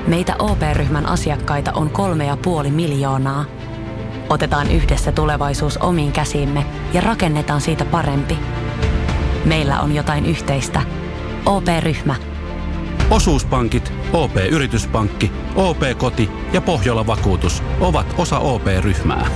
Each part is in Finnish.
Meitä OP-ryhmän asiakkaita on 3,5 miljoonaa. Otetaan yhdessä tulevaisuus omiin käsiimme ja rakennetaan siitä parempi. Meillä on jotain yhteistä. OP-ryhmä. Osuuspankit, OP-yrityspankki, OP-koti ja Pohjola-vakuutus ovat osa OP-ryhmää.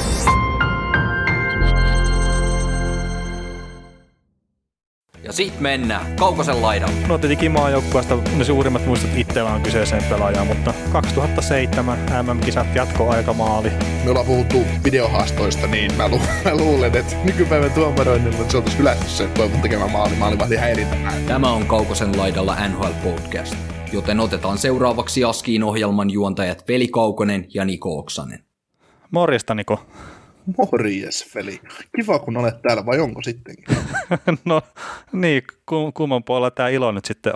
Ja sit mennään Kaukosen laidalla. No tietenkin maajoukkueesta ne suurimmat muistot itsellä on kyseiseen pelaajaan, mutta 2007 MM-kisat jatkoaikamaali. Me ollaan puhuttu videohaastoista, niin mä luulen, että nykypäivän tuomaroinnilla se oltaisi hylätty se toivon tekemä maalivahdin häirintämään. Tämä on Kaukosen laidalla NHL Podcast, joten otetaan seuraavaksi Askiin ohjelman juontajat Veli Kaukonen ja Niko Oksanen. Morjesta, Niko. Morjes, Veli. Kiva, kun olet täällä, vai onko sittenkin? No niin, kumman puolella tämä ilo nyt sitten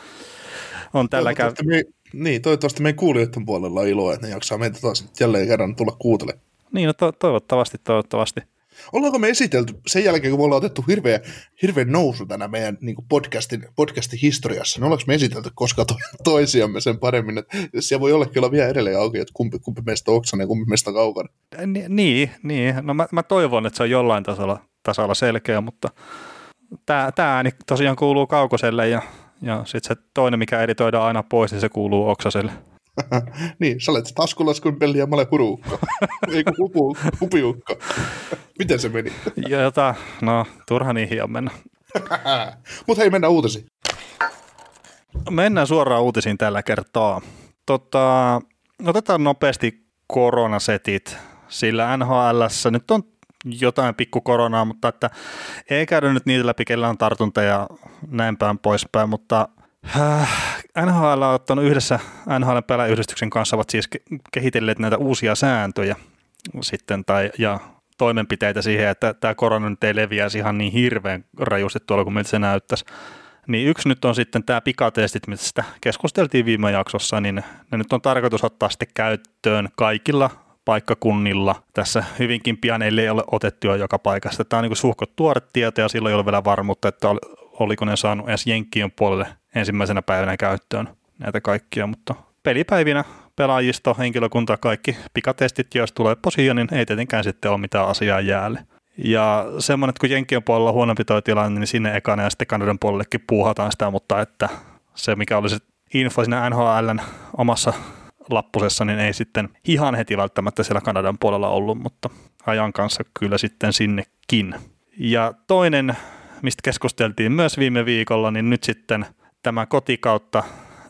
on tällä toivottavasti meidän kuulijoiden puolella on iloa, että ne jaksaa meitä taas jälleen kerran tulla kuuntelemaan. Niin, no toivottavasti. Ollaanko me esitelty sen jälkeen, kun me ollaan otettu hirveän nousu tänä meidän niin kuin podcastin historiassa, niin ollaanko me esitelty koskaan toisiamme sen paremmin, että siellä voi olla vielä edelleen auki, että kumpi meistä on Oksanen ja kumpi meistä on Kaukonen. Niin. No mä toivon, että se on jollain tasolla selkeä, mutta tämä ääni tosiaan kuuluu Kaukoselle ja sitten se toinen, mikä editoidaan aina pois, niin se kuuluu Oksaselle. Niin, sä olet taskulaskun peli ja mä olen huruukka. Eikö hupiukka. Miten se meni? No turha niihin on mennä. Mutta hei, mennään uutisiin. Mennään suoraan uutisiin tällä kertaa. Otetaan nopeasti koronasetit, sillä NHL:ssä nyt on jotain pikkukoronaa, mutta että ei käydä nyt niitä läpi, kellä on tartunta ja näin päin poispäin, mutta NHL on ottanut yhdessä NHL-pelaajayhdistyksen kanssa, ovat siis kehitelleet näitä uusia sääntöjä sitten ja toimenpiteitä siihen, että tämä korona nyt ei leviäisi ihan niin hirveän rajusti tuolla kuin miltä se näyttäisi. Niin yksi nyt on sitten tämä pikatestit, mistä keskusteltiin viime jaksossa, niin ne nyt on tarkoitus ottaa sitten käyttöön kaikilla paikkakunnilla. Tässä hyvinkin pian ei ole otettu jo joka paikasta. Tämä on niin suhkot tuore tieto ja silloin ei ole vielä varmuutta, että oliko ne saanut edes Jenkkien puolelle ensimmäisenä päivänä käyttöön näitä kaikkia, mutta pelipäivinä pelaajisto, henkilökunta, kaikki pikatestit, jos tulee posio, niin ei tietenkään sitten ole mitään asiaa jäälle. Ja semmoinen, että kun Jenkkien puolella on huonompi toi tilanne, niin sinne ekana ja sitten Kanadan puolellekin puuhataan sitä, mutta että se mikä oli se info siinä NHL:n omassa lappusessa, niin ei sitten ihan heti välttämättä siellä Kanadan puolella ollut, mutta ajan kanssa kyllä sitten sinnekin. Ja toinen, mistä keskusteltiin myös viime viikolla, niin nyt sitten tämä kotikautta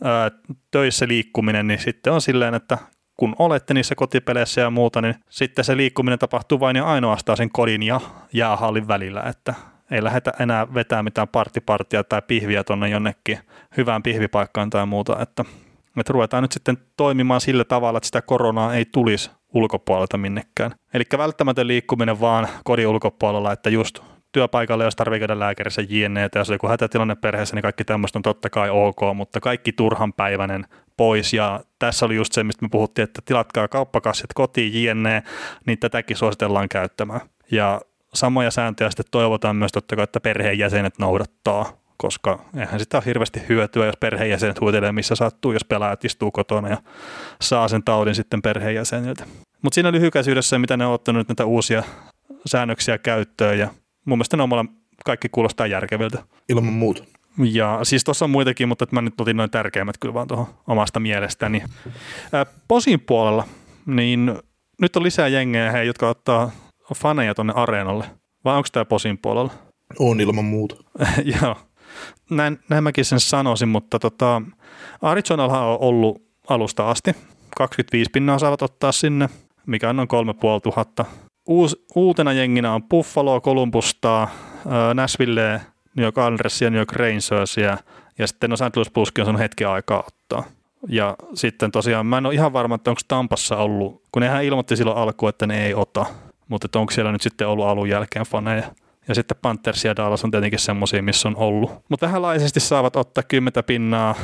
töissä liikkuminen, niin sitten on silleen, että kun olette niissä kotipeleissä ja muuta, niin sitten se liikkuminen tapahtuu vain ja ainoastaan sen kodin ja jäähallin välillä, että ei lähdetä enää vetää mitään partipartia tai pihviä tuonne jonnekin hyvään pihvipaikkaan tai muuta, että ruvetaan nyt sitten toimimaan sillä tavalla, että sitä koronaa ei tulisi ulkopuolelta minnekään. Eli välttämätön liikkuminen vaan kodin ulkopuolella, että just työpaikalle, jos tarvitsee käydä lääkärissä jne, ja jos on joku hätätilanne perheessä, niin kaikki tämmöistä on totta kai ok, mutta kaikki turhanpäiväinen pois, ja tässä oli just se, mistä me puhuttiin, että tilatkaa kauppakassit kotiin jne, niin tätäkin suositellaan käyttämään. Ja samoja sääntöjä sitten toivotaan myös totta kai, että perheenjäsenet noudattaa, koska eihän sitä ole hirveästi hyötyä, jos perheenjäsenet huitelee missä sattuu, jos pelaajat istuu kotona ja saa sen taudin sitten perheenjäseniltä. Mutta siinä lyhykäisyydessä, mitä ne on ottanut näitä uusia säännöksiä käyttöön, ja mun mielestä ne on kaikki kuulostaa järkeviltä. Ilman muuta. Ja siis tuossa on muitakin, mutta mä nyt otin noin tärkeimmät kyllä vaan tuohon omasta mielestäni. Posin puolella, niin nyt on lisää jengejä, jotka ottaa faneja tuonne areenalle. Vai onko tämä Posin puolella? On ilman muuta. Joo. Näin mäkin sen sanoisin, mutta Arizonalla on ollut alusta asti. 25 pinnaa saavat ottaa sinne, mikä on noin 3500. Uutena jenginä on Buffalo, Columbus, Nashville, New York Islanders ja New York Rangers ja sitten Los Angeles Blueskin on saanut hetken aikaa ottaa. Ja sitten tosiaan mä en ole ihan varma, että onko Tampassa ollut, kun nehän ilmoitti silloin alkuun, että ne ei ota, mutta onko siellä nyt sitten ollut alun jälkeen faneja. Ja sitten Panthers ja Dallas on tietenkin semmoisia, missä on ollut. Mutta vähänlaisesti saavat ottaa 10 pinnaa,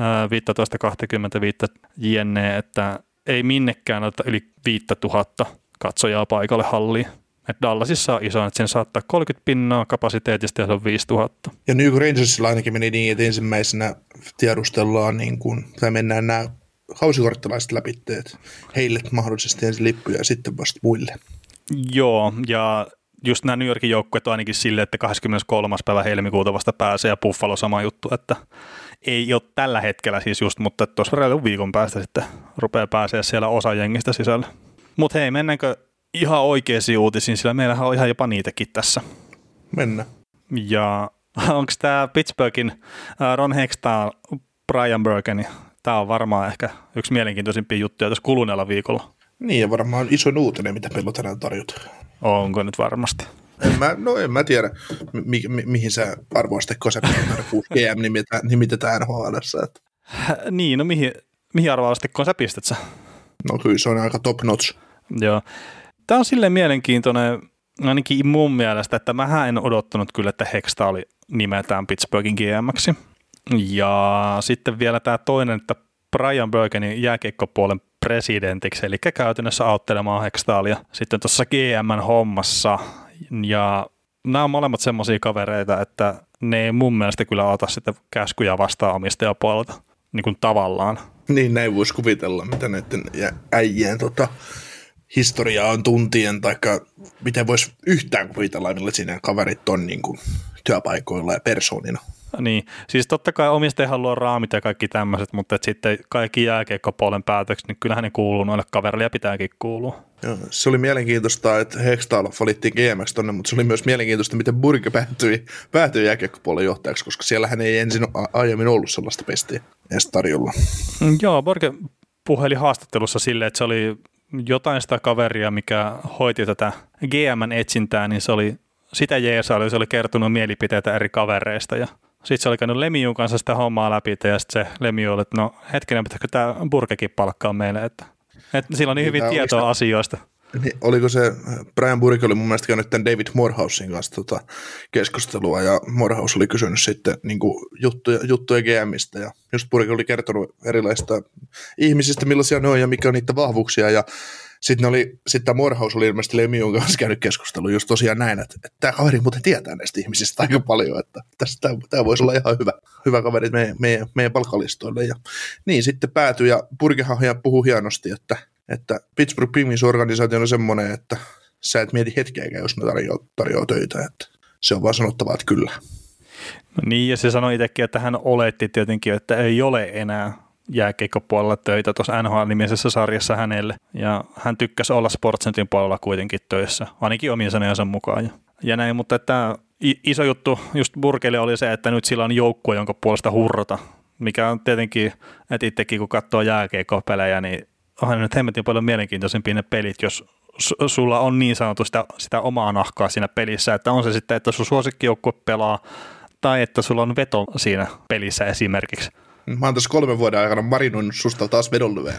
15-25 jne, että ei minnekään ota yli 5000 katsojaa paikalle halliin. Että Dallasissa on iso, että sen saattaa 30 pinnaa kapasiteetista ja se on 5000. Ja New York Rangersilla ainakin meni niin, että ensimmäisenä tiedustellaan, tai mennään nämä kausikorttilaiset läpitteet, heille mahdollisesti ensin lippuja ja sitten vasta muille. Joo, ja just nämä New Yorkin joukkueet on ainakin silleen, että 23. päivä helmikuuta vasta pääsee ja Buffalo sama juttu, että ei ole tällä hetkellä siis just, mutta tuossa reilun viikon päästä sitten rupeaa pääsee siellä osa jengistä sisällä. Mutta hei, mennäänkö ihan oikeisiin uutisiin, sillä meillähän on ihan jopa niitäkin tässä. Mennään. Ja onko tämä Pittsburghin Ron Hextall, Brian Burke, tämä on varmaan ehkä yksi mielenkiintoisimpia juttuja tässä kuluneella viikolla. Niin, ja varmaan iso uutinen, mitä meillä on tänään tarjota. Onko nyt varmasti? En mä tiedä, mihin sä arvoasteikkoon sä GM nimitetään NHL:ssä. Niin, no mihin arvoasteikkoon sä pistät sä? No kyllä se on aika top notch. Joo. Tämä on silleen mielenkiintoinen, ainakin mun mielestä, että mähän en odottanut kyllä, että Hextall nimetään Pittsburghin GM:ksi. Ja sitten vielä tämä toinen, että Brian Burkenin jääkiekkopuolen presidentiksi, eli käytännössä auttelemaan Hextallia sitten tuossa GM-hommassa. Ja nämä on molemmat semmoisia kavereita, että ne ei mun mielestä kyllä ota sitten käskyjä vastaan omistajapuolelta, niin kuin tavallaan. Niin, näin voisi kuvitella, mitä näiden äijien historiaa on tuntien, taikka miten voisi yhtään kuvitella, millaisia kaverit on niin kuin työpaikoilla ja persoonina. Niin, siis totta kai omistaja haluaa raamit ja kaikki tämmöiset, mutta sitten kaikki jääkiekkopuolen päätökset, niin kyllähän ne kuuluu noille kaverille ja pitääkin kuulua. Joo, se oli mielenkiintoista, että Hextall valittiin GM:ksi tonne, mutta se oli myös mielenkiintoista, miten Burke päätyi jääkiekkopuolen johtajaksi, koska siellähän ei ensin aiemmin ollut sellaista pestiä edes tarjolla. Joo, Burke puheli haastattelussa silleen, että se oli jotain sitä kaveria, mikä hoiti tätä GM:n etsintää, niin se oli sitä jeesaili, se oli kertonut mielipiteitä eri kavereista ja sitten se oli käynyt Lemiun kanssa sitä hommaa läpi ja sitten se Lemiu oli, että no hetkinen, pitäisikö tämä Burkekin palkkaa meille, että sillä on niin hyvin tietoa asioista. Niin, oliko se, Brian Burke oli mun mielestä käynyt tämän David Morehousen kanssa keskustelua ja Morehouse oli kysynyt sitten niin kuin juttuja GMistä ja just Burke oli kertonut erilaisista ihmisistä, millaisia ne on ja mikä on niitä vahvuuksia ja sitten Morehouse oli ilmeisesti Lemiun kanssa käynyt keskustelua just tosiaan näin, että tämä kaveri muuten tietää näistä ihmisistä aika paljon, että tämä voisi olla ihan hyvä kaveri meidän palkkalistoille. Ja niin sitten päätyi ja Burkehan puhui hienosti, että Pittsburgh Penguins-organisaatio on semmoinen, että sä et mieti hetkeäkään, jos ne tarjoaa töitä, että se on vaan sanottava, että kyllä. No niin, ja se sanoi itsekin, että hän oletti tietenkin, että ei ole enää jääkiekkopuolella töitä tuossa NHL-nimisessä sarjassa hänelle, ja hän tykkäsi olla Sportsnetin puolella kuitenkin töissä, ainakin omien sanojensa mukaan. Ja näin, mutta että iso juttu just Burkelle oli se, että nyt sillä on joukkue, jonka puolesta hurrata, mikä on tietenkin, että itsekin kun katsoo jääkiekkopelejä, niin onhan nyt hemmetin paljon mielenkiintoisempia ne pelit, jos sulla on niin sanottu sitä omaa nahkaa siinä pelissä, että on se sitten, että sun suosikkijoukkue pelaa, tai että sulla on veto siinä pelissä esimerkiksi. Mä oon tässä 3 vuoden aikana marinoinut susta taas vedonlyveen.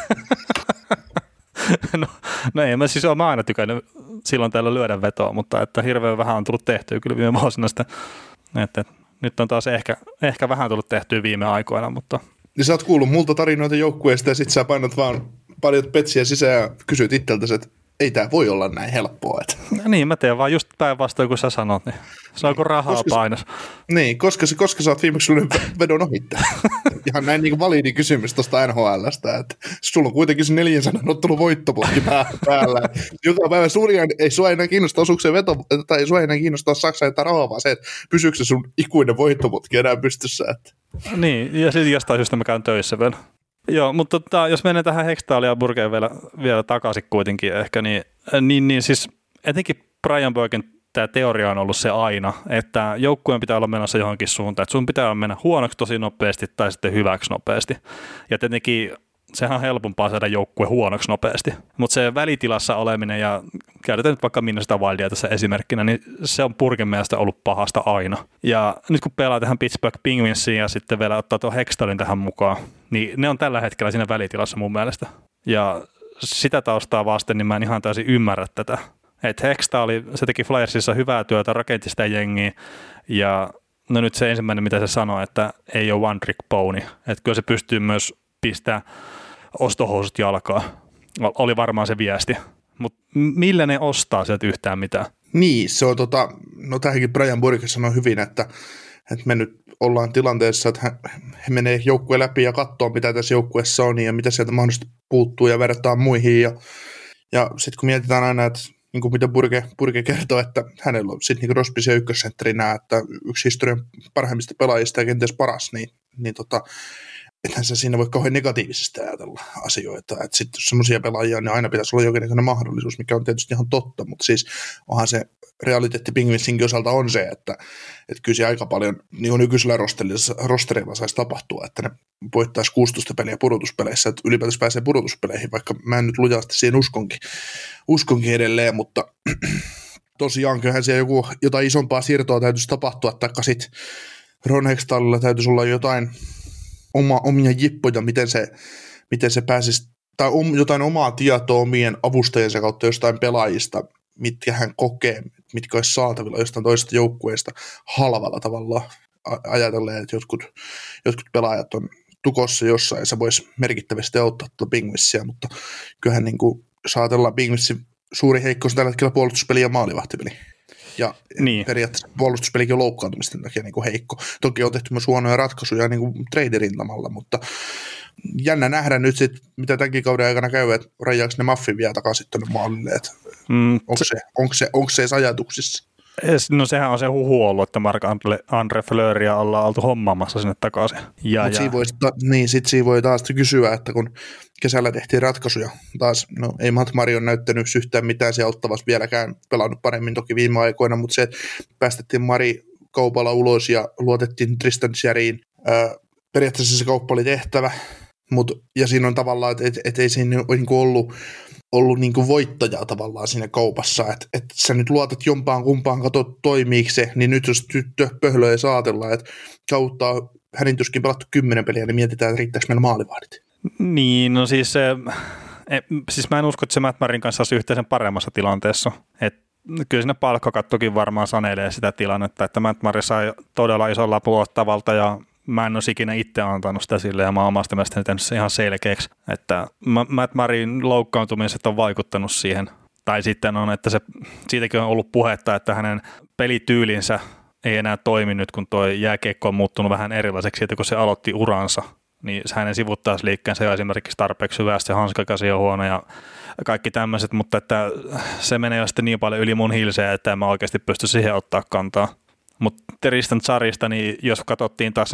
no ei, mä oon aina tykännyt silloin täällä lyödä vetoa, mutta että hirveän vähän on tullut tehtyä kyllä viime vuosina sitä. Että nyt on taas ehkä vähän tullut tehtyä viime aikoina, mutta... Niin sä oot kuullut multa tarinoita joukkueesta ja sit sä painat vaan paljon petsiä sisään ja kysyt itseltäsi, että ei tää voi olla näin helppoa. Että. Niin, mä teen vaan just päinvastoin, kun sä sanot, niin saako rahaa painos? Niin, koska sä oot viimeksi sun vedon ohittaa. Ihan näin niin validi kysymys tuosta NHL:stä, että sulla on kuitenkin se 400 ottelun voittoputki päällä. Joka päivä ei sua enää kiinnostaa osuukseen veto, tai ei sua enää kiinnostaa saksaa että rahaa, vaan se, että pysyykö se sun ikuinen voittoputki enää pystyssä. Että. Niin, ja sitten jostain syystä mä käyn töissä vielä. Joo, mutta jos mennään tähän Hextalliin ja Burkeen vielä takaisin kuitenkin ehkä, niin siis etenkin Brian Burken tämä teoria on ollut se aina, että joukkueen pitää olla menossa johonkin suuntaan, että sun pitää mennä huonoksi tosi nopeasti tai sitten hyväksi nopeasti. Ja tietenkin sehän on helpompaa saada joukkue huonoksi nopeasti, mutta se välitilassa oleminen ja käytetään nyt vaikka Minnesota Wildia tässä esimerkkinä, niin se on Burken mielestä ollut pahasta aina. Ja nyt kun pelaa tähän Pittsburgh Penguinsiin ja sitten vielä ottaa tuon Hextallin tähän mukaan, niin ne on tällä hetkellä siinä välitilassa mun mielestä. Ja sitä taustaa vasten niin mä en ihan täysin ymmärrä tätä. Että Hextall se teki Flyersissa hyvää työtä, rakenti sitä jengiä ja no nyt se ensimmäinen mitä se sanoi, että ei ole one trick pony. Että kyllä se pystyy myös pistämään ostohousut jalkaa. Oli varmaan se viesti. Mutta millä ne ostaa sieltä yhtään mitään? Niin, se on no tähänkin Brian Burke sanoi hyvin, että että me nyt ollaan tilanteessa, että he menee joukkueen läpi ja katsoo, mitä tässä joukkueessa on ja mitä sieltä mahdollisesti puuttuu ja verrataan muihin. Ja sitten kun mietitään aina, että niin kuin mitä Burke kertoo, että hänellä on sitten niin Rospisia ykkössentterinä, että yksi historian parhaimmista pelaajista ja kenties paras, niin ethän sä siinä voi kauhean negatiivisesti ajatella asioita. Että sitten jos semmoisia pelaajia, niin aina pitäisi olla jonkinlainen mahdollisuus, mikä on tietysti ihan totta, mutta siis onhan se realiteetti Penguinsinkin osalta on se, että kyllä se aika paljon niin nykyisellä rosterilla saisi tapahtua, että ne voittaisi 16 peliä pudotuspeleissä, että ylipäätänsä pääsee pudotuspeleihin, vaikka mä en nyt lujasti siihen uskonkin edelleen, mutta tosiaan kyllähän siellä jotain isompaa siirtoa täytyisi tapahtua, taikka sitten Ron Hextallilla täytyisi olla jotain omia jippoja, miten se pääsisi, tai jotain omaa tietoa omien avustajansa kautta jostain pelaajista, mitkä hän kokee, mitkä olisi saatavilla jostain toisesta joukkueesta halvalla tavalla ajatellen, että jotkut pelaajat on tukossa jossain ja se voisi merkittävästi auttaa tuota Penguinsia, mutta kyllähän niin kuin saatellaan Penguinsin suuri heikkous tällä hetkellä puolustuspeli ja maalivahtipeli. Ja niin. Periaatteessa puolustuspelikin on loukkaantumisten takia niin kuin heikko. Toki on tehty myös huonoja ratkaisuja niin kuin trade-rintamalla, mutta jännä nähdä nyt sit, mitä tämänkin kauden aikana käy, että rajaako ne Muffin vielä takaisin tuonne maalille. Onko se edes ajatuksissa? No sehän on se huhu ollut, että Marc-Andre Fleuria ollaan oltu hommaamassa sinne takaisin. Sitten siinä voi taas kysyä, että kun kesällä tehtiin ratkaisuja, taas ei Matt Murray ole näyttänyt yhtään mitään siellä ottavassa vieläkään pelannut paremmin toki viime aikoina, mutta se, että päästettiin Murray kaupalla ulos ja luotettiin Tristan Jarryin, periaatteessa se kauppa oli tehtävä, ja siinä on tavallaan, että ei siinä ollut niin kuin voittajaa tavallaan siinä kaupassa, että sä nyt luotat jompaan kumpaan, kato toimiiko se, niin nyt jos pöhlöä saatellaan, että kautta hänin tuskin pelattu 10 peliä, niin mietitään, että riittääkö meillä maalivahdit. Niin, no siis mä en usko, että se Matt Murrayn kanssa olisi yhteisen paremmassa tilanteessa, että kyllä siinä palkkakattokin varmaan sanelee sitä tilannetta, että Matt Murray sai todella ison lapun ottavalta ja mä en olisi ikinä itse antanut sitä sille ja mä oon omasta mielestäni tehnyt se ihan selkeäksi, että Matt Murrayn loukkaantumiset on vaikuttanut siihen. Tai sitten on, että siitäkin on ollut puhetta, että hänen pelityylinsä ei enää toimi nyt, kun tuo jääkiekko on muuttunut vähän erilaiseksi, että kun se aloitti uransa, niin hänen sivuttaisliikkeensä on esimerkiksi tarpeeksi hyvästi, se hanskakäsi on huono ja kaikki tämmöiset, mutta että se menee jo sitten niin paljon yli mun hilseä, että en mä oikeasti pysty siihen ottaa kantaa. Mutta Tristan Jarrysta, niin jos katsottiin taas niin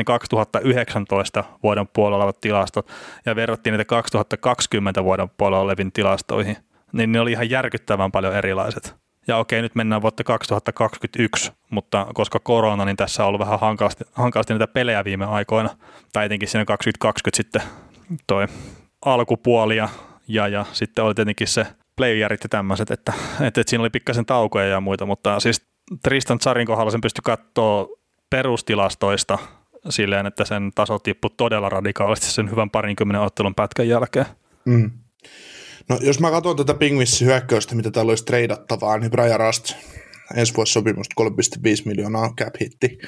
2019 vuoden puolella olevat tilastot ja verrattiin niitä 2020 vuoden puolella oleviin tilastoihin, niin ne oli ihan järkyttävän paljon erilaiset. Ja okei, nyt mennään vuotta 2021, mutta koska korona, niin tässä on ollut vähän hankalasti niitä pelejä viime aikoina, tai etenkin siinä 2020 sitten toi alkupuoli ja sitten oli tietenkin se playerit ja tämmöiset, että siinä oli pikkasen taukoja ja muita, mutta siis Tristan Jarryn kohdalla sen pystyi katsoa perustilastoista silleen, että sen taso tippui todella radikaalisti sen hyvän 20 ottelun pätkän jälkeen. Mm. No jos mä katson tätä Penguinsin hyökkäystä, mitä täällä olisi treidattavaa, niin Brian Rust, ensi vuosi sopimusta 3,5 miljoonaa cap hitti,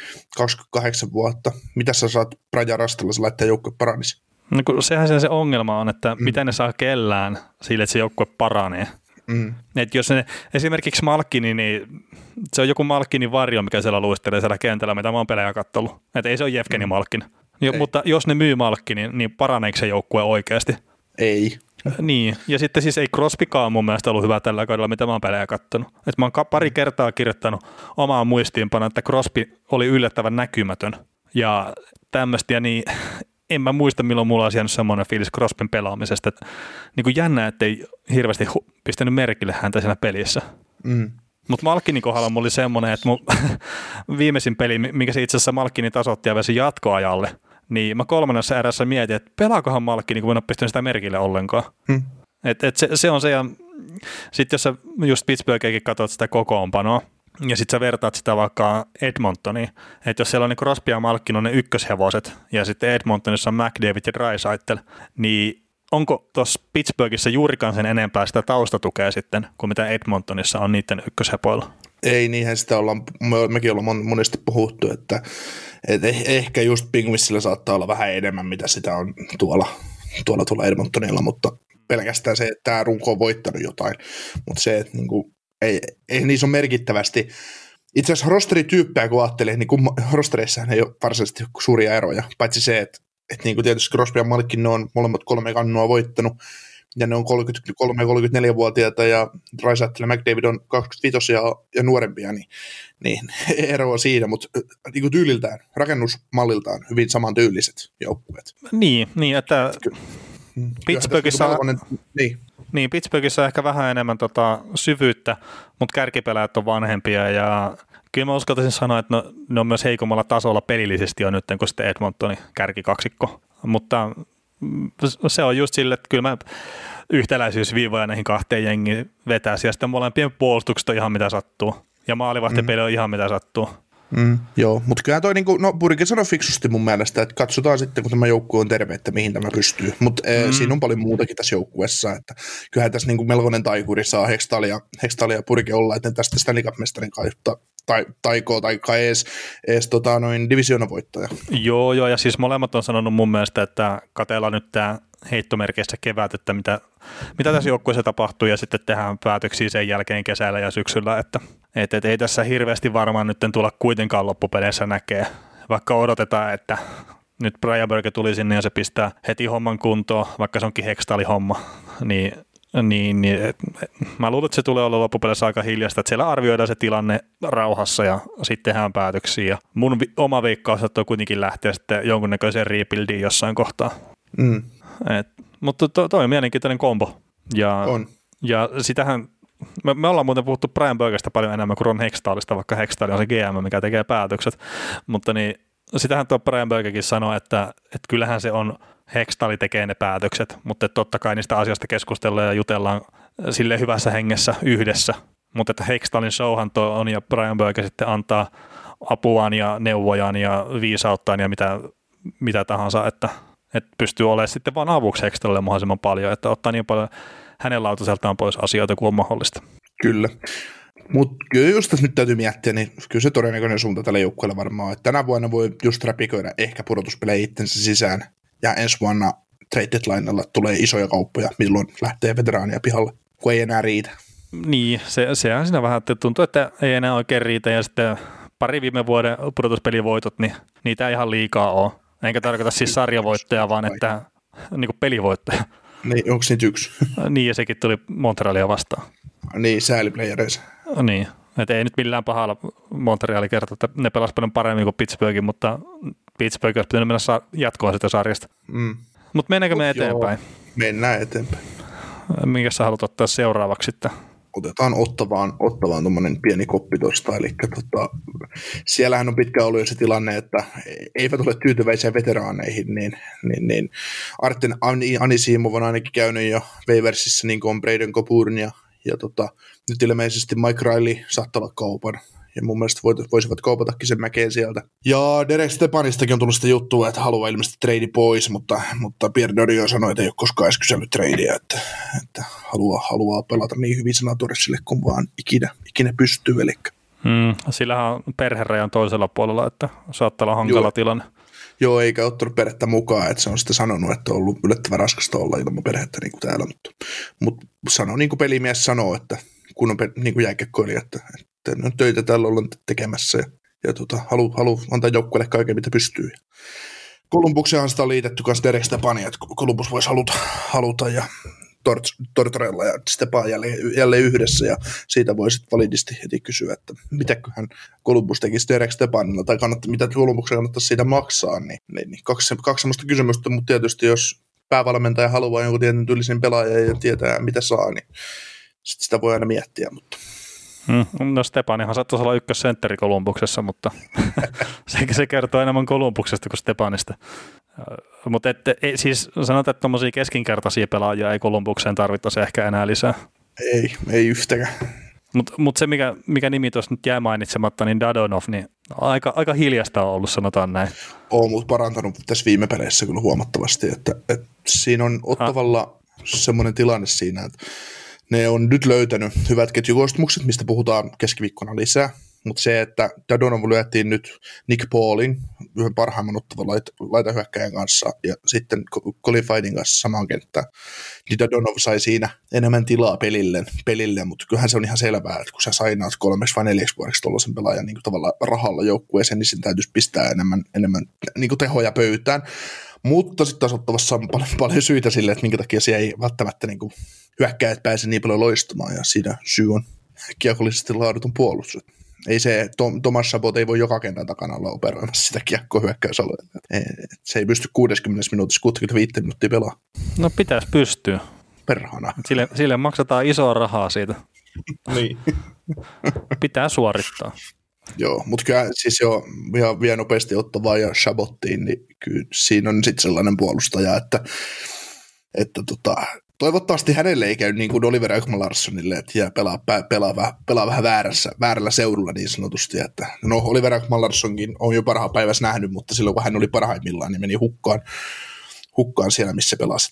28 vuotta. Mitä sä saat Brian Rustilla, se laittaa joukkue paranisi? No kun sehän se ongelma on, että miten ne saa kellään sille, että se joukkue paranee. Että jos ne, esimerkiksi Malkkini, niin se on joku Malkkinin varjo, mikä siellä luistelee siellä kentällä, mitä mä oon pelejä kattellut. Että ei se ole Jevgeni Malkkin. Mutta jos ne myy Malkkinin, niin paraneeko se joukkue oikeasti? Ei. Niin, ja sitten siis ei Crosbykaan mun mielestä ollut hyvä tällä kaudella, mitä mä oon pelejä kattonut. Että mä oon pari kertaa kirjoittanut omaan muistiinpanoon, että Crosby oli yllättävän näkymätön ja tämmöistä, niin en mä muista, milloin mulla olisi jäänyt semmoinen fiilis Crosbyn pelaamisesta, että niin kuin jännä, ettei hirveästi pistänyt merkille häntä siinä pelissä. Mutta Malkkinin kohdalla mulla oli semmoinen, että mun viimeisin peli, mikä se itse asiassa Malkkini tasoitti ja vesi jatkoajalle, niin mä 3. erässä mietin, että pelaakohan Malkkini, kun en ole pistänyt sitä merkille ollenkaan. Se on se, ja sitten jos sä just Pittsburghiakin katsot sitä kokoonpanoa, ja sitten sä vertaat sitä vaikka Edmontoniin, että jos siellä on niin Crosby ja Malkin on ne ykköshevoset, ja sitten Edmontonissa on McDavid ja Draisaitl, niin onko tuossa Pittsburghissa juurikaan sen enempää sitä taustatukea sitten, kuin mitä Edmontonissa on niiden ykköshepoilla? Ei, niinhän sitä mekin ollaan monesti puhuttu, että ehkä just Penguinsilla saattaa olla vähän enemmän, mitä sitä on tuolla Edmontonilla, mutta pelkästään se, että tämä runko on voittanut jotain, mutta se, että niinku, ei niissä ole merkittävästi Itse asiassa rosterityyppejä kun ajattelee, niin rostereissahan ei ole varsinaisesti suuria eroja, paitsi se, että niin kuin tietysti Crosby ja Malkin, ne on molemmat 3 kannua voittanut, ja ne on 33-34-vuotiaita, ja Draisaitl ja McDavid on 25 ja nuorempia, niin ero on siinä, mutta niin kuin tyyliltään, rakennusmalliltaan hyvin samantyyliset joukkueet. Niin että Pittsburghissa on ehkä vähän enemmän syvyyttä, mutta kärkipelaajat on vanhempia, ja kyllä mä uskaltaisin sanoa, että ne on myös heikommalla tasolla pelillisesti jo nyt, kuin sitten Edmontonin kärkikaksikko, mutta se on just sille, että kyllä mä yhtäläisyysviivoja näihin 2 jengiin vetäisi, ja sitten molempien puolustukset on ihan mitä sattuu, ja maalivahtipeli on ihan mitä sattuu. Joo, mutta kyllä toi, Purikin sanoi fiksusti mun mielestä, että katsotaan sitten, kun tämä joukkue on terve, että mihin tämä pystyy, mutta siinä on paljon muutakin tässä joukkueessa, että kyllähän tässä melkoinen taikuri saa Hextall ja Purikin olla, että tästä Stanley Cup-mestarin taikoo tai ees divisioonavoittaja. Joo, ja siis molemmat on sanonut mun mielestä, että katsellaan nyt tämä heittomerkeissä kevät, että mitä tässä joukkueessa tapahtuu, ja sitten tehdään päätöksiä sen jälkeen kesällä ja syksyllä, että ei tässä hirveästi varmaan nyt tulla kuitenkaan loppupeleissä näkee, vaikka odotetaan, että nyt Brian Burke tuli sinne ja se pistää heti homman kuntoon, vaikka se onkin Hextallin homma, niin mä luulen, että se tulee olla loppupeleissä aika hiljaista, että siellä arvioidaan se tilanne rauhassa ja sitten tehdään päätöksiä. Ja mun oma veikkaus on kuitenkin lähteä sitten jonkunnäköiseen rebuildiin jossain kohtaa. Mutta toi on mielenkiintoinen kombo. Ja sitähän, me ollaan muuten puhuttu Brian Burkesta paljon enemmän kuin Ron Hextallista, vaikka Hextall on se GM, mikä tekee päätökset, mutta niin sitähän tuo Brian Burkekin sanoi, että kyllähän se on Hextall tekee ne päätökset, mutta totta kai niistä asioista keskustellaan ja jutellaan sille hyvässä hengessä yhdessä, mutta että Hextallin showhan on ja Brian Burke sitten antaa apuaan ja neuvojaan ja viisauttaan ja mitä tahansa, että pystyy olemaan sitten vaan avuksi Hextallille mahdollisimman paljon, että ottaa niin paljon hänen lautaseltaan pois asioita kuin on mahdollista. Kyllä. Mutta kyllä just tässä nyt täytyy miettiä, niin kyllä se todennäköinen suunta tällä joukkueella varmaan on, että tänä vuonna voi just räpiköidä ehkä pudotuspelejä itsensä sisään, ja ensi vuonna trade deadlinella tulee isoja kauppoja, milloin lähtee veteraania pihalle, kun ei enää riitä. Niin, sehän siinä vähän tuntuu, että ei enää oikein riitä, ja sitten pari viime vuoden pudotuspelivoitot, niin niitä ei ihan liikaa ole. Enkä tarkoita siis sarjavoittoja, vaan että niin kuin pelivoittoja. Niin, onko niitä 1? Niin, ja sekin tuli Montrealia vastaan. Niin, sääliplayereissa. Niin, että ei nyt millään pahalla Montreali kertoo, että ne pelasivat paljon paremmin kuin Pittsburghin, mutta Pittsburgh olisi pitänyt mennä jatkoon sitä sarjasta. Mutta mennäänkö me eteenpäin? Joo, mennään eteenpäin. Minkä sä haluat ottaa seuraavaksi sitten? Otetaan Ottavaan tuommoinen pieni koppi tuosta, eli siellähän on pitkään ollut jo se tilanne, että eivät ole tyytyväisiä veteraaneihin, niin Artem Anisimov on ainakin käynyt jo waiversissä, niin kuin on Braden Coburn, ja nyt ilmeisesti Mike Riley saattavat kaupan, ja mun mielestä voisivat kaupatakin sen Mäkeen sieltä. Ja Derek Stepanistakin on tullut sitä juttua, että haluaa ilmeisesti trade pois, mutta Pierre Dorion sanoi, että ei ole koskaan edes kysellyt tradea, että haluaa pelata niin hyvin Senatorsille kuin vaan ikinä pystyy. Sillähän on perherajan toisella puolella, että saattaa olla hankala tilanne. Joo, eikä ottanut perhettä mukaan, että se on sitten sanonut, että on ollut yllättävän raskasta olla ilman perhettä niin kuin täällä, mutta sanoo niin kuin pelimies sanoo, että kun on niin kuin jääkiekkoilija, että on töitä täällä ollaan tekemässä ja haluaa antaa joukkueelle kaiken, mitä pystyy. Kolumbukseenhan sitä on liitetty myös Derek Stepania, että Columbus voisi haluta ja Tortorella ja Stepan jälleen yhdessä, ja siitä voisi validisti heti kysyä, että mitäköhän Columbus tekisi Derek Stepanilla, tai mitä Columbuksen kannattaisi siitä maksaa, niin kaksi sellaista kysymystä, mutta tietysti jos päävalmentaja haluaa jonkun tietyn tyylisen pelaajan ja tietää, mitä saa, niin sitten sitä voi aina miettiä, mutta No Stepanihan saattaisi olla ykkössentteri Columbuksessa, mutta se kertoo enemmän Columbuksesta kuin Stepanista. Mutta siis sanotaan, että tuommoisia keskinkertaisia pelaajia ei Columbukseen tarvittaisi ehkä enää lisää. Ei yhtäkään. Mutta se, mikä nimi tuossa nyt jää mainitsematta, niin Dadonov, niin aika hiljasta on ollut, sanotaan näin. On, mutta parantanut tässä viime peleissä kyllä huomattavasti, että siinä on Ottavalla semmoinen tilanne siinä, että ne on nyt löytänyt hyvät ketjukoostumukset, mistä puhutaan keskiviikkona lisää. Mutta se, että Dadonov lyötiin nyt Nick Paulin, yhden parhaimman ottavan laitahyökkäjän kanssa, ja sitten Colin Fightin kanssa samaan kenttään, niin Dadonov sai siinä enemmän tilaa pelille, mutta kyllähän se on ihan selvää, että kun sä sainaat 3 vai 4 vuodeksi tuollaisen pelaajan niin tavallaan rahalla joukkueeseen, niin sen täytyisi pistää enemmän niin tehoja pöytään. Mutta sitten taas ottavassa on paljon syitä sille, että minkä takia siellä ei välttämättä niin hyökkäjät pääse niin paljon loistumaan, ja siinä syy on kiekollisesti laadutun puolustus. Ei se, Thomas Chabot ei voi joka kentän takana olla operoimassa sitä kiekkohyökkäysalueella. Se ei pysty 60 minuutissa 65 minuuttia pelaa. No pitäisi pystyä. Perhana. Sille maksetaan isoa rahaa siitä. Niin. Pitää suorittaa. Joo, mutta kyllä siis jo vielä nopeasti ottavaa ja Chabottiin, niin kyllä siinä on sitten sellainen puolustaja, että toivottavasti hänelle ei käy niin kuin Oliver Ekman-Larssonille, että jää pelaa vähän väärällä seudulla niin sanotusti. Että, no Oliver Ekman-Larssonkin on jo parhaan päivässä nähnyt, mutta silloin kun hän oli parhaimmillaan, niin meni hukkaan siellä, missä pelasi.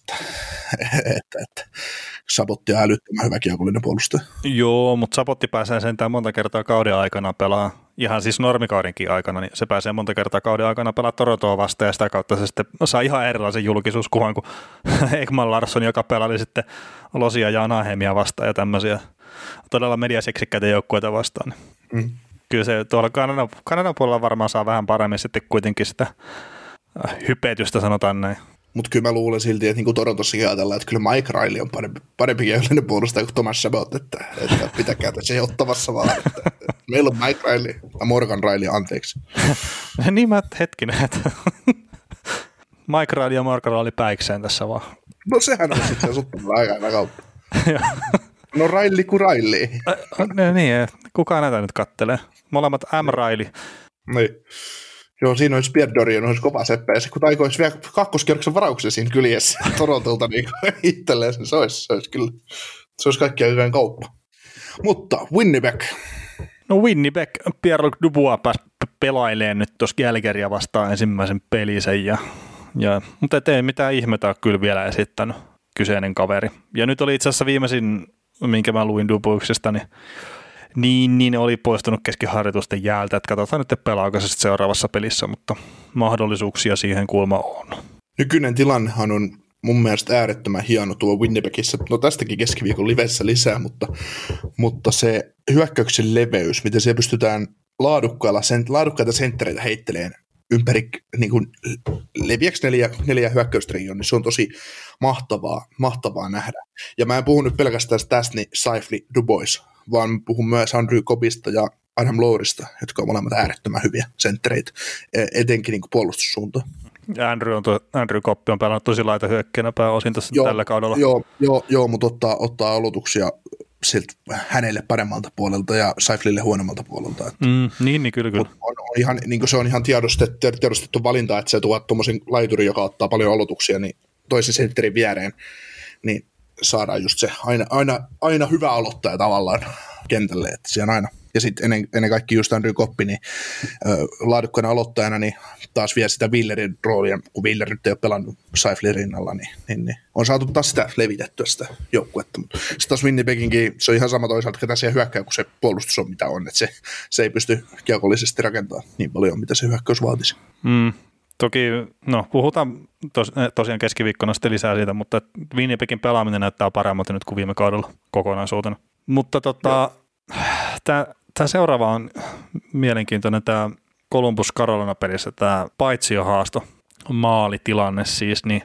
Että Chabotti on älyttömän hyvä kiekollinen puolustaja. Joo, mutta Chabotti pääsee sentään monta kertaa kauden aikana pelaa. Ihan siis normikaudenkin aikana, niin se pääsee monta kertaa kauden aikana pelaa Torontoa vastaan, ja sitä kautta se sitten saa ihan erilaisen julkisuuskuvan kuin Ekman-Larsson, joka pelaili sitten Losia ja Anahemia vastaan ja tämmöisiä todella mediaseksikkäitä joukkueita vastaan. Kyllä se tuolla Kanadan puolella varmaan saa vähän paremmin sitten kuitenkin sitä hypetystä, sanotaan näin. Mutta kyllä mä luulen silti, että niin kuin Torontossakin ajatellaan, että kyllä Mike Riley on parempi kiekollinen puolustaja kuin Thomas Chabot, että pitäkää tässä ei ottavassa vaan. Meillä on Mike Riley ja Morgan Riley, anteeksi. Niin mä hetkinen, että Mike Riley ja Morgan Riley päikseen tässä vaan. No sehän on sitten suttunut aikana kautta. No Riley kuin Riley. Niin, kukaan näitä nyt kattelee. Molemmat M. Riley. Niin. Joo, siinä olisi Pierdorian olisi kova seppä, ja se kun taikoisi vielä kakkoskierroksen varauksen siinä kyljessä Torontolta niin itselleen, se olisi kyllä, se olisi kaikkia hyvän kauppa. Mutta Winnipeg. No Winnipeg, Pierre-Luc Dubois pääsi pelailemaan nyt tuossa Calgarya vastaan ensimmäisen pelisen, mutta ei mitään ihmettä ole kyllä vielä esittänyt kyseinen kaveri. Ja nyt oli itse asiassa viimeisin, minkä mä luin Duboisista, niin oli poistunut keskiharjoitusten jäältä, että katsotaan nyt pelaako se seuraavassa pelissä, mutta mahdollisuuksia siihen kulma on. Nykyinen tilannehan on mun mielestä äärettömän hieno tuo Winnipegissä, no tästäkin keskiviikon livessä lisää, mutta se hyökkäyksen leveys, miten siellä pystytään laadukkaita senttereitä heitteleen ympäri niin kuin leviäksi neljä hyökkäystrioon, niin se on tosi mahtavaa nähdä. Ja mä en puhu nyt pelkästään Stastny, Scheifele, Dubois, vaan puhun myös Andrew Cobbista ja Adam Lowrysta, jotka on molemmat äärettömän hyviä senttereitä, etenkin niin kuin puolustussuuntaan. Ja Andrew Cobb on pelannut tosi laita hyökkäänä pääosin tässä tällä kaudella. Joo, mutta ottaa aloituksia siltä hänelle paremmalta puolelta ja Scheifelelle huonommalta puolelta. Niin kyllä. On ihan, niin se on ihan tiedostettu valinta, että se tuo tuommoisen laiturin, joka ottaa paljon aloituksia, niin toisen sentterin viereen, niin saadaan just se aina hyvä aloittaja tavallaan kentälle, että se on aina. Ja sitten ennen kaikkea just Andrew Cobb, niin laadukkaana aloittajana, niin taas vie sitä Willerin roolia, kun Willer nyt ei ole pelannut Scheifelen rinnalla, niin on saatu taas sitä levitettyä sitä joukkuetta. Mutta sitten taas Winnipeginkin, se on ihan sama toisaalta, ketä siellä hyökkää, kun se puolustus on mitä on, että se ei pysty kiekollisesti rakentamaan niin paljon, mitä se hyökkäys vaatisi. Toki, puhutaan tosiaan keskiviikkona sitten lisää siitä, mutta Winnipegin pelaaminen näyttää paremmalta nyt kuin viime kaudella kokonaisuutena. Mutta tämä seuraava on mielenkiintoinen, tämä Columbus Carolina-pelissä, tämä paitsiohaasto, maalitilanne siis, niin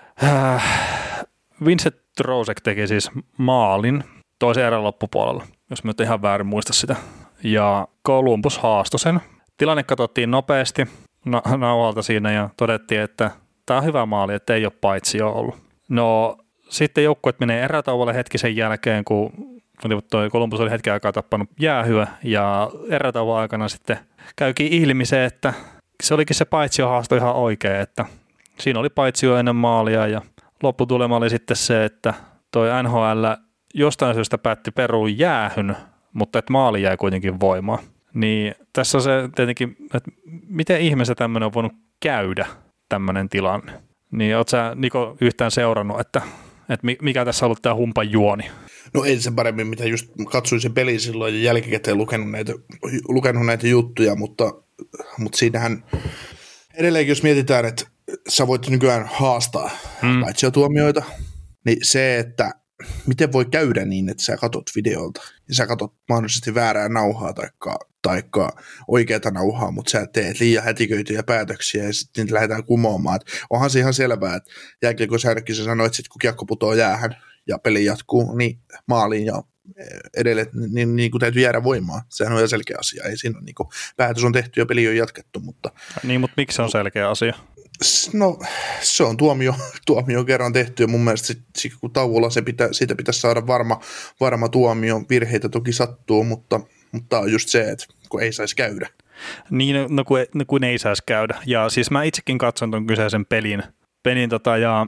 Vincent Trocheck teki siis maalin toisen erän loppupuolella, jos mä nyt ihan väärin muista sitä, ja Columbus haastoi sen. Tilanne katsottiin nopeasti nauhalta siinä ja todettiin, että tämä on hyvä maali, että ei ole paitsio ollut. No sitten joukkueet menee erätauolle hetki sen jälkeen, kun toi Columbus oli hetken aikaa tappanut jäähyä ja erätauon aikana sitten käykin ilmi se, että se olikin se paitsiohaasto ihan oikein, että siinä oli paitsio ennen maalia ja lopputulema oli sitten se, että toi NHL jostain syystä päätti peruun jäähyn, mutta että maali jäi kuitenkin voimaan. Niin tässä on se tietenkin, että miten ihmeessä tämmöinen on voinut käydä tämmöinen tilanne. Niin ootko sä, Niko, yhtään seurannut, että mikä tässä on ollut tämä humpan juoni? No ei se paremmin, mitä just katsoin sen pelin silloin ja jälkikäteen lukenut näitä juttuja, mutta siinähän edelleenkin, jos mietitään, että sä voit nykyään haastaa paitsiotuomioita, niin se, että miten voi käydä niin, että sä katot videolta ja sä katot mahdollisesti väärää nauhaa taikka oikeata nauhaa, mutta sä teet liian hätiköityjä päätöksiä ja sitten niitä lähdetään kumoamaan. Et onhan se ihan selvää, että jääkiekosäännökkin sä sanoit, että kun kiekko putoo jäähän ja peli jatkuu, niin maaliin ja edelleen niin kuin täytyy jäädä voimaan. Sehän on ihan selkeä asia. Ei siinä ole, niin kuin, päätös on tehty ja peli on jatkettu. Mutta miksi se on selkeä asia? No se on tuomio kerran tehty ja mun mielestä kun tauolla siitä pitäisi saada varma tuomio. Virheitä toki sattuu, mutta on just se, että kun ei saisi käydä. Niin, kun ei saisi käydä. Ja siis mä itsekin katson ton kyseisen pelin ja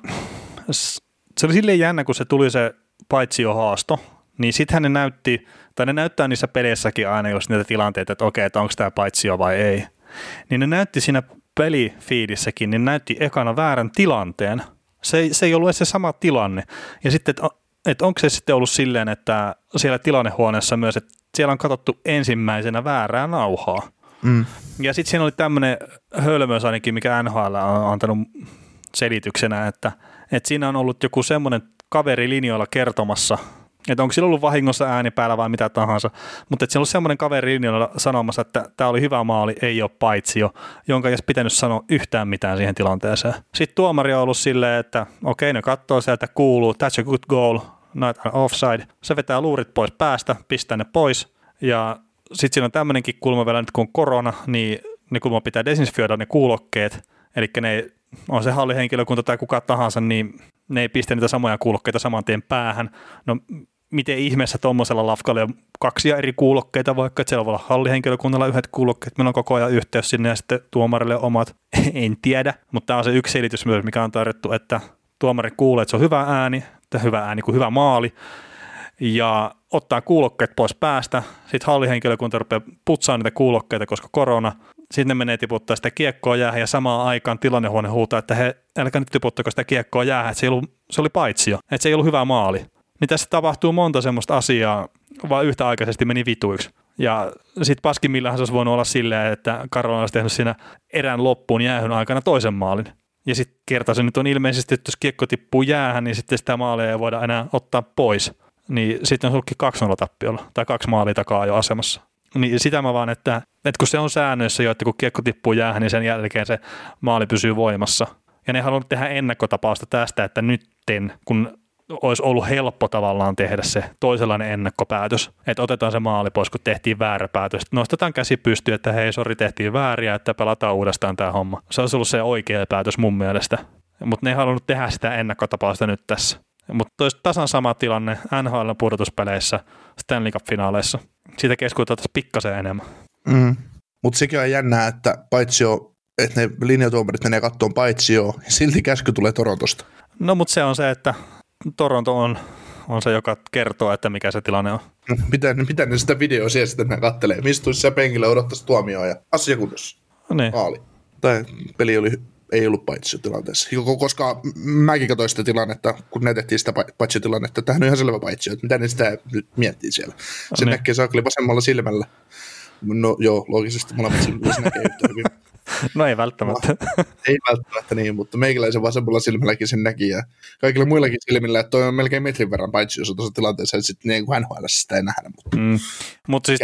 se oli silleen jännä, kun se tuli se paitsiohaasto, niin sittenhän ne näyttää niissä peleissäkin aina jos niitä tilanteita, että okei, että onko tämä paitsio vai ei. Niin ne näytti siinä pelifiidissäkin, niin näytti ekana väärän tilanteen. Se ei ollut edes se sama tilanne. Ja sitten, että onko se sitten ollut silleen, että siellä tilannehuoneessa myös, että siellä on katsottu ensimmäisenä väärää nauhaa. Ja sitten siinä oli tämmöinen hölmöys ainakin, mikä NHL on antanut selityksenä, että siinä on ollut joku semmoinen kaveri linjoilla kertomassa, että onko sillä ollut vahingossa ääni päällä vai mitä tahansa, mutta että siellä on semmoinen kaveri linjoilla sanomassa, että tämä oli hyvä maali, ei ole paitsio, jonka ei olisi pitänyt sanoa yhtään mitään siihen tilanteeseen. Sitten tuomari on ollut silleen, että okei, ne katsoo sieltä, kuuluu, that's a good goal, not an offside. Se vetää luurit pois päästä, pistää ne pois ja sitten siinä on tämmöinenkin kulma vielä nyt kun on korona, niin ne kulma pitää desinfioida ne kuulokkeet, eli ne on se hallihenkilökunta tai kuka tahansa, niin ne ei pistä niitä samoja kuulokkeita saman tien päähän. No miten ihmeessä tuommoisella lafkalla on 2 eri kuulokkeita, vaikka että siellä voi olla hallihenkilökunnalla yhdet kuulokkeet, meillä on koko ajan yhteys sinne ja sitten tuomarille omat, en tiedä. Mutta tämä on se yksi selitys myös, mikä on tarjottu, että tuomari kuulee, että se on hyvä ääni kuin hyvä maali ja ottaa kuulokkeet pois päästä. Sitten hallihenkilökunta rupeaa putsaamaan niitä kuulokkeita, koska korona. Sitten ne menee tiputtaa sitä kiekkoa jäähän ja samaan aikaan tilannehuone huutaa, että älkää nyt tiputtako sitä kiekkoa jäähän, että se oli paitsio, että se ei ollut hyvä maali. Niin tässä tapahtuu monta semmoista asiaa, vaan yhtäaikaisesti meni vituiksi. Ja sitten paskimmillähän se olisi voinut olla silleen, että Carolina olisi tehnyt siinä erän loppuun jäähyn aikana toisen maalin. Ja sitten kerta se nyt on ilmeisesti, että jos kiekko tippuu jäähän, niin sitten sitä maalia ei voida enää ottaa pois. Niin sitten on sulki 2-0 tappiolla tai 2 maalia takaa jo asemassa. Niin sitä mä vaan, että kun se on säännöissä jo, että kun kiekko tippuu jäähän, niin sen jälkeen se maali pysyy voimassa. Ja ne halunnut tehdä ennakkotapausta tästä, että nytten, kun olisi ollut helppo tavallaan tehdä se toisenlainen ennakkopäätös, että otetaan se maali pois, kun tehtiin väärä päätös. Nostetaan käsi pystyyn, että hei, sori, tehtiin vääriä, että pelataan uudestaan tämä homma. Se olisi ollut se oikea päätös mun mielestä. Mutta ne ei halunnut tehdä sitä ennakkotapausta nyt tässä. Mutta toisi tasan sama tilanne NHL-pudotuspeleissä, Stanley Cup-finaaleissa. Siitä keskusteltaisiin pikkasen enemmän. Mutta sekin on jännää, että paitsio, että ne linjatuomarit menee kattoon paitsioon ja silti käsky tulee Torontosta. No mutta se on se, että Toronto on se, joka kertoo, että mikä se tilanne on. Mitä ne sitä videoa siellä sitten kattelee? Mistuisi se penkillä odottaisi tuomioon ja asiakunnossa. Niin. Maali. Tai peli ei ollut paitsiotilanteessa. Koska mäkin katsoin sitä tilannetta, kun ne tehtiin sitä paitsiotilannetta, että tämähän on ihan selvä paitsio, että mitä ne sitä nyt miettii siellä. Sen niin. näkee saakeli vasemmalla silmällä. No joo, loogisesti molemmat silmällä se näkee yhtä hyvin. No ei välttämättä. Ei välttämättä niin, mutta meikäläisen vasemmalla silmälläkin sen näki ja kaikilla muillakin silmillä, että toi on melkein metrin verran paitsi, jos on tuossa tilanteessa, että sitten niin kuin NHL sitä ei nähdä. Mutta siis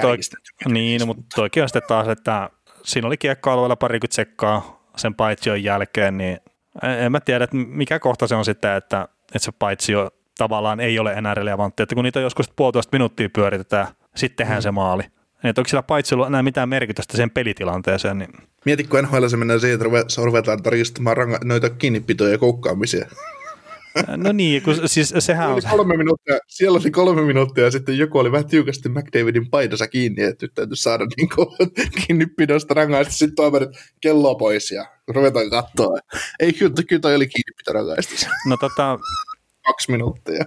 mutta toikin on sitten taas, että siinä oli kiekkoalueella parikymmentä sekkaa sen paitsion jälkeen, niin en mä tiedä, että mikä kohta se on sitten, että se paitsio tavallaan ei ole enää relevantti, että kun niitä joskus 1,5 minuuttia pyöritetään, sitten tehdään se maali. Että onko sillä paitsiolla enää mitään merkitystä sen pelitilanteeseen? Niin... Mieti, kun NHL se mennään siihen, että ruvetaan tarkistamaan noita kiinnipitoja ja koukkaamisia. No niin, kun siis sehän on... Siellä oli 3 minuuttia ja sitten joku oli vähän tiukasti McDavidin paidassa kiinni, että nyt täytyy saada niin kiinnipidosta rangaista. Sitten tuomarit kelloa pois ja ruvetaan katsoa. Ei, kyllä toi oli kiinnipitorangaistus. No 2 minuuttia.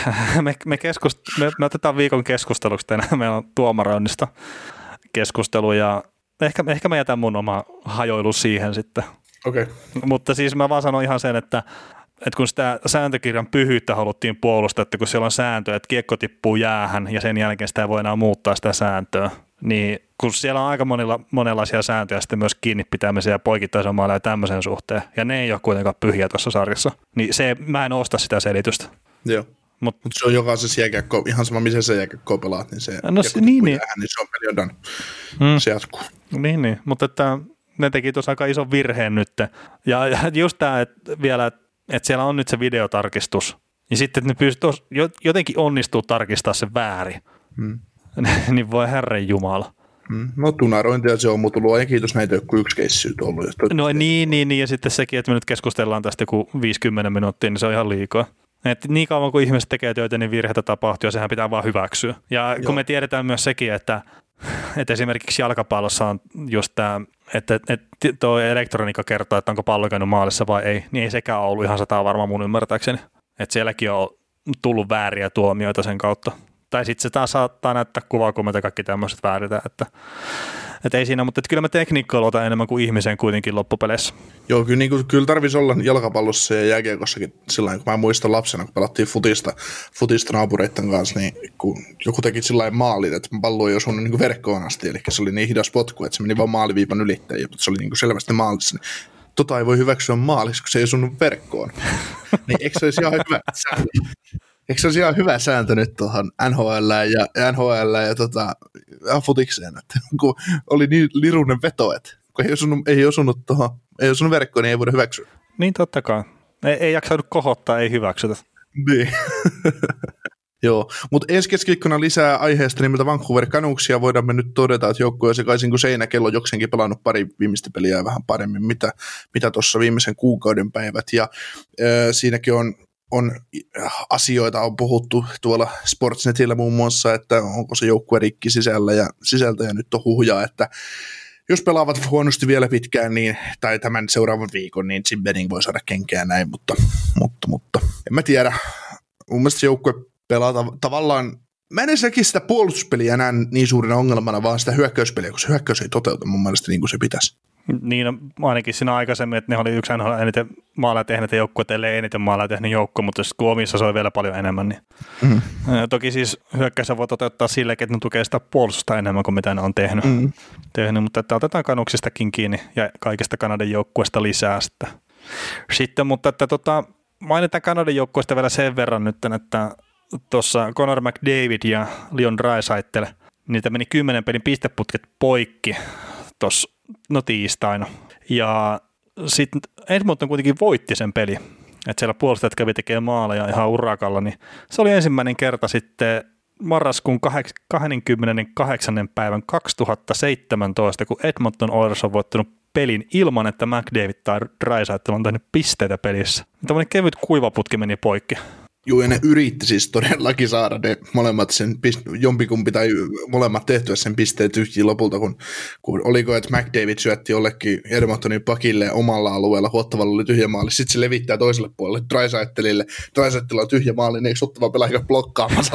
Me otetaan viikon keskusteluksi tänään. Meillä on tuomaroinnista keskustelu ja ehkä mä jätän mun oma hajoilu siihen sitten. Okay. Mutta siis mä vaan sanon ihan sen, että että kun sitä sääntökirjan pyhyyttä haluttiin puolustaa, että kun siellä on sääntö, että kiekko tippuu jäähän ja sen jälkeen sitä ei voi enää muuttaa sitä sääntöä, niin kun siellä on aika monenlaisia sääntöjä sitten myös kiinni pitämisen ja poikittaisen maalla ja tämmöisen suhteen, ja ne ei ole kuitenkaan pyhiä tuossa sarjassa, niin mä en osta sitä selitystä. Joo. Mutta se on jokaisessa jääkiekko, ihan sama missä sä jääkiekkoa pelaat, niin se niin se on peli done. Se jatkuu. Niin, mutta että ne teki tuossa aika ison virheen nyt. Ja just tämä, että vielä, että siellä on nyt se videotarkistus, niin sitten ne jotenkin onnistuu tarkistaa se väärin. Niin voi herran jumala. No tunarointia se on, mutta luojan kiitos, näitä ei ole kuin yksi keissi ollut. No niin, ja sitten sekin, että me nyt keskustellaan tästä joku 50 minuuttia, niin se on ihan liikaa. Et niin kauan kuin ihmiset tekee töitä, niin virheitä tapahtuu ja sehän pitää vaan hyväksyä. Ja kun me tiedetään myös sekin, että esimerkiksi jalkapallossa on just tämä, että tuo elektroniikka kertoo, että onko pallo käynyt maalissa vai ei, niin ei sekään ollut ihan 100 varmaan mun ymmärtääkseni. Että sielläkin on tullut vääriä tuomioita sen kautta. Tai sitten se taas saattaa näyttää kuvakumet ja kaikki tämmöiset vääritä, että ei siinä, mutta kyllä mä tekniikkaa luotan enemmän kuin ihmiseen kuitenkin loppupeleissä. Joo, kyllä tarvitsisi olla jalkapallossa ja jääkiekossakin sillä kun mä muistan lapsena, kun pelattiin futista naapureiden kanssa, niin kun joku teki sillä maalin, että pallo ei osunut niin verkkoon asti, eli se oli niin hidas potku, että se meni vaan maaliviipan ylittäin, mutta se oli niin selvästi maalissa. Niin ei voi hyväksyä maalissa, kun se ei osunut verkkoon. Niin eikö se olisi ihan hyvä sääntö? Eikö se olisi ihan hyvä sääntö nyt tuohon NHL ja futikseen, että kun oli niin liruinen veto, että kun ei osunut verkkoon, niin ei voida hyväksyä. Niin totta kai. Ei jaksaudu kohottaa, ei hyväksytä. Niin. Joo, mutta ensi keskiviikkona lisää aiheesta nimeltä Vancouver Canucksia. Voidaan me nyt todeta, että joukkue on sekaisin kuin seinäkello, jokseenkin pelannut pari viimeistä peliä ja vähän paremmin, mitä tuossa viimeisen kuukauden päivät. Ja siinäkin on asioita on puhuttu tuolla Sportsnetillä muun muassa, että onko se joukkue rikki sisältä ja nyt on huhjaa, että jos pelaavat huonosti vielä pitkään niin, tai tämän seuraavan viikon, niin Jim Benning voi saada kenkää näin, mutta en mä tiedä. Mun mielestä se joukkue pelaa tavallaan, mä en edes näkisi sitä puolustuspeliä enää niin suurena ongelmana, vaan sitä hyökkäyspeliä, koska se hyökkäys ei toteuta mun mielestä niin kuin se pitäisi. Niin, ainakin siinä aikaisemmin, että ne oli yksi NHL eniten maaleja tehneet joukkueet, ellei eniten maaleja tehnyt joukko, mutta kun omissa se oli vielä paljon enemmän. Niin. Toki siis hyökkäys voi toteuttaa silläkin, että ne tukee sitä puolustusta enemmän kuin mitä ne on tehnyt. Mutta että otetaan Canucksistakin kiinni ja kaikista Kanadan joukkueista lisää sitten mutta että mainitaan Kanadan joukkueista vielä sen verran nyt, että tuossa Connor McDavid ja Leon Draisaitl, niitä meni 10 pelin pisteputket poikki tuossa tiistaina. Ja sitten Edmonton kuitenkin voitti sen peli, että siellä puolustajat kävi tekemään maaleja ihan urakalla, niin se oli ensimmäinen kerta sitten marraskuun 28. päivän 2017, kun Edmonton Oilers on voittanut pelin ilman, että McDavid tai Draisaitl on tehnyt pisteitä pelissä. Tällainen kevyt kuivaputki meni poikki. Joo, ja ne yritti siis todellakin saada ne molemmat jompikumpi tai molemmat tehtyä sen pisteet tyhjiä lopulta, kun oliko, että McDavid syötti jollekin Edmontonin pakille omalla alueella, Huottavalla oli tyhjä maali, sitten se levittää toiselle puolelle Draisaitlille, Draisaitl on tyhjä maali, niin eikö Ottava pelaa blokkaamassa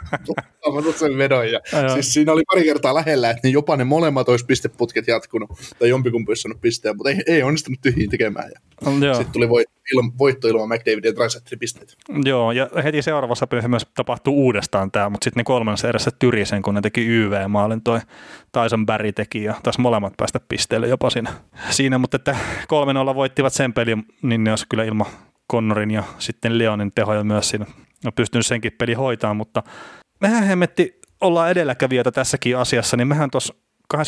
sen vedon, ja siis siinä oli pari kertaa lähellä, että jopa ne molemmat olisi pisteputket jatkunut, tai jompikumpi olisi saanut pisteen, mutta ei onnistunut tyhjiin tekemään, ja sitten tuli voitto ilman McDavid ja Draisaitlin pisteet. Joo, ja heti seuraavassa pelissä myös tapahtuu uudestaan tämä, mutta sitten ne kolmannessa erässä tyri sen, kun ne teki YV-maalin, toi Tyson Barrie teki ja taas molemmat päästä pisteelle jopa siinä. Mutta että 3-0 voittivat sen pelin, niin ne olisi kyllä ilman Connorin ja sitten Leonin tehoja myös siinä pystynyt senkin peli hoitamaan, mutta mehän hemmetti ollaan edelläkävijöitä tässäkin asiassa, niin mehän tuossa 23.12.2019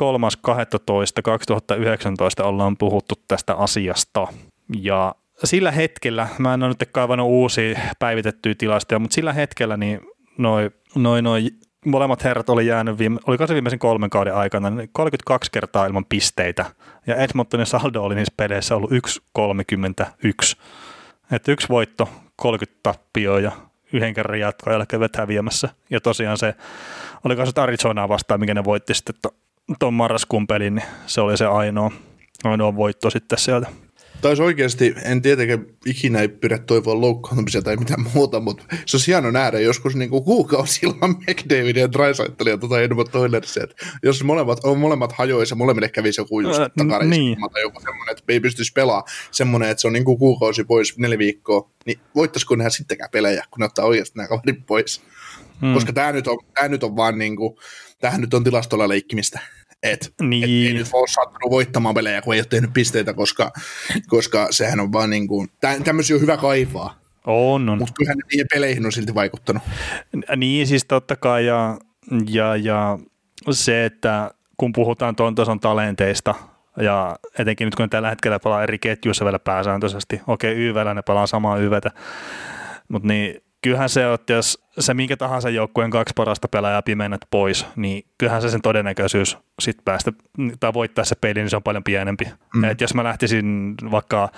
ollaan puhuttu tästä asiasta ja sillä hetkellä, mä en ole nyt kaivannut uusia päivitettyjä tilastoja, mutta sillä hetkellä niin noi molemmat herrat oli jäänyt, oliko se viimeisen 3 kauden aikana, niin 32 kertaa ilman pisteitä. Ja Edmontonin saldo oli niissä peleissä ollut 1-31. Että 1 voitto, 30 tappioa ja 1 kerran jatkoa jälkeen häviämässä. Ja tosiaan se, oliko se Arizonaa vastaan, mikä ne voitti sitten tuon marraskuun pelin, niin se oli se ainoa voitto sitten sieltä. Taisi oikeasti, en tietenkään ikinä ei pidä toivoa loukkaantumisia tai mitään muuta, mutta se on hieno nähdä joskus niin kuin kuukausilla McDavid ja Draisaitl ja Edmonton Oilersia, että jos molemmat hajoisi ja molemmille kävisi joku just takariskumma tai joku semmoinen, että ei pystyisi pelaamaan semmoinen, että se on niin kuin kuukausi pois 4 viikkoa, niin voittaisiko nehän sittenkään pelejä, kun ne ottaa oikeasti nämä kaverit pois. Koska tämä nyt on vaan niin kuin, tämähän nyt on tilastolla leikkimistä. Ei nyt ole saattanut voittamaan pelejä, kun ei ole tehnyt pisteitä, koska sehän on vaan niin kuin, tämmöisiä on hyvä kaivaa. On. Mutta kyllähän niihin peleihin on silti vaikuttanut. Niin, siis totta kai, ja se, että kun puhutaan tuon tason talenteista, ja etenkin nyt kun tällä hetkellä pelaa eri ketjuissa vielä pääsääntöisesti, YV:llä ne pelaa samaa YVtä, mutta niin kyllähän se, että jos se minkä tahansa joukkueen 2 parasta pelaajaa pimennät pois, niin kyllähän se sen todennäköisyys sit päästä tai voittaa se peli, niin se on paljon pienempi. Et jos mä lähtisin vaikka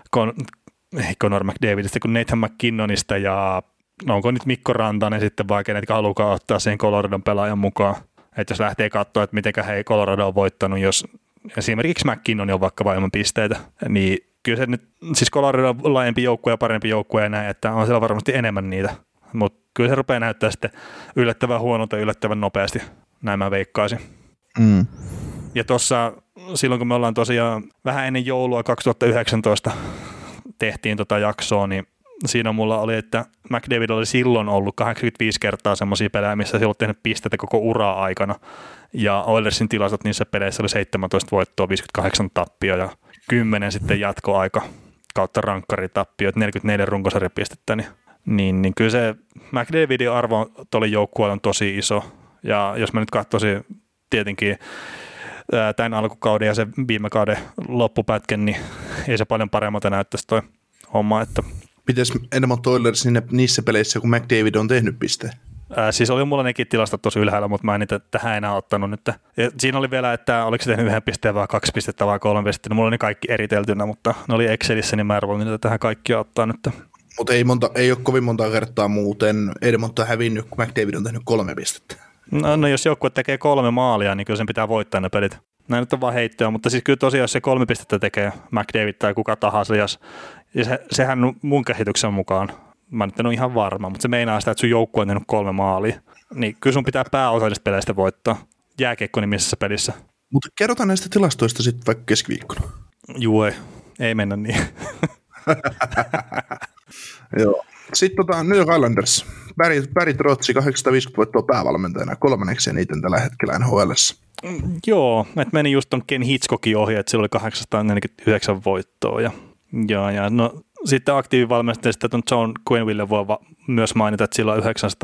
Connor McDavidista kuin Nathan McKinnonista ja onko nyt Mikko Rantanen sitten vai kenet halukaan ottaa siihen Coloradon pelaajan mukaan. Että jos lähtee katsoa, että mitenkä Colorado on voittanut, jos esimerkiksi McKinnon on vaikka ilman pisteitä, niin kyllä se nyt, siis Colorado on laajempi joukkue ja parempi joukkue ja näin, että on siellä varmasti enemmän niitä, mutta kyllä se rupeaa näyttää sitten yllättävän huonolta ja yllättävän nopeasti, näin mä veikkaisin. Ja tuossa silloin, kun me ollaan tosiaan vähän ennen joulua 2019 tehtiin tota jaksoa, niin siinä mulla oli, että McDavid oli silloin ollut 85 kertaa semmoisia pelejä, missä se ei ollut tehnyt pisteitä koko uraa aikana. Ja Oilersin tilastot niissä peleissä oli 17 voittoa, 58 tappia ja 10 sitten jatkoaika kautta rankkaritappio, 44 runkosarjapistettä. Niin kyllä se McDavidin arvo tuolle joukkueelle on tosi iso. Ja jos mä nyt katsoisin tietenkin tämän alkukauden ja sen viime kauden loppupätkän, niin ei se paljon paremmalta näyttäisi toi homma, että mites Edmonton Oilers niissä peleissä, kun McDavid on tehnyt pisteen? Siis oli mulla nekin tilastot tosi ylhäällä, mutta mä en niitä tähän enää ottanut nyt. Ja siinä oli vielä, että oliko se tehnyt 1 pisteen vai 2 pistettä vai 3 pistettä. Mulla oli ne kaikki eriteltynä, mutta ne oli Excelissä, niin mä en niitä tähän kaikkia ottaa nyt. Mutta ei ole kovin monta kertaa muuten Edmonton hävinnyt, kun McDavid on tehnyt 3 pistettä. No jos joukkue tekee 3 maalia, niin kyllä sen pitää voittaa ne pelit. Näin nyt on vaan heittoa, mutta siis kyllä tosiaan jos se 3 pistettä tekee McDavid tai kuka tahansa, ja sehän mun käsityksen mukaan, mä nyt en ole ihan varma, mutta se meinaa sitä, että sun joukkue on tehnyt 3 maalia, niin kyllä sun pitää pääosa niistä peleistä voittaa jääkiekko-nimisessä pelissä. Mutta kerrotaan näistä tilastoista sitten vaikka keskiviikkona. Juu, ei mennä niin. Joo. Sitten New York Islanders. Barry Trotz 850 voittoa päävalmentajana, 3. eniten tällä hetkellä NHL:ssä. Joo, että meni just ton Ken Hitchcockin ohi, että sillä oli 849 voittoa. Ja no, sitten aktiivivalmentajista tuon John Quenneville voi myös mainita, että sillä on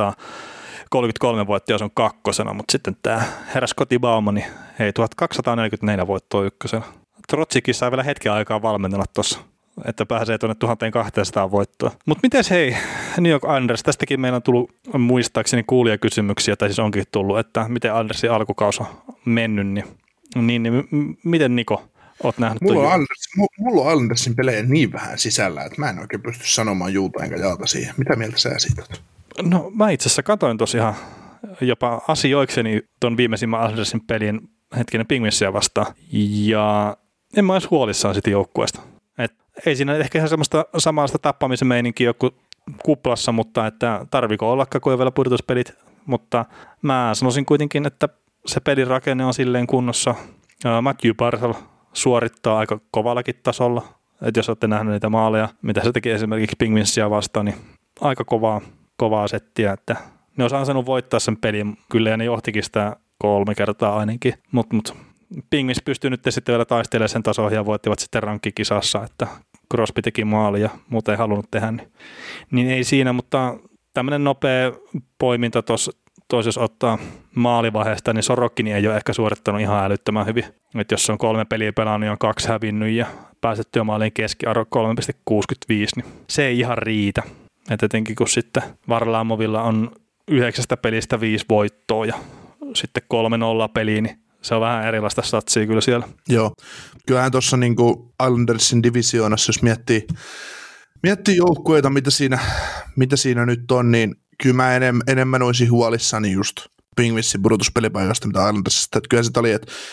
933 voittoa, se on 2, mutta sitten tämä herra Scotty Bauman, niin 1244 voittoa 1. Trotzikin sai vielä hetken aikaa valmennella tuossa, että pääsee tuonne 1200 voittoa. Mutta mites hei, New York Islanders, tästäkin meillä on tullut muistaakseni kuulijakysymyksiä, tai siis onkin tullut, että miten Islandersin alkukausi on mennyt, niin miten Niko, oot nähnyt? Mulla on Islandersin pelejä niin vähän sisällä, että mä en oikein pysty sanomaan juuta enkä jaata siihen. Mitä mieltä sä siitä oot? No mä itse asiassa katoin tosiaan jopa asioikseni ton viimeisimmän Islandersin pelin hetkinen Penguinsia vastaan, ja en mä olisi huolissaan siitä joukkueesta. Ei siinä ehkä ihan semmoista samanlaista tappamisen meininkiä joku kuplassa, mutta että tarviko olla kuin vielä pudotuspelit, mutta mä sanoisin kuitenkin, että se pelin rakenne on silleen kunnossa. Matthew Barzal suorittaa aika kovallakin tasolla, että jos olette nähneet niitä maaleja, mitä se teki esimerkiksi Penguinsia vastaan, niin aika kovaa settiä, että ne olisi ansainnut voittaa sen pelin kyllä, ja ne johtikin sitä 3 kertaa ainakin, mutta Penguins pystyy nyt sitten vielä taistelemaan sen tasoon ja voittivat sitten rankkikisassa, että Crosby teki maali ja muuta ei halunnut tehdä, niin ei siinä, mutta tämmöinen nopea poiminta tuossa, jos ottaa maalivaiheesta, niin Sorokin ei ole ehkä suorittanut ihan älyttömän hyvin. Että jos on 3 peliä pelannut, niin on 2 hävinnyt ja päästettyä maaliin keskiarvo 3,65, niin se ei ihan riitä. Et etenkin kun sitten Varlamovilla on 9 pelistä 5 voittoa ja sitten 3-0 peliä, niin se on vähän erilaista statsia kyllä siellä. Joo, kyllähän tuossa niinku Islandersin divisioonassa, jos miettii joukkueita, mitä siinä nyt on, niin kyllä mä enemmän olisin huolissani just Penguinsin pudotuspelipaikasta, mitä Islandersista. Että kyllä se oli, että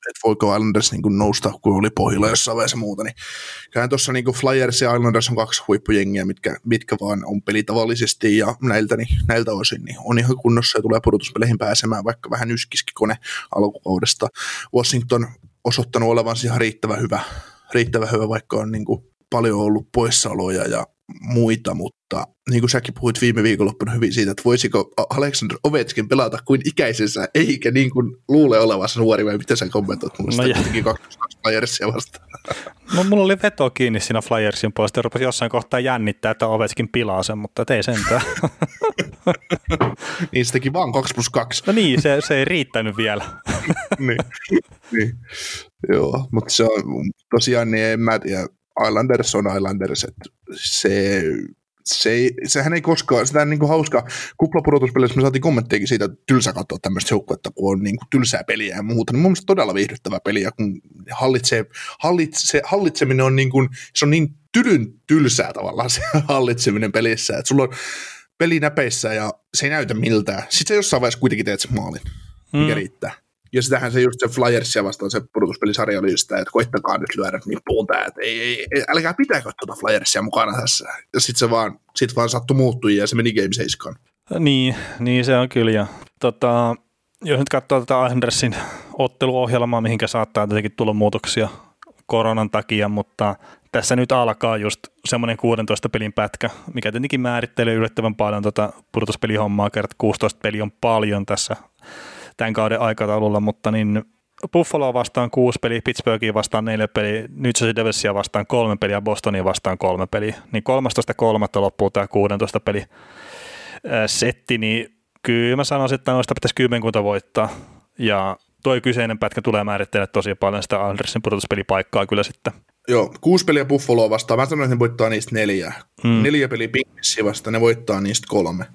voiko Islanders niin kuin nousta, kun oli pohjilla jossain vaiheessa muuta. Niin kyllähän tuossa niin kuin Flyers ja Islanders on 2 huippujengiä, mitkä vaan on pelitavallisesti ja näiltä osin niin on ihan kunnossa ja tulee pudotuspeleihin pääsemään, vaikka vähän yskiski kone alkukaudesta. Washington osoittanut olevansa ihan riittävän hyvä, vaikka on niin kuin paljon ollut poissaoloja ja muita, mutta niin kuin säkin puhuit viime viikonloppuna hyvin siitä, että voisiko Alexander Ovechkin pelata kuin ikäisensä, eikä niin kuin luulee olevansa nuori, vai miten sä kommentoit mun sitä kuitenkin 2 Flyersia vastaan? No, mulla oli veto kiinni siinä Flyersin puolesta, ja rupesi jossain kohtaa jännittää, että Ovechkin pilaa sen, mutta ei sentään. Niin se teki vaan 2+2. No niin, se ei riittänyt vielä. niin. Joo, mutta se on tosiaan, niin en mä tiedä, Islanders on Islanders, että sehän ei koskaan, sitä on niin kuin hauska, kuplapudotuspeleissä me saatiin kommenttejakin siitä, että tylsä katsoa tämmöistä joukkuetta, kun on niin kuin tylsää peliä ja muuta, niin mun mielestä todella viihdyttävää peliä, kun hallitseminen on niin kuin, se on niin tylsää tavallaan se hallitseminen pelissä, että sulla on peli näpeissä ja se ei näytä miltään. Sitten sä jossain vaiheessa kuitenkin teet sen maalin, mikä riittää. Ja sitähän se just se Flyersia vastaan se pudotuspelisarja oli sitä, että koittakaa nyt lyödä nippuun tää, että älkää pitääkö tuota Flyersia mukana tässä. Ja sit vaan sattui muuttui ja se meni Game 7. Niin se on kyllä. Ja jos nyt katsoo tätä Islandersin otteluohjelmaa, mihinkä saattaa tietenkin tulla muutoksia koronan takia, mutta tässä nyt alkaa just semmoinen 16 pelin pätkä, mikä tietenkin määrittelee yllättävän paljon pudotuspelihommaa, kertaa 16 peli on paljon tässä tämän kauden aikataululla, mutta niin Buffaloa vastaan 6 peliä, Pittsburghia vastaan 4 peliä, New Jersey Devilsia vastaan 3 peliä, Bostonia vastaan 3 peliä, niin 13.3. loppuu tämä 16 peli setti, niin kyllä mä sanoisin, että noista pitäisi 10 voittaa, ja toi kyseinen pätkä tulee määrittelemään tosi paljon sitä Andersin pudotuspelipaikkaa kyllä sitten. Joo, 6 peliä Buffaloa vastaan, mä sanoin, että ne voittaa niistä 4. 4 peliä Penguinsia vastaan, ne voittaa niistä 3.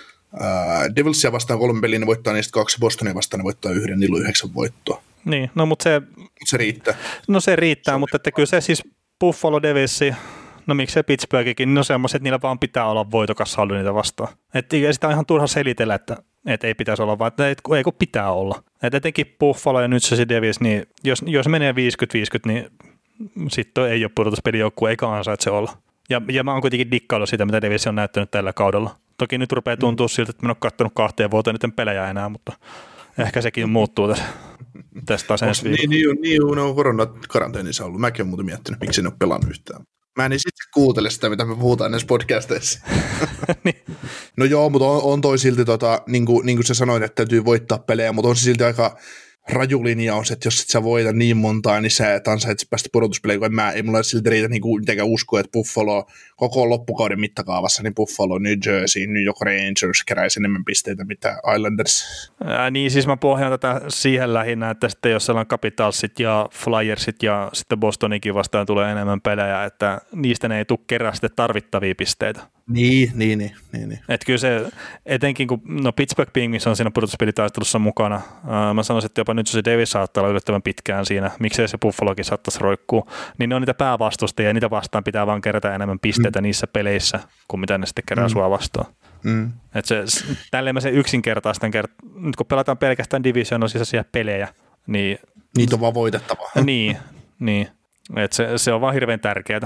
Devilsia vastaan 3 peliä, ne voittaa niistä 2, Bostonia vastaan ne voittaa 1, niillä on 9 voittoa. Niin, no mutta se riittää. No se riittää, mutta että kyllä se siis Buffalo, Devilsi, no miksei Pittsburghikin, no semmoiset, että niillä vaan pitää olla voitokas saldo niitä vastaan. Että sitä on ihan turha selitellä, että ei pitäisi olla, vaan että ei kun pitää olla. Että etenkin Buffalo ja nyt se Devils, niin jos menee 50-50, niin sitten ei ole pudotuspelijoukkue, eikä ansaitse olla. Ja mä oon kuitenkin dikkaillut sitä, mitä Devils on näyttänyt tällä kaudella. Toki nyt rupeaa tuntua siltä, että mä en ole katsonut 2 vuoteen niiden pelejä enää, mutta ehkä sekin muuttuu tästä taas ensi viikolla. Niin, ne on koronakaranteenissa ollut. Mäkin olen muuten miettinyt, miksi ne ole pelannut yhtään. Mä en sitten kuuntele sitä, mitä me puhutaan näissä podcasteissa. Niin. No joo, mutta on toi silti, niin kuin sä sanoit, että täytyy voittaa pelejä, mutta on se silti aika raju linjaus, että jos et sä voita niin montaa, niin sä et ansaitse päästä pudotuspeleihin, kun ei mulla silti riitä niin kuin mitenkään uskoa, että Buffalo koko loppukauden mittakaavassa, niin Buffalo, New Jersey, New York Rangers keräisi enemmän pisteitä, mitä Islanders. Niin siis mä pohjaan tätä siihen lähinnä, että sitten jos siellä on Capitalsit ja Flyersit ja sitten Bostonikin vastaan tulee enemmän pelejä, että niistä ne ei tule kerää sitten tarvittavia pisteitä. Niin. Että kyllä se, etenkin kun Pittsburgh Penguins on siinä pudotuspelitaistelussa mukana, mä sanoisin, että jopa nyt se Davis saattaa olla yllättävän pitkään siinä, miksei se Buffalokin saattaisi roikkuu, niin ne on niitä päävastustajia ja niitä vastaan pitää vaan kerätä enemmän pisteitä niissä peleissä, kuin mitä ne sitten kerää sua vastaan. Että tälleen mä sen yksinkertaistan, nyt kun pelataan pelkästään divisionon sisäisiä pelejä, niin niitä on vaan voitettava. Niin. Että se on vaan hirveän tärkeää.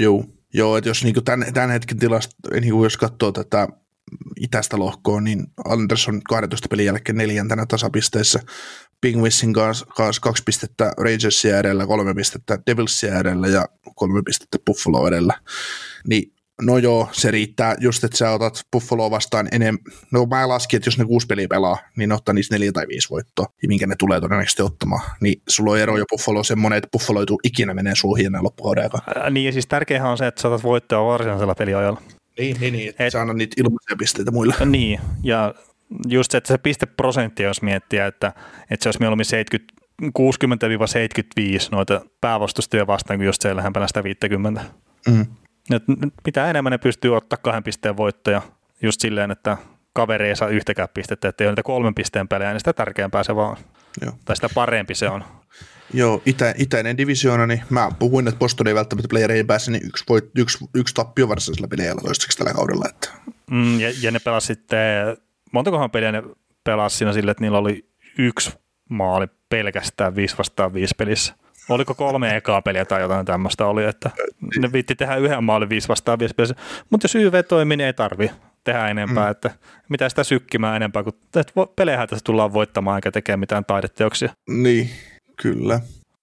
Joo, että jos niinku tämän hetken tilasta, niinku jos katsoo tätä itäistä lohkoa, niin Anderson 12 pelin jälkeen 4. tasapisteessä, Penguinsin kanssa 2 pistettä Rangersia edellä, 3 pistettä Devilsia edellä ja 3 pistettä Buffalo edellä. Niin, no joo, se riittää just, että sä otat Buffaloa vastaan enemmän. No mä laskin, että jos ne 6 peliä pelaa, niin ne ottaa niistä 4 tai 5 voittoa, minkä ne tulee todennäköisesti ottamaan. Niin sulla on ero ja Buffalo semmoinen, että Buffalo ei tule ikinä menee suuhin enää loppukauden aikaan. Niin ja siis tärkeähän on se, että sä otat voittoa varsinaisella peliajalla. Niin, että sä annat niitä ilmaisia pisteitä muille. Niin, ja just se, että se pisteprosentti, jos miettiä, että se olisi mieluummin 60-75 noita päävastustajia vastaan, kuin just se lähempänä sitä 50. Mitä enemmän ne pystyy ottaa 2 pisteen voittoja just silleen, että kaveri ei saa yhtäkään pistettä, että ei ole niitä 3 pisteen pelejä, niin sitä tärkeämpää se vaan. Joo. Tai sitä parempi se on. Joo, itäinen divisioona, niin mä puhuin, että Boston ei välttämättä playereihin pääse, niin yksi tappio varsinaisella peleillä toistaiseksi tällä kaudella. Että. Ja ne pelasi sitten, montakohan peliä ne pelasi siinä sille, että niillä oli 1 maali pelkästään 5-5 pelissä. Oliko 3 ekaa peliä tai jotain tämmöistä oli, että ne viitti tehdä 1 maalin 5-5 pelissä. Mutta jos YV toimii, niin ei tarvitse tehdä enempää, että mitä sitä sykkimään enempää, kun pelejähän tässä tullaan voittamaan eikä tekee mitään taideteoksia. Niin, kyllä.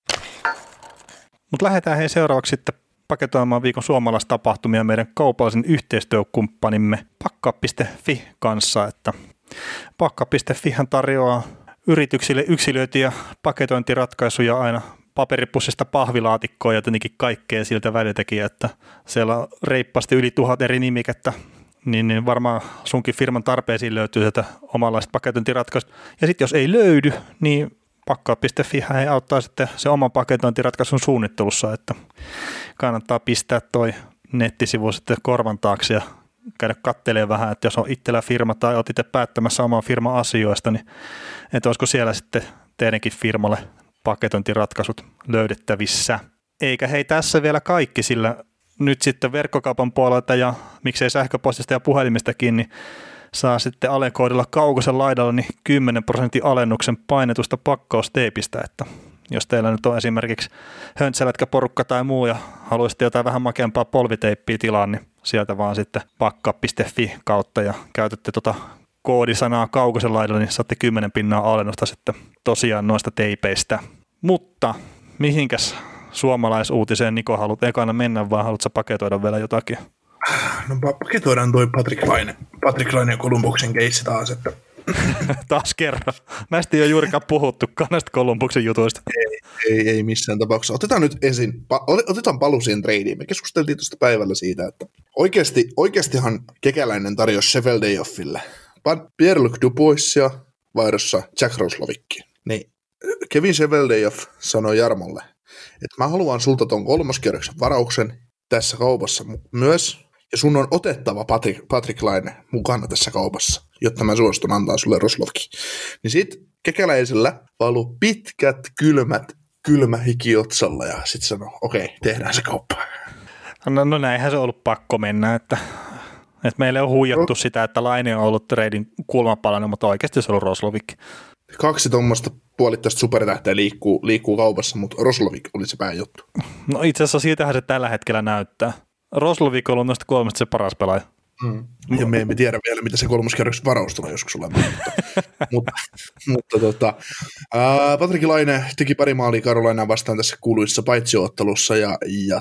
Mutta lähdetään seuraavaksi sitten paketoimaan viikon suomalaistapahtumia meidän kaupallisen yhteistyökumppanimme pakka.fi kanssa, että pakka.fihän tarjoaa yrityksille yksilöityjä paketointiratkaisuja aina paperipussista pahvilaatikkoon ja jotenkin kaikkea siltä väliltäkin, että siellä on reippaasti yli 1000 eri nimikettä, niin varmaan sunkin firman tarpeisiin löytyy tätä omanlaista paketointiratkaisua. Ja sitten jos ei löydy, niin pakka.fi hän auttaa sitten se oman paketointiratkaisun suunnittelussa, että kannattaa pistää toi nettisivu sitten korvan taakse ja käydä katselemaan vähän, että jos on itsellä firma tai olet itse päättämässä oman firman asioista, niin että olisiko siellä sitten teidänkin firmalle paketointiratkaisut löydettävissä. Eikä hei tässä vielä kaikki, sillä nyt sitten verkkokaupan puolelta ja miksei sähköpostista ja puhelimistakin, niin saa sitten alekoodilla Kaukosen laidalla niin 10% alennuksen painetusta pakkausteipistä, että jos teillä nyt on esimerkiksi höntsälätkäporukka tai muu ja haluaisitte jotain vähän makeampaa polviteippiä tilaan, niin sieltä vaan sitten pakka.fi kautta ja käytätte koodisanaa Kaukosen laidalla, niin saatte 10% alennusta sitten tosiaan noista teipeistä. Mutta mihinkäs suomalaisuutiseen Niko haluat ekana mennä, vai haluatko paketoida vielä jotakin? No paketoidaan toi Patrick Laine ja Columbuksen keissi taas, että taas kerran. Näistä ei ole juurikaan puhuttukaan näistä Columbuksen jutuista. Ei missään tapauksessa. Otetaan nyt otetaan paluu siihen tradeen. Me keskusteltiin tuosta päivällä siitä, että oikeastihan Kekäläinen tarjosi Sheveldayoffille Pierre-Luc Duboisia vaihdossa Jack Roslovicki. Niin Kevin Sheveldayoff sanoi Jarmolle, että mä haluan sulta ton 3. kierroksen varauksen tässä kaupassa myös, ja sun on otettava Patrick Laine mukana tässä kaupassa, jotta mä suostun antaa sulle Roslovicki. Niin sit Kekäläisellä valuu pitkät, kylmä hiki otsalla, ja sit sanoi, okei, tehdään se kauppa. No näinhän se on ollut pakko mennä, että meille on huijattu sitä, että Laine on ollut treidin kulmapalainen, mutta oikeasti se on ollut Roslovicki. 2 tuommoista puolittaista supertähteä liikkuu kaupassa, mutta Roslovicki oli se pääjuttu. No itse asiassa siitähän se tällä hetkellä näyttää. Roslovicki on ollut noista 3 se paras pelaaja. Ja me emme tiedä vielä, mitä se 3. kierroksen varaus tulee joskus olemaan. mutta Patrick Laine teki pari maalia Carolinaa vastaan tässä kuuluisessa paitsioottelussa ja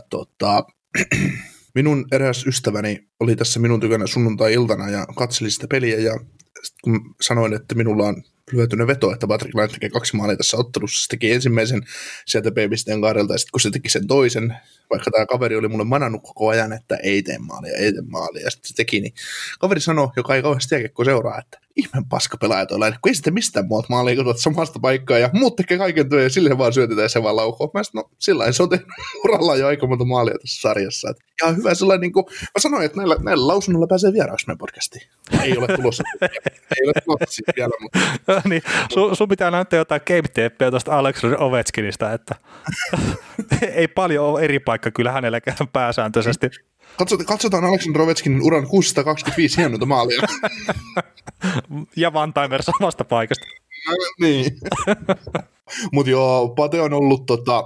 minun eräs ystäväni oli tässä minun tykönä sunnuntai-iltana ja katseli sitä peliä ja kun sanoin, että minulla on lyötynyt veto, että Patrick Laine tekee 2 maalia tässä ottelussa. Se teki ensimmäisen sieltä B-pisteen kaarelta, ja sitten kun se teki sen toisen, vaikka tämä kaveri oli mulle manannut koko ajan, että ei tee maalia, ja sitten se teki, niin kaveri sanoi, joka ei kauheasti jääkiekkoa seuraa, että ihmeen paska pelaaja toi Laine, kun ei sitten mistään muuta maalia, kun samasta paikkaa, ja muut tekee kaiken työn, ja sille vaan syötetään ja se vaan laukoo. Mä sanoin, no sillä se on tehnyt uralla jo aika monta maalia tässä sarjassa. Että ihan hyvä sellainen, niin kuin, mä sanoin, että näillä lausunnoilla pääsee vieraaksi meidän podcastiin. Ei ole tulossa siitä vielä, mutta niin, sun pitää näyttää jotain game-teppiä tuosta Alexander Ovechkinista, että ei paljon ole eri paikka kyllä hänelläkään pääsääntöisesti. Katsotaan Alexander Ovechkinin uran 625 hienonta maalia. Ja one-timer samasta paikasta. Niin. Mutta joo, Pate on ollut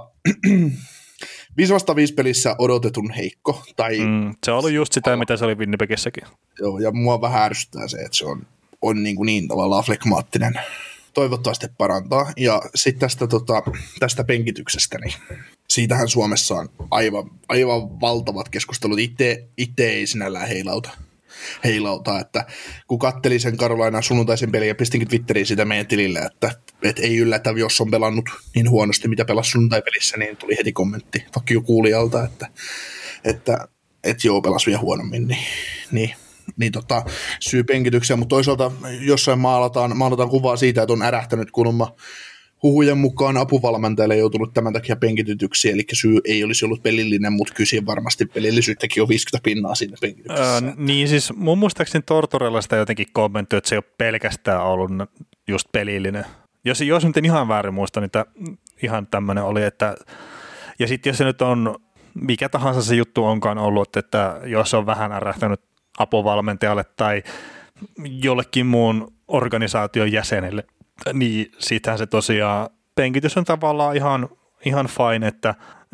5-5 pelissä odotetun heikko. Se on ollut just sitä, mitä se oli Winnipegissäkin. Joo, ja mua vähän ärsyttää se, että se on niin tavallaan flegmaattinen. Toivottavasti parantaa. Ja sitten tästä penkityksestä, niin siitähän Suomessa on aivan valtavat keskustelut. Itse ei sinällään heilauta, että kun kattelin sen Carolinan sunnuntaisen pelin ja pistinkin Twitteriin sitä meidän tilille, että ei yllätä, jos on pelannut niin huonosti, mitä pelasi sunnuntai-pelissä, niin tuli heti kommentti fuck you kuulijalta, että joo, pelasi vielä huonommin, niin syy penkitykseen, mutta toisaalta jossain maalataan kuvaa siitä, että on ärähtänyt kulma huhujen mukaan apuvalmentajalle joutunut tämän takia penkitytyksi, eli syy ei olisi ollut pelillinen, mutta kyllä varmasti pelillisyyttäkin on 50% siinä penkityksessä. Niin siis mun muistaakseni Tortorella sitä jotenkin kommentoi, että se ei ole pelkästään ollut just pelillinen. Jos nyt en ihan väärin muista, niin ihan tämmöinen oli, että ja sitten jos se nyt on mikä tahansa se juttu onkaan ollut, että jos on vähän ärähtänyt apuvalmentajalle tai jollekin muun organisaation jäsenelle, Niin, siitähän se tosiaan, penkitys on tavallaan ihan fine, että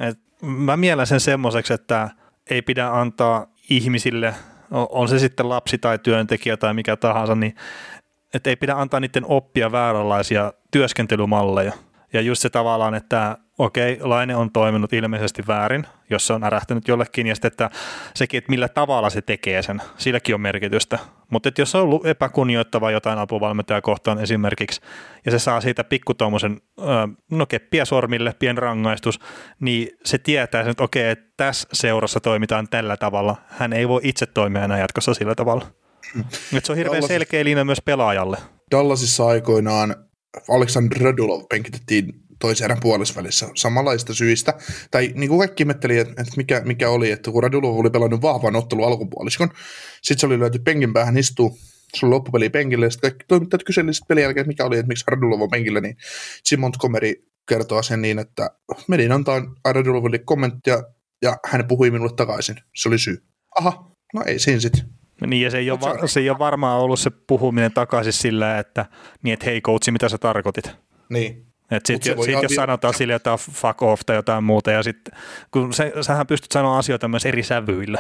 mä miellän sen semmoiseksi, että ei pidä antaa ihmisille, on se sitten lapsi tai työntekijä tai mikä tahansa, niin että ei pidä antaa niiden oppia vääränlaisia työskentelymalleja. Ja just se tavallaan, että okei, Laine on toiminut ilmeisesti väärin, jos se on ärähtänyt jollekin, ja sitten että sekin, että millä tavalla se tekee sen, silläkin on merkitystä. Mutta jos on ollut epäkunnioittava jotain apuvalmentajaa kohtaan esimerkiksi, ja se saa siitä pikkutommoisen keppiä sormille, pien rangaistus, niin se tietää sen, että okei, että tässä seurassa toimitaan tällä tavalla. Hän ei voi itse toimia enää jatkossa sillä tavalla. Että se on hirveän selkeä linja myös pelaajalle. Dallasissa aikoinaan Aleksandr Radulov penkitettiin toisen erän puolisvälissä samanlaista syistä. Tai niin kuin kaikki ihmetteli, että mikä oli, että kun Radulov oli pelannut vahvan ottelun alkupuoliskon, sitten se oli löyty penkin päähän istuu, se oli loppupeli penkille, ja sitten kaikki toimittajat kyselivät pelin jälkeen, että mikä oli, että miksi Radulov on penkillä, niin Jim Montgomery kertoo sen niin, että menin antaa Raduloville kommenttia, ja hän puhui minulle takaisin. Se oli syy. Aha, no ei siinä sitten. Niin, ja se ei ole varmaan ollut se puhuminen takaisin sillä, että hei coachi, mitä sä tarkoitit? Niin. Että sitten jos sanotaan sille jotain fuck off tai jotain muuta, ja sitten kun sähän pystyt sanoa asioita myös eri sävyillä,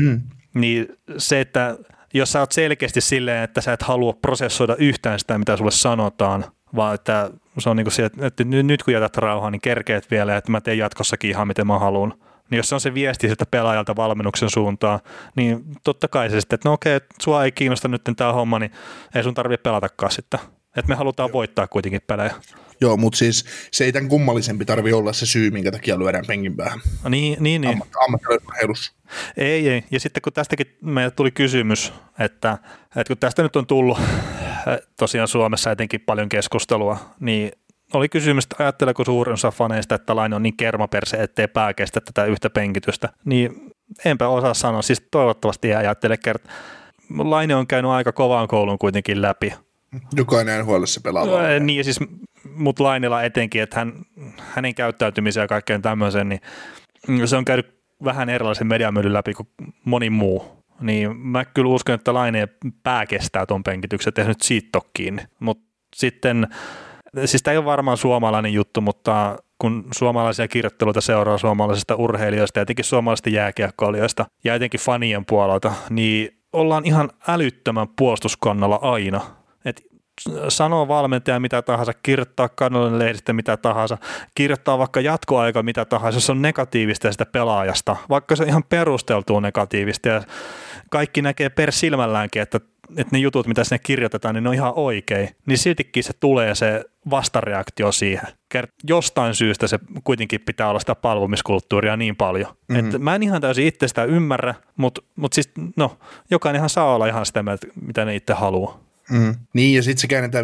niin se, että jos sä oot selkeästi silleen, että sä et halua prosessoida yhtään sitä, mitä sulle sanotaan, vaan että se on niin kuin se, että nyt kun jätät rauhaa, niin kerkeet vielä, että mä teen jatkossakin ihan miten mä haluan. Niin jos se on se viesti sitä pelaajalta valmennuksen suuntaan, niin totta kai se sitten, että no okei, sua ei kiinnosta nyt tämä homma, niin ei sun tarvitse pelatakaan sitten. Että me halutaan voittaa kuitenkin pelejä. Joo, mutta siis se ei tämän kummallisempi tarvitse olla se syy, minkä takia lyödään penkin päähän. Niin. Ammattilaisuus. Ei. Ja sitten kun tästäkin meille tuli kysymys, että kun tästä nyt on tullut tosiaan Suomessa etenkin paljon keskustelua, niin oli kysymys, että ajatteleeko suurin osa faneista, että Laine on niin kermaperse, ettei pää kestä tätä yhtä penkitystä. Niin enpä osaa sanoa, siis toivottavasti ei ajattele kertaa. Laine on käynyt aika kovaan koulun kuitenkin läpi. Jokainen NHL:ssä pelaa. Niin ja siis, mutta Lainella etenkin, että hänen käyttäytymiseen ja kaikkeen tämmöisen, niin se on käynyt vähän erilaisen mediamyllyn läpi kuin moni muu. Niin mä kyllä uskon, että Laine pää kestää ton penkityksen, että ei nyt siitä ole kiinni. Mutta sitten, siis tämä ei ole varmaan suomalainen juttu, mutta kun suomalaisia kirjoitteluita seuraa suomalaisista urheilijoista ja etenkin suomalaisista jääkiekkoilijoista ja etenkin fanien puolelta, niin ollaan ihan älyttömän puolustuskannalla aina. Et sanoo valmentaja mitä tahansa, kirjoittaa kannallinen lehdistä mitä tahansa, kirjoittaa vaikka jatkoaika mitä tahansa, jos on negatiivista sitä pelaajasta, vaikka se on ihan perusteltua negatiivista ja kaikki näkee per silmälläänkin, että ne jutut, mitä sinne kirjoitetaan, niin ne on ihan oikein, niin siltikin se tulee se vastareaktio siihen. Jostain syystä se kuitenkin pitää olla sitä palvomiskulttuuria niin paljon. Että mä en ihan täysin itse sitä ymmärrä, mutta siis jokainenhan saa olla ihan sitä, mitä ne itse haluaa. Niin, ja sitten se käännetään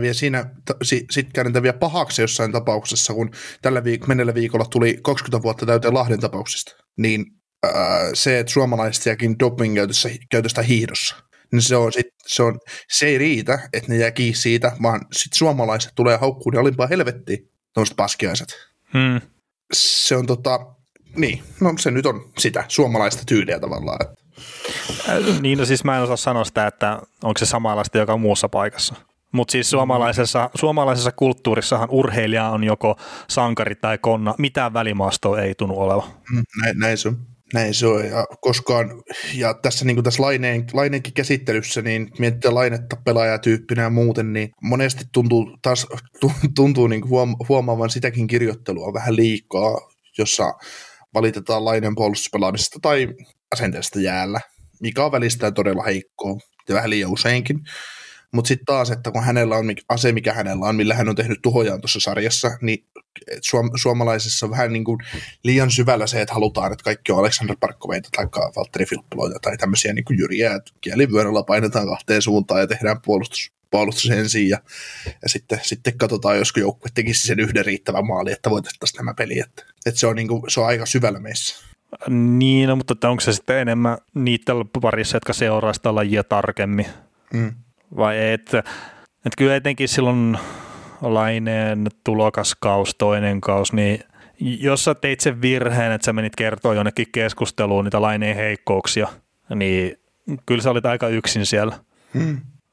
vielä pahaksi jossain tapauksessa, kun menneellä viikolla tuli 20 vuotta täyteen Lahden tapauksista. Niin se, että suomalaisiakin doping-käytöstä hiihdossa, niin se ei riitä, että ne jää kiinni siitä, vaan sitten suomalaiset tulee haukkuun ja alimpaa helvettiin, tuollaiset paskiaiset. Se on niin, no se nyt on sitä suomalaista tyyliä tavallaan. Niin, no siis mä en osaa sanoa sitä, että onko se samanlaista joka muussa paikassa. Mutta siis suomalaisessa kulttuurissahan urheilija on joko sankari tai konna, mitään välimaastoa ei tunnu oleva. Näin se on, ja tässä, niin kuin tässä Laineenkin käsittelyssä, niin mietitään Lainetta pelaajatyyppinä ja muuten, niin monesti tuntuu niin kuin huomaavan sitäkin kirjoittelua vähän liikaa, jossa valitetaan Laineen puolustuspelaamisesta tai asenteesta jäällä, mikä on välistään todella heikkoa ja vähän liian useinkin. Mutta sitten taas, että kun hänellä on ase, mikä hänellä on, millä hän on tehnyt tuhojaan tuossa sarjassa, niin suomalaisessa on vähän niin kuin liian syvällä se, että halutaan, että kaikki on Alexander Barkoveita tai Valtteri Filppaloita tai tämmöisiä niin kuin jyriä, että kielivyörällä painetaan kahteen suuntaan ja tehdään puolustus ensin ja sitten katsotaan, josko joukkue tekisi sen yhden riittävän maali, että voitettaisiin nämä peli. Että se on, niin kuin, se on aika syvällä meissä. Niin, no, mutta onko se sitten enemmän niiden parissa, jotka seuraa sitä lajia tarkemmin? Vai ei, että kyllä etenkin silloin Laineen tulokaskaus, toinen kaus, niin jos sä teit sen virheen, että sä menit kertoa jonnekin keskusteluun niitä Laineen heikkouksia, niin kyllä sä olit aika yksin siellä.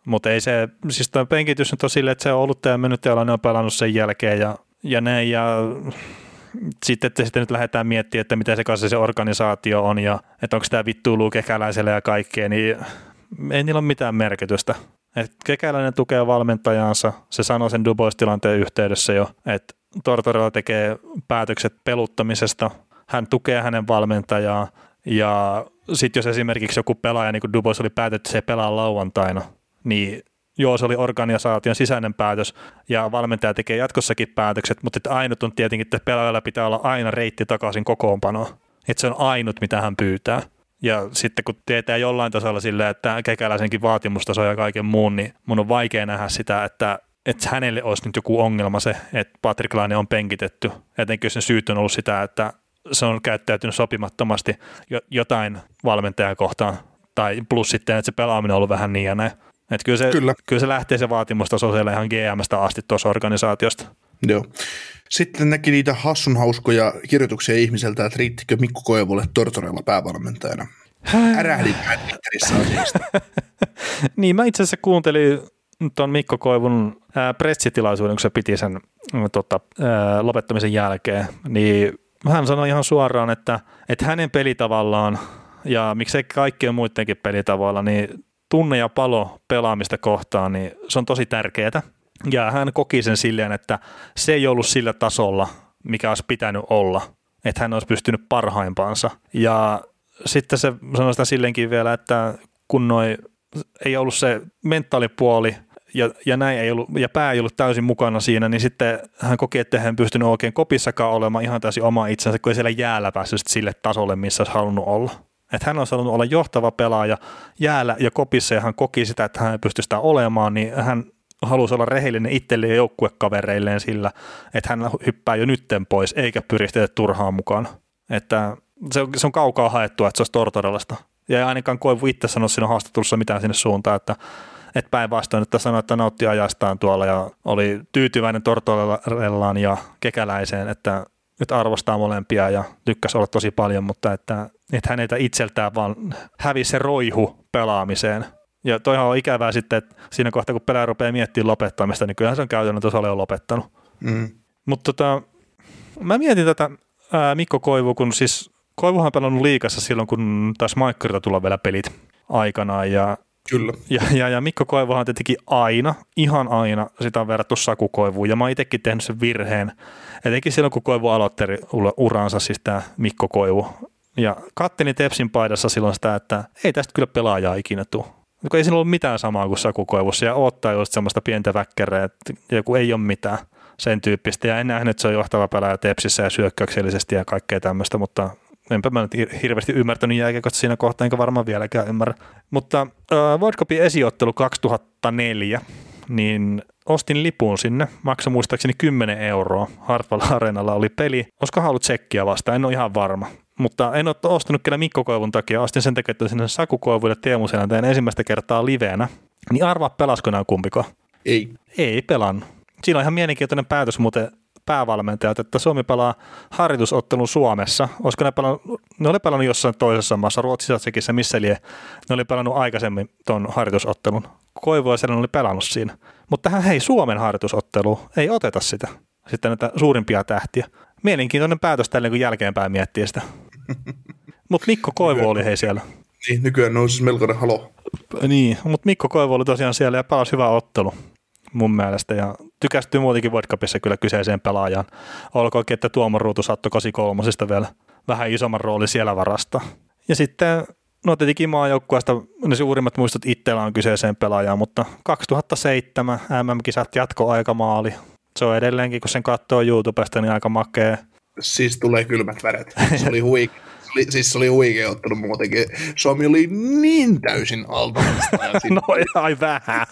Mutta ei se, siis tuo penkitys nyt on silleen, että se on ollut ja mennyt ja ne on pelannut sen jälkeen ja näin ja sitten, että sitten nyt lähdetään miettimään, että miten se kanssa se organisaatio on ja että onko tämä vittuilua Kekäläiselle ja kaikkea, niin ei niillä ole mitään merkitystä. Et Kekäläinen tukee valmentajansa, se sanoi sen Dubois-tilanteen yhteydessä jo, että Tortorella tekee päätökset peluttamisesta, hän tukee hänen valmentajaa ja sitten jos esimerkiksi joku pelaaja, niin kuin Dubois oli päätetty, että se ei pelaa lauantaina, niin joo, se oli organisaation sisäinen päätös ja valmentaja tekee jatkossakin päätökset, mutta että ainut on tietenkin, että pelaajalla pitää olla aina reitti takaisin kokoonpanoon, että se on ainut, mitä hän pyytää. Ja sitten kun tietää jollain tasolla silleen, että Kekäläisenkin vaatimustaso ja kaiken muun, niin mun on vaikea nähdä sitä, että hänelle olisi nyt joku ongelma se, että Patrik Laine on penkitetty. Etenkin jos ne syyt on ollut sitä, että se on käyttäytynyt sopimattomasti jotain valmentajan kohtaan, tai plus sitten, että se pelaaminen on ollut vähän niin ja näin. Että kyllä se lähtee se vaatimustaso siellä ihan GM:stä asti tuossa organisaatiosta. Joo. Sitten näki niitä hassunhauskoja kirjoituksia ihmiseltä, että riittikö Mikko Koivulle Tortorella päävalmentajana. Ärähdin Twitterissä asiasta. Niin, mä itse asiassa kuuntelin tuon Mikko Koivun pressitilaisuuden, kun se piti sen lopettamisen jälkeen, niin hän sanoi ihan suoraan, että hänen pelitavallaan ja miksei kaikkien muidenkin pelitavoilla, niin tunne ja palo pelaamista kohtaan, niin se on tosi tärkeää. Ja hän koki sen silleen, että se ei ollut sillä tasolla, mikä olisi pitänyt olla, että hän olisi pystynyt parhaimpaansa. Ja sitten se sanoi sitä silleenkin vielä, että kun ei ollut se mentaalipuoli ja näin ei ollut, ja pää ei ollut täysin mukana siinä, niin sitten hän koki, että hän ei pystynyt oikein kopissakaan olemaan ihan täysin oma itsensä, kun ei siellä jäällä päässyt sille tasolle, missä olisi halunnut olla. Että hän olisi halunnut olla johtava pelaaja jäällä ja kopissa, ja hän koki sitä, että hän ei pysty sitä olemaan, niin hän halusi olla rehellinen itselleen ja joukkuekavereilleen sillä, että hän hyppää jo nytten pois, eikä pyristä turhaan mukaan. Että se on kaukaa haettua, että se olisi Tortorellasta. Ja ei ainakaan Koivu itse sano siinä haastattelussa mitään sinne suuntaan, että päinvastoin, että sanoi, että nautti ajastaan tuolla ja oli tyytyväinen Tortorellaan ja Kekäläiseen, että nyt arvostaa molempia ja tykkäsi olla tosi paljon, mutta että häneltä itseltään vaan hävisi se roihu pelaamiseen. Ja toihan on ikävää sitten, että siinä kohtaa, kun pelaaja rupeaa miettimään lopettamista, niin kyllähän se on käytännön tasolla jo lopettanut. Mm. Mutta mä mietin tätä Mikko Koivu, kun siis Koivuhan on pelannut liigassa silloin, kun taisi Maikkarilta tulla vielä pelit aikanaan. Kyllä. Ja Mikko Koivuhan tietenkin ihan aina sitä on verrattu Saku Koivuun, ja mä oon itsekin tehnyt sen virheen, etenkin silloin, kun Koivu aloitti uransa, siis tämä Mikko Koivu. Ja kattelin Tepsin paidassa silloin sitä, että ei tästä kyllä pelaajaa ikinä tule. Kun ei siinä ollut mitään samaa kuin Saku Koivussa, ja odottaa just semmoista pientä väkkärää, että joku ei ole mitään sen tyyppistä, ja en nähnyt, että se on johtava pelaaja Tepsissä ja syökkäyksellisesti ja kaikkea tämmöistä, mutta enpä mä nyt hirveästi ymmärtänyt jääkiekosta siinä kohtaa, enkä varmaan vieläkään ymmärrä. Mutta World Cupin esiottelu 2004, niin ostin lipun sinne, maksoi muistaakseni 10 €. Hartwall Areenalla oli peli. Olisikohan ollut Tsekkiä vastaan, en ole ihan varma. Mutta en ole ostanut kyllä Mikko Koivun takia, ostin sen takia, että sinne Saku Koivuille Teemu Selänteen ensimmäistä kertaa liveenä. Niin arvaa, pelasko nämä kumpiko? Ei pelannut. Siinä on ihan mielenkiintoinen päätös muuten päävalmentajat, että Suomi pelaa harjoitusottelun Suomessa. Olisiko ne oli pelannut jossain toisessa maassa, Ruotsissa, Tsekissä, missä lie. Ne oli pelannut aikaisemmin tuon harjoitusottelun. Koivu ja Selän oli pelannut siinä. Mutta hei, Suomen harjoitusotteluun ei oteta sitä. Sitten näitä suurimpia tähtiä. Mielenkiintoinen päätös tälle, kun jälkeenpäin miettii sitä. Mutta Mikko Koivu oli hei siellä. Niin, nykyään nousisi melkoinen halo. Niin, mutta Mikko Koivu oli tosiaan siellä ja pelasi hyvä ottelu mun mielestä. Ja tykästyy muutenkin World Cupissa kyllä kyseiseen pelaajaan. Olkoonkin, että Tuomo Ruutu saattoi 83 vielä vähän isomman roolin siellä varastaa. Ja sitten tietenkin maajoukkueesta ne suurimmat muistot itsellä on kyseiseen pelaajaan, mutta 2007 MM-kisat jatkoaikamaali. Se on edelleenkin, kun sen katsoo YouTubesta, niin aika makea. Siis tulee kylmät väret. Se oli huikea. Se oli huikea ottelu muutenkin. Suomi niin täysin altavasta. No ai vähän.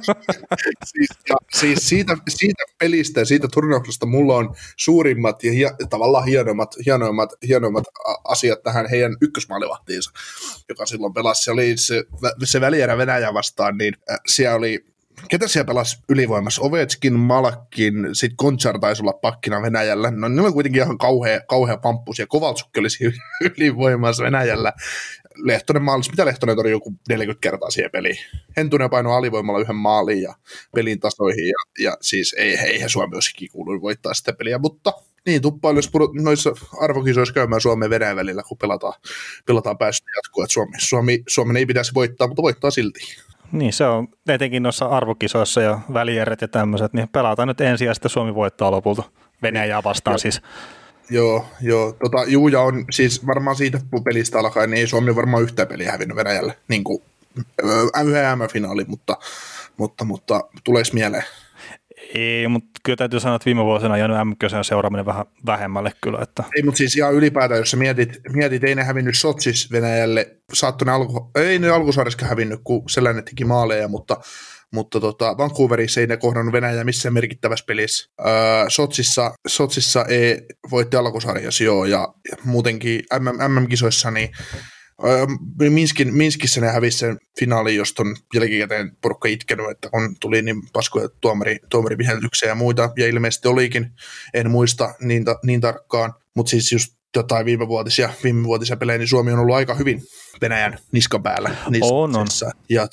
siis siitä pelistä ja siitä turnauksesta mulla on suurimmat ja tavallaan hienoimmat asiat tähän heidän ykkösmaalivahtiinsa, joka silloin pelasi. Se oli se välierä Venäjä vastaan, niin siellä oli ketä siellä pelasi ylivoimassa? Ovechkin, Malkin, sitten Konchar taisi olla pakkina Venäjällä. No niillä oli kuitenkin ihan kauhea pamppuus, ja Kovaltsuk olisi ylivoimassa Venäjällä. Lehtonen maalissa, mitä Lehtonen torjui joku 40 kertaa siihen peliin. Hentunen painoi alivoimalla yhden maalin ja pelin tasoihin, ja siis eihän Suomi olisikin kuulunut voittaa sitä peliä, mutta niin tuppailu, jos noissa arvokisoissa käymään Suomen Venäjän välillä, kun pelataan päästä jatkuu, että Suomen ei pitäisi voittaa, mutta voittaa silti. Niin, se on etenkin noissa arvokisoissa ja välierät ja tämmöiset, niin pelataan nyt ensin ja sitten Suomi voittaa lopulta Venäjää vastaan siis. Joo, ja on siis varmaan siitä pelistä alkaen, niin ei Suomi varmaan yhtään peliä hävinnyt Venäjälle, niin kuin yhden M-finaali, mutta tuleeko mieleen? Ei, mutta kyllä täytyy sanoa, että viime vuosina on jäänyt M-kösen seuraaminen vähän vähemmälle kyllä. Että. Ei, mutta siis ihan ylipäätään, jos sä mietit ei ne hävinnyt Sotsis Venäjälle, ei ne alkusarjassakaan hävinnyt, kun sellainen teki maaleja, mutta Vancouverissa ei ne kohdannut Venäjää missään merkittävässä pelissä. Sotsissa ei voitti alkusarjassa, joo, ja muutenkin MM-kisoissa, niin Minskissä ne hävisi sen finaaliin, josta on jälkikäteen porukka itkenyt, että kun tuli niin paskoja tuomarivihellyksiä ja muita, ja ilmeisesti olikin, en muista niin tarkkaan, mutta siis just jotain viimevuotisia pelejä, niin Suomi on ollut aika hyvin Venäjän niskan päällä. On. Ja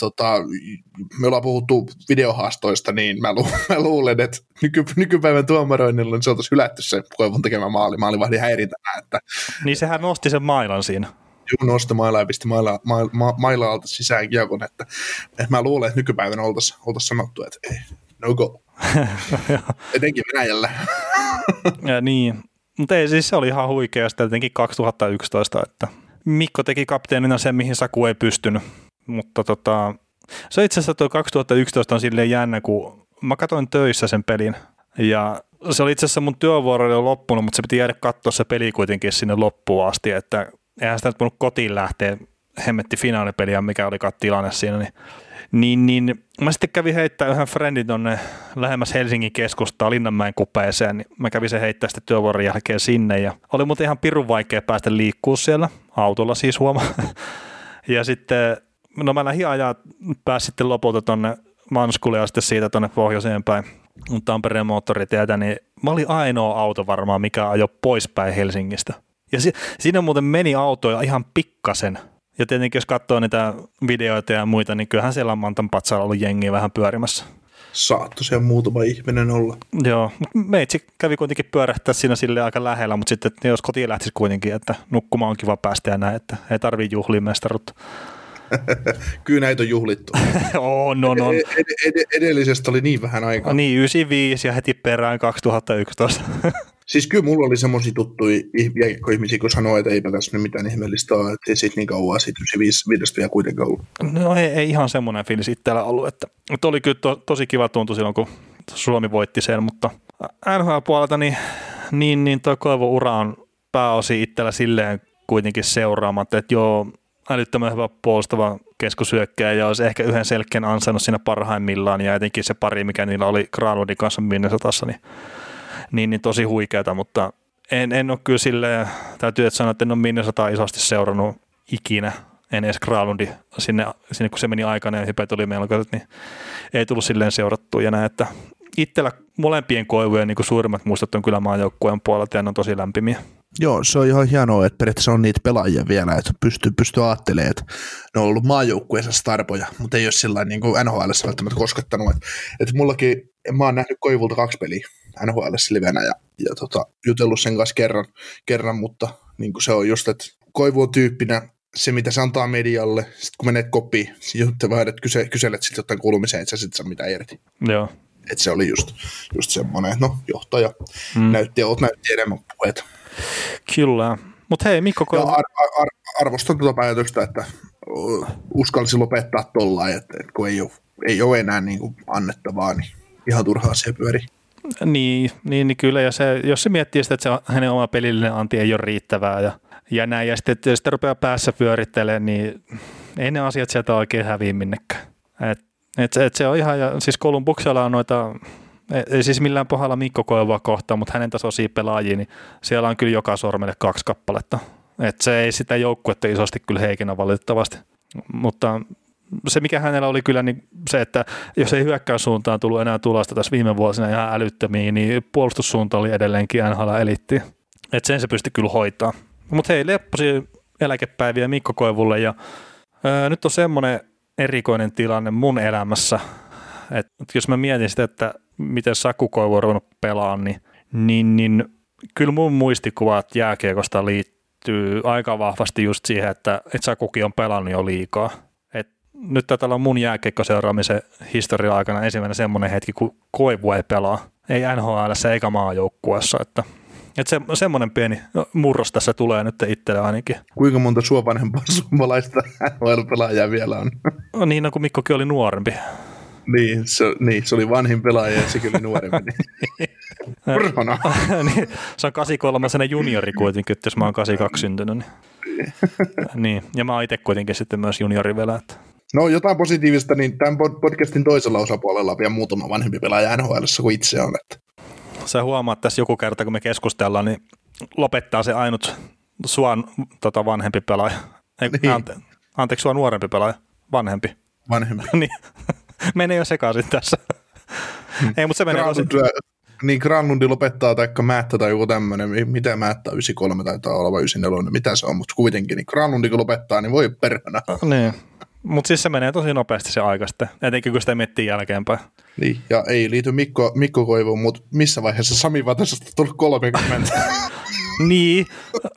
me ollaan puhuttu videohaastoista, niin mä luulen, että nykypäivän tuomaroinnilla niin se oltaisiin hylätty se Koivun tekemä maalivahdin häirintänä. Että niin sehän nosti sen mailan siinä. Juu, nosti mailaa ja pisti mailaa alta sisään kiekon, että mä luulen, että nykypäivänä oltaisiin sanottu, että ei, no go. Etenkin Venäjällä. Ja niin, mutta ei siis se oli ihan huikea sitten jotenkin 2011, että Mikko teki kapteenina sen, mihin Saku ei pystynyt, mutta se itse asiassa tuo 2011 on silleen jännä, kun mä katsoin töissä sen pelin ja se oli itse asiassa mun työvuoro oli loppunut, mutta se piti jäädä katsoa se peli kuitenkin sinne loppuun asti, että eihän sitä nyt voinut kotiin lähteä hemmetti finaalipeliä, mikä oli tilanne siinä, niin mä sitten kävin heittää yhden friendin tonne lähemmäs Helsingin keskustaa Linnanmäen kupeeseen, niin mä kävin sen heittää sitten työvuoron jälkeen sinne, ja oli muuten ihan pirun vaikea päästä liikkua siellä, autolla siis huomaa, ja sitten, no mä lähdin ajaa, pääsin sitten lopulta tonne Manskulle ja sitten siitä tonne pohjoiseen päin, Tampereen moottoritietä, niin mä olin ainoa auto varmaan, mikä ajoi poispäin Helsingistä. Ja siinä muuten meni autoja ihan pikkasen. Ja tietenkin jos katsoo niitä videoita ja muita, niin kyllähän siellä on Mantan patsalla ollut jengiä vähän pyörimässä. Saatto siellä muutama ihminen olla. Joo, mutta meitsi kävi kuitenkin pyörähtää siinä sille aika lähellä, mutta sitten jos kotiin lähtisi kuitenkin, että nukkumaan on kiva päästä ja näin, että ei tarvitse juhlia mestarutta. Kyllä näitä on juhlittu. on. Edellisestä oli niin vähän aikaa. Niin, 95 ja heti perään 2011. Siis kyllä mulla oli semmoisia tuttuja ihmisiä, kun sanoo, että eipä tässä mitään ihmeellistä ole, että ei siitä niin kauan siitä 95 vielä kuitenkaan ollut. No ei ihan semmoinen fiilis itsellä ollut, että oli kyllä tosi kiva tuntu silloin, kun Suomi voitti sen, mutta NHL-puolelta niin tuo Koivu-ura on pääosin itsellä silleen kuitenkin seuraamatta, että joo, älyttömän hyvä puolustava keskusyökkäjä ja olisi ehkä yhden selkeän ansainnut siinä parhaimmillaan ja etenkin se pari, mikä niillä oli Granlundin kanssa Minnesotassa, niin tosi huikeata, mutta en ole kyllä silleen, täytyy sanoa, että en ole Minnesotaa isosti seurannut ikinä, en edes Granlundi sinne kun se meni aikana ja hypet oli melkoiset, niin ei tullut silleen seurattua ja näin, että itsellä molempien Koivujen niin suurimmat muistot on kyllä maajoukkueen puolelta ja ne on tosi lämpimiä. Joo, se on ihan hienoa, että periaatteessa on niitä pelaajia vielä, että pystyy ajattelemaan, että ne on ollut maajoukkueensa starpoja, mutta ei ole sillä niin kuin NHL:ssä välttämättä koskettanut. Että mullakin, mä oon nähnyt Koivulta 2 peliä NHL:ssä livenä ja jutellut sen kanssa kerran, mutta niin kuin se on just, että Koivu on tyyppinä se, mitä se antaa medialle, sitten kun menet kopiin, että kyselet sitten jotain kuulumiseen, että sä sitten saa mitään irti. Joo. Että se oli just semmoinen, että no johtaja näytti enemmän puheita. Kyllä. Mutta hei, Mikko Koivu. Arvostan tuota päätöstä, että uskalsi lopettaa tollain, että kun ei ole enää niin kuin annettavaa, niin ihan turhaa asia pyörii. Niin kyllä, ja jos se miettii sitä, että se hänen oma pelillinen anti ei ole riittävää ja näin, ja sitten jos sitä rupeaa päässä pyörittelemään, niin ei ne asiat sieltä oikein häviä minnekään. Et se on ihan, ja siis Columbuksella on noita, ei siis millään pohjalla Mikko Koivua kohtaan, mutta hänen tasoisia pelaajia, niin siellä on kyllä joka sormelle 2 kappaletta. Et se ei sitä joukkuetta isosti kyllä heikennä valitettavasti, mutta se mikä hänellä oli kyllä niin se, että jos ei hyökkäyssuuntaan tullut enää tulosta tässä viime vuosina ihan älyttömiin, niin puolustussuunta oli edelleenkin NHL-eliittiä. Että sen se pystyi kyllä hoitaa. Mutta hei, Lepposi eläkepäiviä Mikko Koivulle ja nyt on semmoinen erikoinen tilanne mun elämässä, että jos mä mietin sitä, että miten Saku Koivu on ruvennut pelaamaan, niin kyllä mun muistikuvat jääkiekosta liittyy aika vahvasti just siihen, että Sakukin on pelannut jo liikaa. Et nyt täällä on mun jääkiekkoseuraamisen historian aikana ensimmäinen semmoinen hetki, kun Koivu ei pelaa. Ei NHL:ssä eikä maajoukkueessa, että semmoinen pieni murros tässä tulee nyt itselle ainakin. Kuinka monta sua vanhempaa suomalaista NHL-pelaajaa vielä on? No niin, kun Mikkokin oli nuorempi. Niin, se oli vanhin pelaaja ja sekin oli nuorempi. Purhona. Niin, se on 83 juniori kuitenkin, että jos mä oon 82 syntynyt. Niin, ja mä oon itse kuitenkin sitten myös juniori vielä. Että. No jotain positiivista, niin tämän podcastin toisella osapuolella on vielä muutama vanhempi pelaaja NHL:ssä kuin itse on. Että. Sä huomaat tässä joku kerta, kun me keskustellaan, niin lopettaa se ainut sua vanhempi pelaaja. Niin. Anteeksi, sua nuorempi pelaaja. Vanhempi. Niin. Menee jo sekaisin tässä. Ei, mutta se menee niin Granlundi lopettaa, taikka Määttä tai joku tämmöinen, mitä Määttä 93 taitaa olla vai 94, mitä se on, mutta kuitenkin, niin Granlundi kun lopettaa, niin voi perhana. Niin, mutta siis se menee tosi nopeasti se aika sitten, etenkin kun sitä miettii jälkeenpäin. Niin, ja ei liity Mikko Koivuun, mutta missä vaiheessa Sami Vatasesta tullut 30? Niin.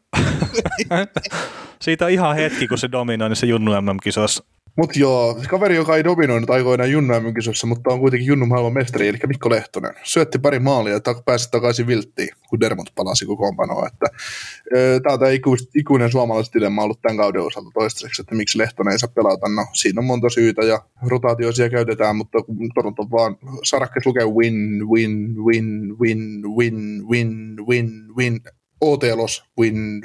Siitä on ihan hetki, kun se dominoi niissä Junnu MM-kisoissa. Mutta joo, kaveri, joka ei dominoinut aikoinaan Junnu MM-kisoissa, mutta on kuitenkin Junnun maailman mestari, eli Mikko Lehtonen. Syötti pari maalia ja pääsi takaisin vilttiin, kun Dermot palasi kokoonpanoa. Tämä on tämä ikuinen suomalaisdilemma ollut tämän kauden osalta toistaiseksi, että miksi Lehtonen ei saa pelata. No, siinä on monta syytä ja rotaatioisia käytetään, mutta Toronto vaan Sarakkes lukee win. OT-los, win.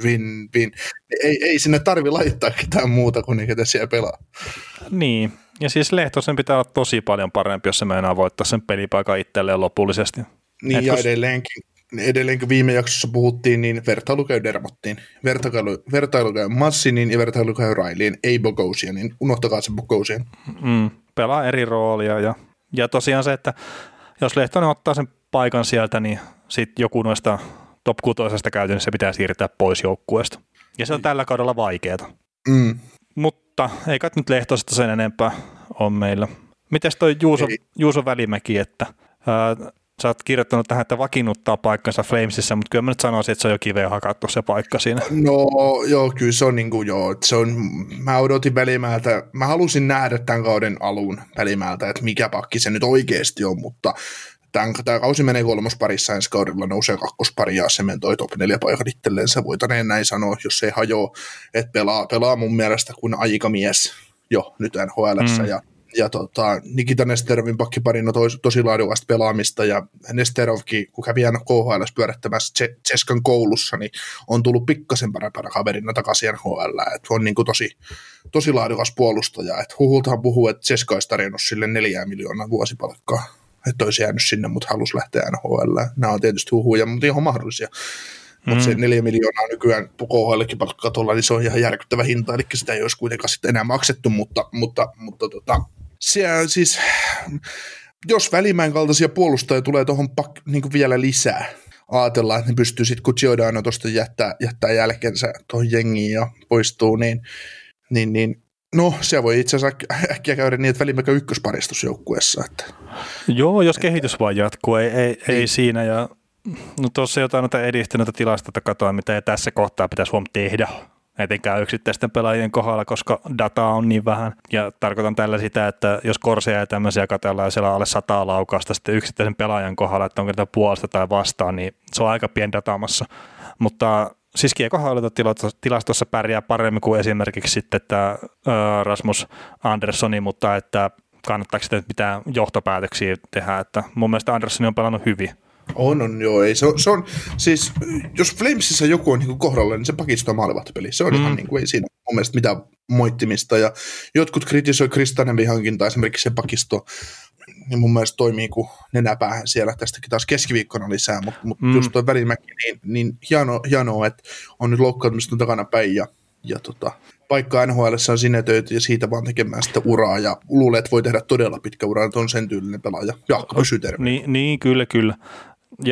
Ei sinne tarvi laittaa ketään muuta kuin ketä siellä pelaa. Niin, ja siis Lehtosen pitää olla tosi paljon parempi, jos se meinaa voittaa sen pelipaikan itselleen lopullisesti. Niin, ja edelleenkin viime jaksossa puhuttiin, niin vertailu käy Dermottiin, vertailu käy Massinin ja vertailu käy Railiin, ei Bogosianin, unohtakaa se Bogosian. Pelaa eri roolia, ja tosiaan se, että jos Lehtonen ottaa sen paikan sieltä, niin sitten joku noista top 6 käytännössä pitää siirtää pois joukkueesta. Ja se on tällä kaudella vaikeaa. Mutta ei kai nyt Lehtosesta sen enempää on meillä. Mites toi Juuso Välimäki, että sä oot kirjoittanut tähän, että vakiinnuttaa paikkansa Flamesissa, mutta kyllä mä nyt sanoisin, että se on jo kiveen hakattu se paikka siinä. No joo, kyllä se on mä odotin Välimäeltä, mä halusin nähdä tämän kauden alun Välimäeltä, että mikä pakki se nyt oikeasti on, mutta tämä kausi menee kolmosparissa ensi kaudella, nousee kakkospari ja sementoi top 4 paikan itselleen. Se voitaneen näin sanoa, jos ei hajoa, että pelaa mun mielestä kuin aikamies jo nyt NHL:ssä. Ja Nikita Nesterovin pakkiparin on tosi laadukasta pelaamista ja Nesterovkin, kun kävi KHL:ssä pyörättämässä Tseskan koulussa, niin on tullut pikkasen parempana kaverina takaisin NHL. Että on niin kuin tosi laadukas puolustaja. Että huhultahan puhuu, että Tseska olisi tarjonnut sille 4 miljoonaa vuosipalkkaa. Että olisi jäänyt sinne, mutta halusi lähteä NHL. Nämä on tietysti huhuja, mutta ihan mahdollisia. Mutta se 4 miljoonaa nykyään KHL:kin palkkatolla, niin se on ihan järkyttävä hinta, eli sitä ei olisi kuitenkaan sitten enää maksettu, mutta siellä siis, jos Välimäen kaltaisia puolustajia tulee tuohon niin vielä lisää, ajatellaan, että ne pystyy sitten, kun Giordano tuosta jättää jälkensä tuohon jengiin ja poistuu, niin no, se voi itse asiassa äkkiä käydä niin, että Välimäki on ykkösparistusjoukkueessa. Että. Joo, jos kehitys vaan jatkuu, ei siinä. Ja no tuossa jotain noita edistyneitä tilastoita katoa, mitä ei tässä kohtaa pitäisi tehdä, etenkään yksittäisten pelaajien kohdalla, koska dataa on niin vähän. Ja tarkoitan tällä sitä, että jos korseja ja tämmöisiä katsellaan ja siellä on alle 100 laukausta sitten yksittäisen pelaajan kohdalla, että onko tätä puolesta tai vastaan, niin se on aika pieni dataamassa. Mutta siis kiekohallintotilastossa pärjää paremmin kuin esimerkiksi sitten tämä Rasmus Anderssoni, mutta että kannattaako sitten mitään johtopäätöksiä tehdä, että mun mielestä Anderssoni on pelannut hyvin. Joo, ei. Se on siis, jos Flamesissa joku on niin kohdalla, niin se pakisto on maalivahtipeli. Se on ihan niin kuin, ei siinä mun mielestä mitään moittimista, ja jotkut kritisoi Kristanevin hankintaa, esimerkiksi se pakisto, niin mun mielestä toimii kuin nenäpäähän siellä, tästäkin taas keskiviikkona lisää, mutta just toi Välimäki, niin hienoa, että on nyt loukkaantumista takana päin, ja paikka NHL:ssä on sinetöity ja siitä vaan tekemään sitä uraa, ja luulee, että voi tehdä todella pitkä ura, että on sen tyylinen pelaaja. Jaakko pysyy terve. Niin, kyllä. Ja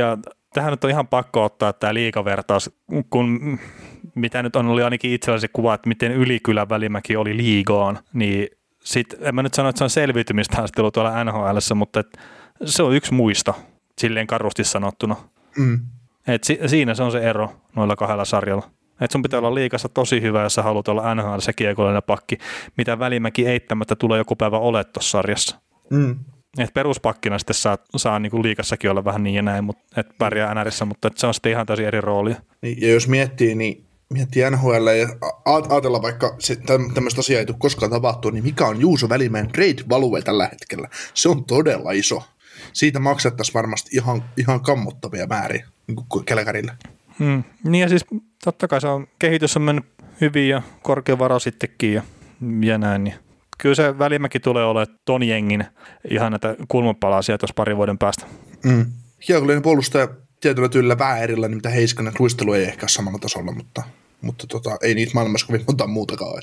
tähän nyt on ihan pakko ottaa tämä liigavertaus, kun mitä nyt oli ainakin itsellesi kuva, että miten Ylikylän Välimäki oli liigaan, niin sitten en mä nyt sano, että se on selviytymistaistelu tuolla NHL:ssä, mutta se on yksi muista, silleen karusti sanottuna. Et siinä se on se ero noilla kahdella sarjalla. Et sun pitää olla liigassa tosi hyvä, jos sä haluat olla NHL:ssä kiekollinen pakki, mitä Välimäki eittämättä tulee joku päivä ole tuossa sarjassa. Et peruspakkina sitten saa niinku liigassakin olla vähän niin ja näin, mutta et pärjää NRissä, mutta se on sitten ihan täysin eri roolia. Niin, ja jos miettii NHL ja ajatella vaikka tämmöistä asiaa ei tule koskaan tapahtua, niin mikä on Juuso Välimäen trade value tällä hetkellä? Se on todella iso. Siitä maksettaisiin varmasti ihan kammottavia määriä niin Kälkärille. Niin ja siis totta kai kehitys on mennyt hyvin ja korkea varo sittenkin ja näin. Niin. Kyllä se Välimäki tulee olemaan ton jengin ihan näitä kulmapalasia tuossa parin vuoden päästä. Kiekollinen puolustaja tietyllä tyylillä vähän erilainen, mitä Heiskanen. Luistelu ei ehkä ole samalla tasolla, mutta ei niitä maailmassa kovin monta muutakaan.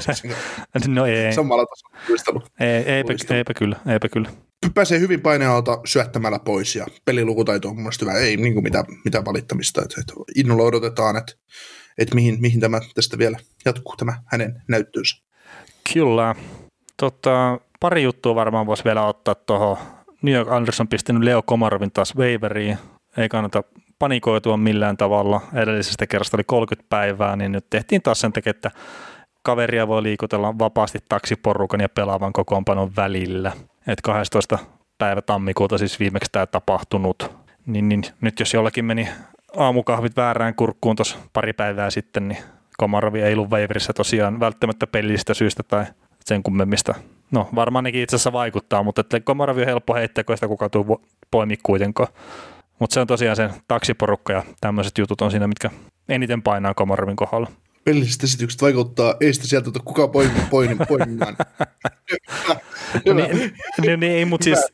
No ei. Samalla tasolla luistelu. Eipä kyllä. Pääsee hyvin paineenalta syöttämällä pois ja pelilukutaito on mun mielestä hyvä. Ei niin mitään valittamista. Innolla odotetaan, että mihin tämä tästä vielä jatkuu, tämä hänen näyttöönsä. Kyllä. Pari juttua varmaan voisi vielä ottaa tuohon. New York Islanders on pistänyt Leo Komarovin taas waiveriin. Ei kannata panikoitua millään tavalla. Edellisestä kerrasta oli 30 päivää, niin nyt tehtiin taas sen takia, että kaveria voi liikutella vapaasti taksiporukan ja pelaavan kokoonpanon välillä. Et 12. päivä tammikuuta siis viimeksi tämä tapahtunut. Niin, nyt jos jollakin meni aamukahvit väärään kurkkuun tuossa pari päivää sitten, niin Komarovi ei ollut waiverissä tosiaan välttämättä pelistä syystä tai sen kummemmista. No varmaan nekin itse asiassa vaikuttaa, mutta Komarovi on helppo heittää, kun sitä kukaan tuu poimia kuitenkaan. Mutta se on tosiaan sen taksiporukka ja tämmöiset jutut on siinä, mitkä eniten painaa Komarovin kohdalla. Pelilliset esitykset vaikuttaa, ei sitä sieltä kukaan poimimaan. niin, ei, mutta siis...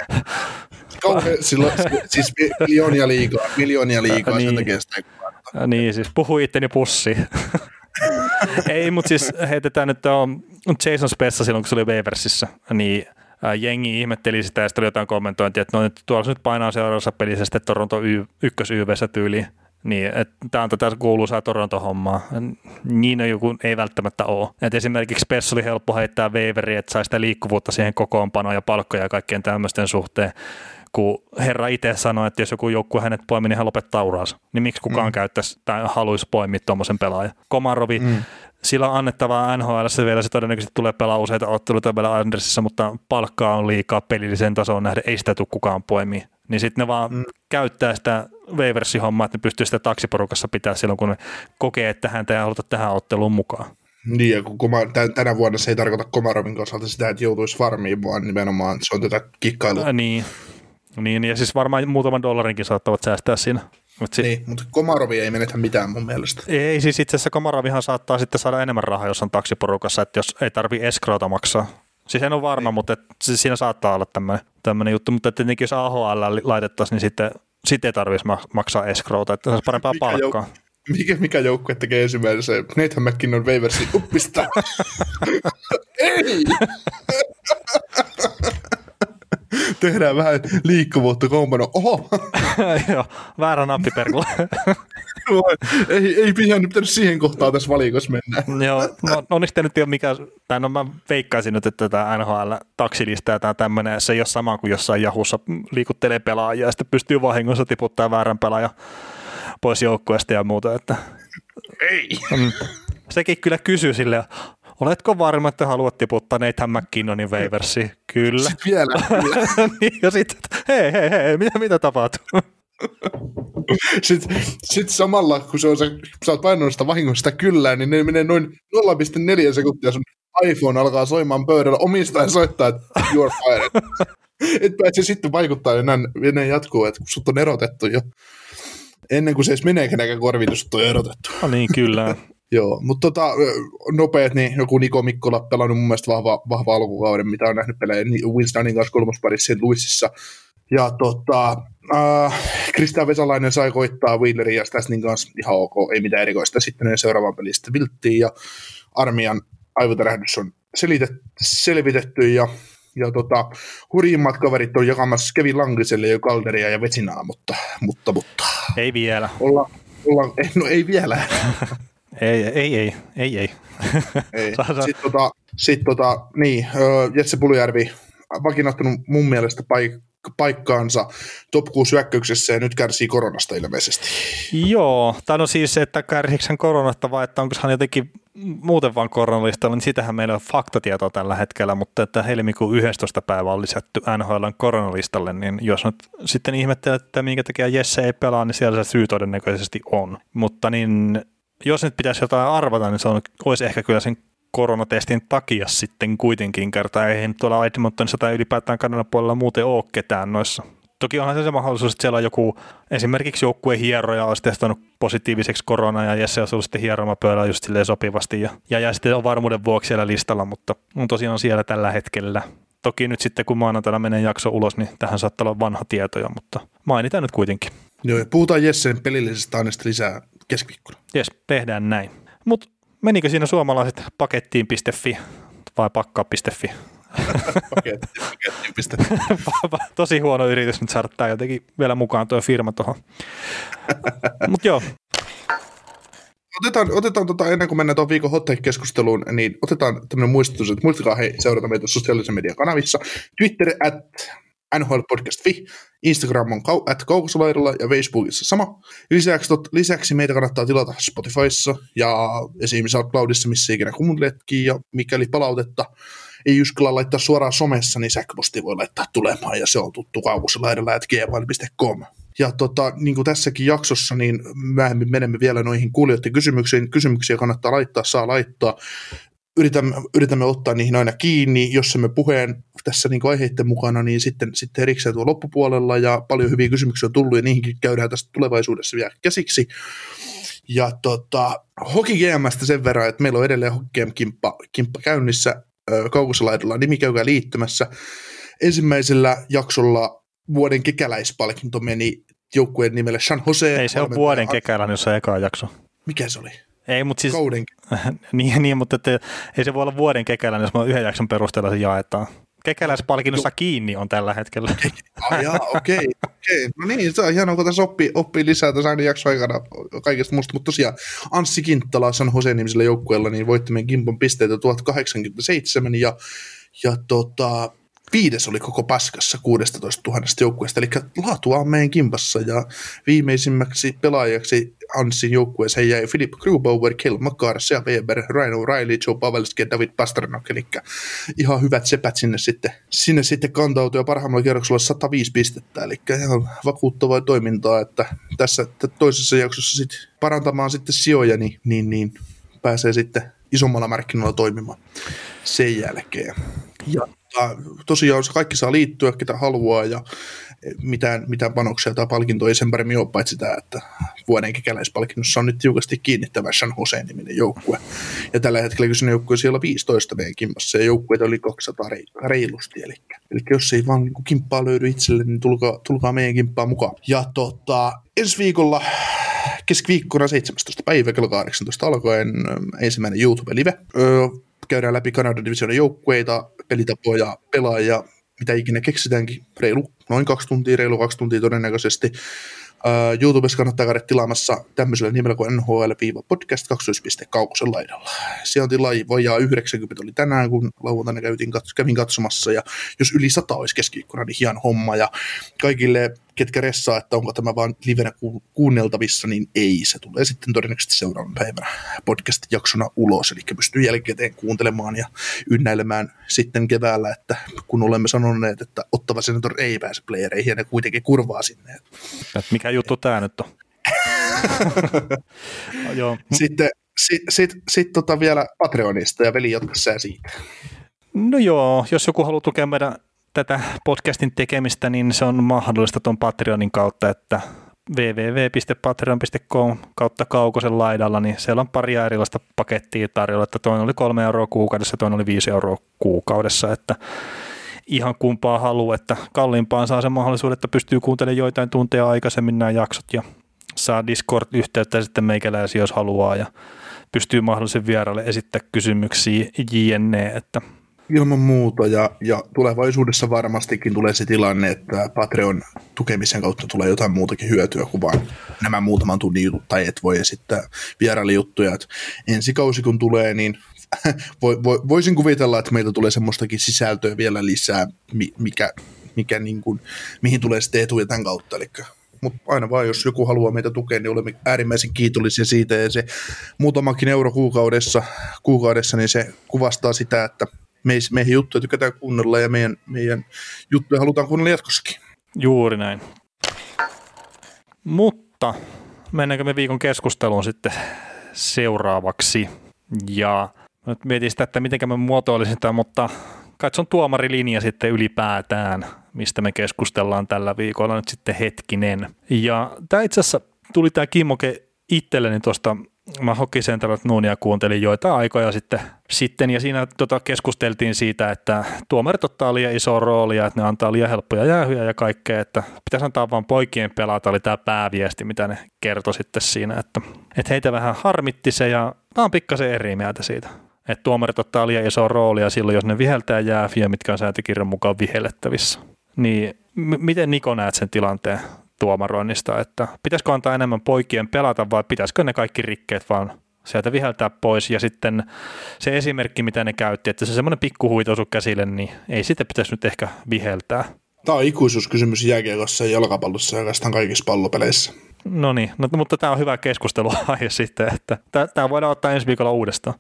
siis miljoonia liikaa, sen takia sitä ei kukaan. Niin, siis puhu itteni pussi. Ei, mutta siis heitetään, että on Jason Spezza silloin, kun se oli Waversissa, niin jengi ihmetteli sitä ja sitten oli jotain kommentointia, että no, tuolla se nyt painaa seuraavassa pelissä sitten Toronto ykkös-YV:ssä tyyliin. Niin, että tämä on tätä kuuluisaa Toronto-hommaa. Niin on joku ei välttämättä ole. Et esimerkiksi Spezza oli helppo heittää waiveriin, että sai sitä liikkuvuutta siihen kokoonpanoon ja palkkoja ja kaikkien tämmöisten suhteen. Kun herra itse sanoi, että jos joku joukkue hänet poimi, niin hän lopettaa uraansa. Niin miksi kukaan käyttäisi tai haluaisi poimia tuommoisen pelaajan? Komarovi, sillä on annettavaa NHL:ssä vielä, se todennäköisesti tulee pelaa useita otteluita vielä Andersissa, mutta palkkaa on liikaa pelilliseen tasoon nähden, ei sitä tule kukaan poimia. Niin sitten ne vaan käyttää sitä waiversi-hommaa, että ne pystyy sitä taksiporukassa pitää silloin, kun ne kokee, että häntä ei haluta tähän otteluun mukaan. Niin, ja kun tänä vuonna se ei tarkoita Komarovin osalta sitä, että joutuisi farmiin, vaan nimenomaan se on tätä kikkailua. Niin, ja siis varmaan muutaman dollarinkin saattavat säästää siinä. Niin, mutta Komarovi ei menetä mitään mun mielestä. Ei, siis itse asiassa Komarovihan saattaa sitten saada enemmän rahaa, jos on taksiporukassa, että jos ei tarvitse escrowta maksaa. Siis en ole varma, mutta siinä saattaa olla tämmöinen juttu, mutta tietenkin jos AHL laitettaisiin, niin sitten ei tarvitsisi maksaa escrowta, että saisi parempaa palkkaa. Mikä joukkue tekee ensimmäisen? Nathan McKinnon waiversi uppista. Ei! Tehdään vähän liikkuvuutta koomano. Oho! Joo, väärä nappi perkula. ei pitänyt siihen kohtaan tässä valikossa mennä. Joo, no onneksi nyt ei ole mikään, tai no mä veikkaisin nyt, että tämä NHL-taksilista tai tämmöinen, se ei ole sama kuin jossain Jahussa liikuttelee pelaajia ja sitten pystyy vahingossa tiputtaa väärän pelaajan pois joukkueesta ja muuta. Että ei! Sekin kyllä kysyy silleen, oletko varma, että haluat tiputtaa Nathan McKinnonin waiversiin? Kyllä. Sitten vielä. Niin, ja sitten, hei, mitä tapahtuu? Sitten samalla, kun sä oot painanut sitä vahingosta kyllä, niin ne menee noin 0,4 sekuntia, sun iPhone alkaa soimaan pöydällä, omistaja soittaa, että you are fired. Et pääse sitten vaikuttaa, ja näin jatkuu, että kun sut on erotettu jo. Ennen kuin se edes menee kenäkään korviin, jos sut on erotettu. No niin, kyllä. Joo, mutta nopeat, niin joku Niko Mikkola pelannut mun mielestä vahva alkukauden, mitä on nähnyt pelejä Winstonin kanssa kolmosparissa St. Louisissa. Ja Kristian Vesalainen sai koittaa Wheelerin ja Stasnin kanssa ihan ok, ei mitään erikoista. Sitten seuraavaan peliin sitten vilttiin ja armian aivotärähdys on selvitetty ja Ja hurjimmat kaverit on jakamassa Kevin Langiselle jo Calderia ja Vesinaa, mutta. Ei vielä. Ei vielä. Ei. Sitten Jesse Puljärvi vakinauttanut mun mielestä paikkaansa top 6 hyökkäyksessä ja nyt kärsii koronasta ilmeisesti. Joo, tai no siis, että kärsiikö hän koronasta vai että onko hän jotenkin muuten vaan koronalistalla, niin sitähän meillä on faktatietoa tällä hetkellä, mutta että helmikuun 11. päivä on lisätty NHL:n koronalistalle, niin jos nyt sitten ihmettelee, että minkä takia Jesse ei pelaa, niin siellä se syy todennäköisesti on. Mutta niin, jos nyt pitäisi jotain arvata, niin se olisi ehkä kyllä sen koronatestin takia sitten kuitenkin kertaa. Ei nyt tuolla Edmontonissa tai ylipäätään Kanadan puolella muuten ole ketään noissa. Toki onhan se mahdollisuus, että siellä on joku esimerkiksi joukkueen hieroja olisi testannut positiiviseksi korona ja Jesse olisi ollut sitten hieromapöydällä just silleen sopivasti ja sitten on varmuuden vuoksi siellä listalla, mutta on tosiaan siellä tällä hetkellä. Toki nyt sitten kun maanantaina menee jakso ulos, niin tähän saattaa olla vanha tietoja, mutta mainitaan nyt kuitenkin. Joo, ja puhutaan Jessen pelillisestä aineesta lisää keskiviikkona. Jes, tehdään näin. Mutta menikö siinä suomalaiset pakettiin.fi vai pakkaa.fi? Pakettiin.fi. Tosi huono yritys nyt saada tämä jotenkin vielä mukaan tuo firma tuohon. Mutta joo. Otetaan ennen kuin mennään tuon viikon hot take-keskusteluun, niin otetaan tämmöinen muistutus, että muistakaa seurata meitä sosiaalisen median kanavissa. Twitter @NHLpodcast.fi, Instagram on @kaukosolaidalla ja Facebookissa sama. Lisäksi meitä kannattaa tilata Spotifyssa ja esimerkiksi SoundCloudissa, missä ikinä kuunteletkin, ja mikäli palautetta ei uskalla laittaa suoraan somessa, niin sähköposti voi laittaa tulemaan, ja se on tuttu kaukosolaidalla@gmail.com. Ja niin kuin tässäkin jaksossa, niin myöhemmin menemme vielä noihin kuulijoiden kysymyksiin. Kysymyksiä kannattaa laittaa, saa laittaa. Yritämme ottaa niihin aina kiinni, jos emme puheen tässä niin aiheiden mukana, niin sitten erikseen tuo loppupuolella, ja paljon hyviä kysymyksiä on tullut, ja niihinkin käydään tästä tulevaisuudessa vielä käsiksi. Ja Hockey GM:stä sen verran, että meillä on edelleen Hockey GM-kimppa käynnissä, Kaukosolaidalla nimi käykää liittymässä. Ensimmäisellä jaksolla vuoden kekäläispalkinto meni joukkueen nimelle San Jose. Ei se ole vuoden kekäläinen, jos on eka jakso. Mikä se oli? Ei, mutta siis Kauden. niin, mutta ei se voi olla vuoden kekäläinen, jos me yhden jakson perusteella se jaetaan. Kekäläispalkinnossa kiinni on tällä hetkellä. Okei. No niin, se on hienoa, kun tässä oppii lisää tässä aina jakson aikana kaikesta musta. Mutta tosiaan Anssi Kinttala San Jose nimisellä joukkueella niin voitti meidän kimpon pisteitä 1087 ja 5. oli koko paskassa 16 000 joukkueesta, eli laatua on meidän kimpassa, ja viimeisimmäksi pelaajaksi Anssin joukkueeseen jäi Philip Grubauer, Kel Makar, Sea Weber, Ryan O'Reilly, Joe Pavelski ja David Pastrnak, eli ihan hyvät sepät sinne sitten kantautui, ja parhaimmalla kierroksella 105 pistettä, eli ihan vakuuttavaa toimintaa, että tässä toisessa jaksossa sitten parantamaan sitten sijoja, niin pääsee sitten isommalla markkinoilla toimimaan sen jälkeen. Ja tosiaan kaikki saa liittyä, ketä haluaa, ja mitään panoksia tai palkintoa ei sen paremmin ole, paitsi tämä, että vuoden kekäläispalkinnossa on nyt tiukasti kiinnittävä San Jose-niminen joukkue. Ja tällä hetkellä kyseinen joukkue siellä 15 meidän kimpassa, ja joukkueita oli 200 reilusti. Eli jos ei vaan niin kimppaa löydy itselle, niin tulkaa meidän kimppaan mukaan. Ja ensi viikolla keskiviikkona 17. päivä kello 18 alkaen ensimmäinen YouTube-live. Käydään läpi Kanadan divisioonan joukkueita, pelitapoja, pelaajia, mitä ikinä keksitäänkin. Noin 2 tuntia todennäköisesti. YouTubessa kannattaa käydä tilaamassa tämmöisellä nimellä kuin NHL-podcast 2. Kaukosen laidalla. Sijaintilaji vajaa 90 oli tänään, kun lauantaina kävin katsomassa, ja jos yli 100 olisi keskiviikkona, niin hieno homma, ja kaikille, ketkä ressaa, että onko tämä vaan livenä kuunneltavissa, niin ei, se tulee sitten todennäköisesti seuraavan päivänä podcast-jaksona ulos, eli pystyy jälkikäteen kuuntelemaan ja ynnäilemään sitten keväällä, että kun olemme sanoneet, että Ottava Senator ei pääse playereihin, ja ne kuitenkin kurvaa sinne. Mikä juttu tämä nyt on? Joo. Sitten vielä Patreonista, ja veli, jatka sä siitä. No joo, jos joku haluaa tukea meidän tätä podcastin tekemistä, niin se on mahdollista tuon Patreonin kautta, että www.patreon.com/Kaukosen laidalla, niin siellä on paria erilaista pakettia tarjolla, että toinen oli 3 euroa kuukaudessa, toinen oli 5 euroa kuukaudessa, että ihan kumpaa haluaa, että kalliimpaan saa sen mahdollisuuden, että pystyy kuuntelemaan joitain tunteja aikaisemmin nämä jaksot ja saa Discord-yhteyttä sitten meikäläisiä, jos haluaa, ja pystyy mahdollisen vieraille esittää kysymyksiä jne, että Ilman muuta, ja tulevaisuudessa varmastikin tulee se tilanne, että Patreon tukemisen kautta tulee jotain muutakin hyötyä kuin vaan nämä muutaman tunnin jutut, tai et voi esittää vierailijuttuja. Ensi kausi kun tulee, niin voisin kuvitella, että meiltä tulee semmoistakin sisältöä vielä lisää, mikä niin kuin, mihin tulee sitten etuja tämän kautta. Mutta aina vaan, jos joku haluaa meitä tukea, niin olemme äärimmäisen kiitollisia siitä, ja se muutamakin euro kuukaudessa, niin se kuvastaa sitä, että meidän juttuja tykätään kuunnella, ja meidän juttuja halutaan kuunnella jatkossakin. Juuri näin. Mutta mennäänkö me viikon keskusteluun sitten seuraavaksi, ja nyt mietin sitä, että miten mä muotoilisin sitä, mutta katson tuomarilinja sitten ylipäätään, mistä me keskustellaan tällä viikolla nyt sitten hetkinen. Ja tämä itse asiassa tuli tämä kimmoke itselleni tuosta, mä Hockey Nuunia kuuntelin joitain aikoja sitten ja siinä keskusteltiin siitä, että tuomarit ottaa liian isoa roolia, että ne antaa liian helppoja jäähyjä ja kaikkea, että pitäisi antaa vaan poikien pelata, oli tämä pääviesti, mitä ne kertoi sitten siinä, että heitä vähän harmitti se ja tämä on pikkasen eri mieltä siitä. Että tuomarit ottaa liian isoa roolia silloin, jos ne viheltää jäähyjä, mitkä on sääntökirjan mukaan vihellettävissä. Niin miten Niko näet sen tilanteen tuomaroinnista, että pitäisikö antaa enemmän poikien pelata vai pitäisikö ne kaikki rikkeet vaan sieltä viheltää pois ja sitten se esimerkki, mitä ne käytti, että se semmoinen pikkuhuito osu käsille, niin ei sitä pitäisi nyt ehkä viheltää. Tämä on ikuisuuskysymys jääkiekossa ja jalkapallossa ja oikeastaan kaikissa pallopeleissä. No niin, mutta tämä on hyvä keskusteluaihe sitten, että tämä voidaan ottaa ensi viikolla uudestaan.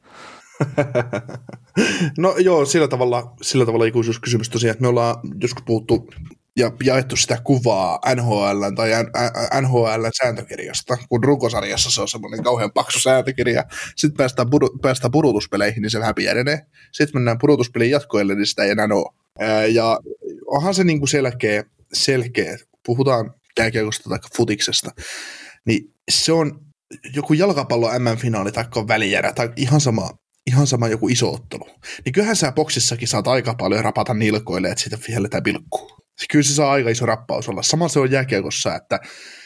No joo, sillä tavalla ikuisuuskysymys tosiaan, että me ollaan joskus puhuttu ja jaettu sitä kuvaa NHL tai NHL-sääntökirjasta, kun runkosarjassa se on semmoinen kauhean paksu sääntökirja. Sitten päästään pudotuspeleihin, niin se vähän pienenee. Sitten mennään pudotuspelin jatkoille, niin sitä ei enää ole. Ja onhan se niin kuin selkeä, puhutaan jääkiekosta tai futiksesta, niin se on joku jalkapallo MM-finaali tai välierä tai ihan sama joku iso ottelu. Niin kyllähän sä boksissakin saat aika paljon rapata nilkoille, että siitä vihelletään pilkkuu. Kyllä se saa aika iso rappaus olla. Sama se on jääkiekossa, että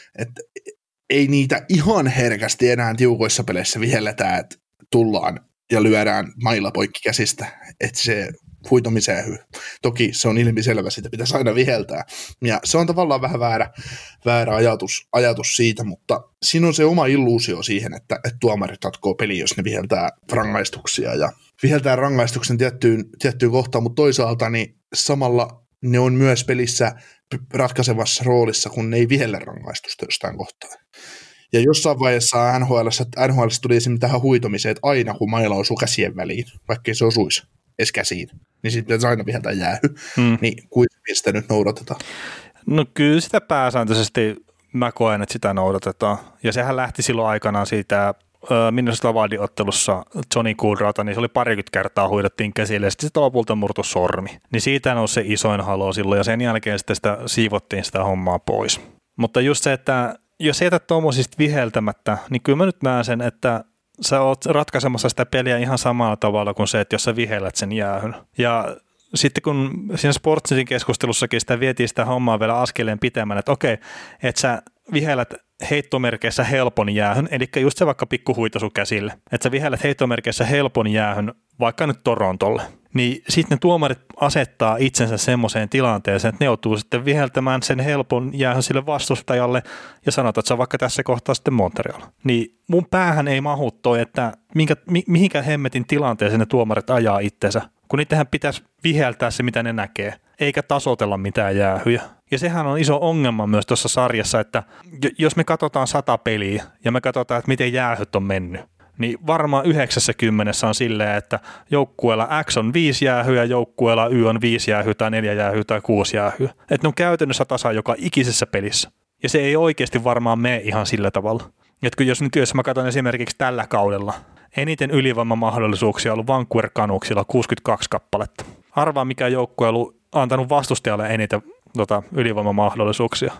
ei niitä ihan herkästi enää tiukoissa peleissä vihelletään, että tullaan ja lyödään mailla poikki käsistä, että se huitomiseen. Toki se on ilmiselvä, sitä pitäisi aina viheltää. Ja se on tavallaan vähän väärä ajatus siitä, mutta siinä on se oma illuusio siihen, että tuomarit ratkoo peli, jos ne viheltää rangaistuksia ja viheltää rangaistuksen tiettyyn kohtaan, mutta toisaalta niin samalla ne on myös pelissä ratkaisevassa roolissa, kun ne ei vihelle rangaistusta jostain kohtaa. Ja jossain vaiheessa NHL tuli esimerkiksi tähän huitomiseen, että aina kun maila osuu käsien väliin, vaikkei se osuisi edes käsiin, niin sitten pitäisi aina viheltää jäähy. Niin kuitenkin sitä nyt noudatetaan? No kyllä sitä pääsääntöisesti mä koen, että sitä noudatetaan. Ja sehän lähti silloin aikanaan siitä Minnesota Wildin ottelussa Johnny Gaudreauta, niin se oli 20 kertaa huidettiin käsille ja sitten lopulta murtu sormi. Niin siitä nousi se isoin halo silloin ja sen jälkeen sitten sitä siivottiin sitä hommaa pois. Mutta just se, että jos jätät tuommoisista viheltämättä, niin kyllä mä nyt näen sen, että sä oot ratkaisemassa sitä peliä ihan samalla tavalla kuin se, että jos sä vihellät sen jäähyn. Ja sitten kun siinä Sportsin keskustelussakin sitä vietiin sitä hommaa vielä askeleen pitemmän, että okei, että sä vihellät heittomerkeissä helpon jäähyn, eli just se vaikka pikkuhuito sun käsille, että sä vihellät heittomerkeissä helpon jäähyn vaikka nyt Torontolle, niin sitten ne tuomarit asettaa itsensä semmoiseen tilanteeseen, että ne joutuu sitten viheltämään sen helpon jäähyn sille vastustajalle ja sanotaan, että se on vaikka tässä kohtaa sitten Montreal. Niin mun päähän ei mahu toi, että mihinkä hemmetin tilanteeseen ne tuomarit ajaa itsensä, kun niitähän pitäisi viheltää se, mitä ne näkee, eikä tasoitella mitään jäähyjä. Ja sehän on iso ongelma myös tuossa sarjassa, että jos me katsotaan 100 peliä ja me katsotaan, että miten jäähyt on mennyt, niin varmaan 90 on silleen, että joukkueella X on 5 jäähyä, joukkueella Y on 5 jäähyä tai 4 jäähyä tai 6 jäähyä. Että ne on käytännössä tasa joka ikisessä pelissä. Ja se ei oikeasti varmaan mene ihan sillä tavalla. Että jos mä katson esimerkiksi tällä kaudella, eniten ylivoimamahdollisuuksia on ollut Vancouver Canucksilla 62 kappaletta. Arvaa mikä joukkue on antanut vastustajalle eniten ylivoimamahdollisuuksia.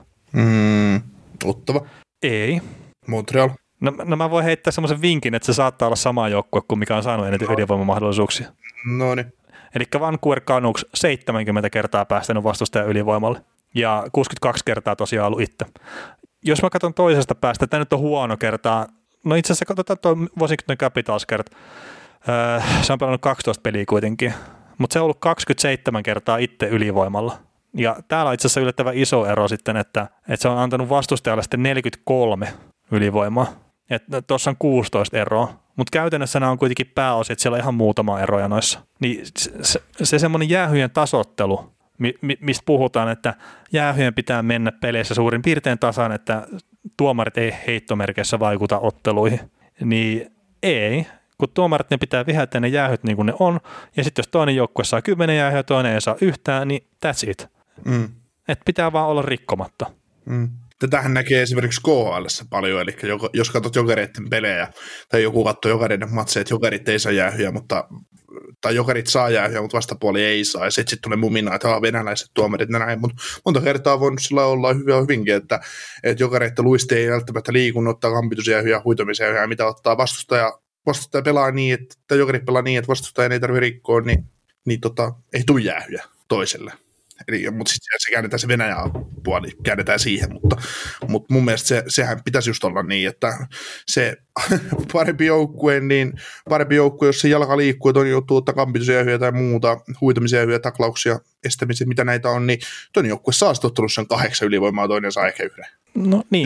Ottava. Ei. Montreal. No mä voin heittää semmoisen vinkin, että se saattaa olla sama joukkue kuin mikä on saanut eniten ylivoimamahdollisuuksia. No niin. Eli Vancouver Canucks 70 kertaa päästänyt vastustajan ylivoimalle ja 62 kertaa tosiaan ollut itse. Jos mä katson toisesta päästä, tämä nyt on huono kertaa. No itse asiassa katsotaan tuo Washington Capitals kert. Se on pelannut 12 peliä kuitenkin, mutta se on ollut 27 kertaa itse ylivoimalla. Ja täällä on itse asiassa yllättävän iso ero sitten, että se on antanut vastustajalle sitten 43 ylivoimaa. Että tuossa on 16 eroa, mutta käytännössä nämä on kuitenkin pääosin, että siellä on ihan muutama eroja noissa. Niin se semmoinen jäähyjen tasoittelu, mistä puhutaan, että jäähyjen pitää mennä peleissä suurin piirtein tasan, että tuomarit ei heittomerkeissä vaikuta otteluihin, niin ei. Kun tuomarit ne pitää viheltää ne jäähyt niin kuin ne on, ja sitten jos toinen joukkue saa 10 jäähyä ja toinen ei saa yhtään, niin that's it. Että pitää vaan olla rikkomatta. Tätähän näkee esimerkiksi KHL:ssä paljon, eli jos katsot Jokereiden pelejä, tai joku katsoo Jokereiden matseja, että Jokerit ei saa jäähyjä, tai Jokerit saa jäähyjä, mutta vastapuoli ei saa, ja sitten tulee mumina, että venäläiset tuomarit ja näin, mutta monta kertaa on voinut sillä olla hyvinkin, että Jokereiden luiste ei välttämättä liikun, ottaa kampitusjäähyjä, huitomisjäähyjä, mitä ottaa vastustaja pelaa niin, että Jokerit pelaa niin, että vastustajan ei tarvitse rikkoa, niin ei tule jäähyjä toiselle. Mutta sitten se käännetään se Venäjän puoli, käännetään siihen, mutta mun mielestä sehän pitäisi just olla niin, että se parempi joukkue, jos se jalka liikkuu, että on joutuu ottaa kampitusjäähyjä tai muuta, huitamisjäähyjä, taklauksia, estämisiä, mitä näitä on, niin toinen joukkue saa sitten ottanut sen 8 ylivoimaa, toinen saa ehkä 1. No niin.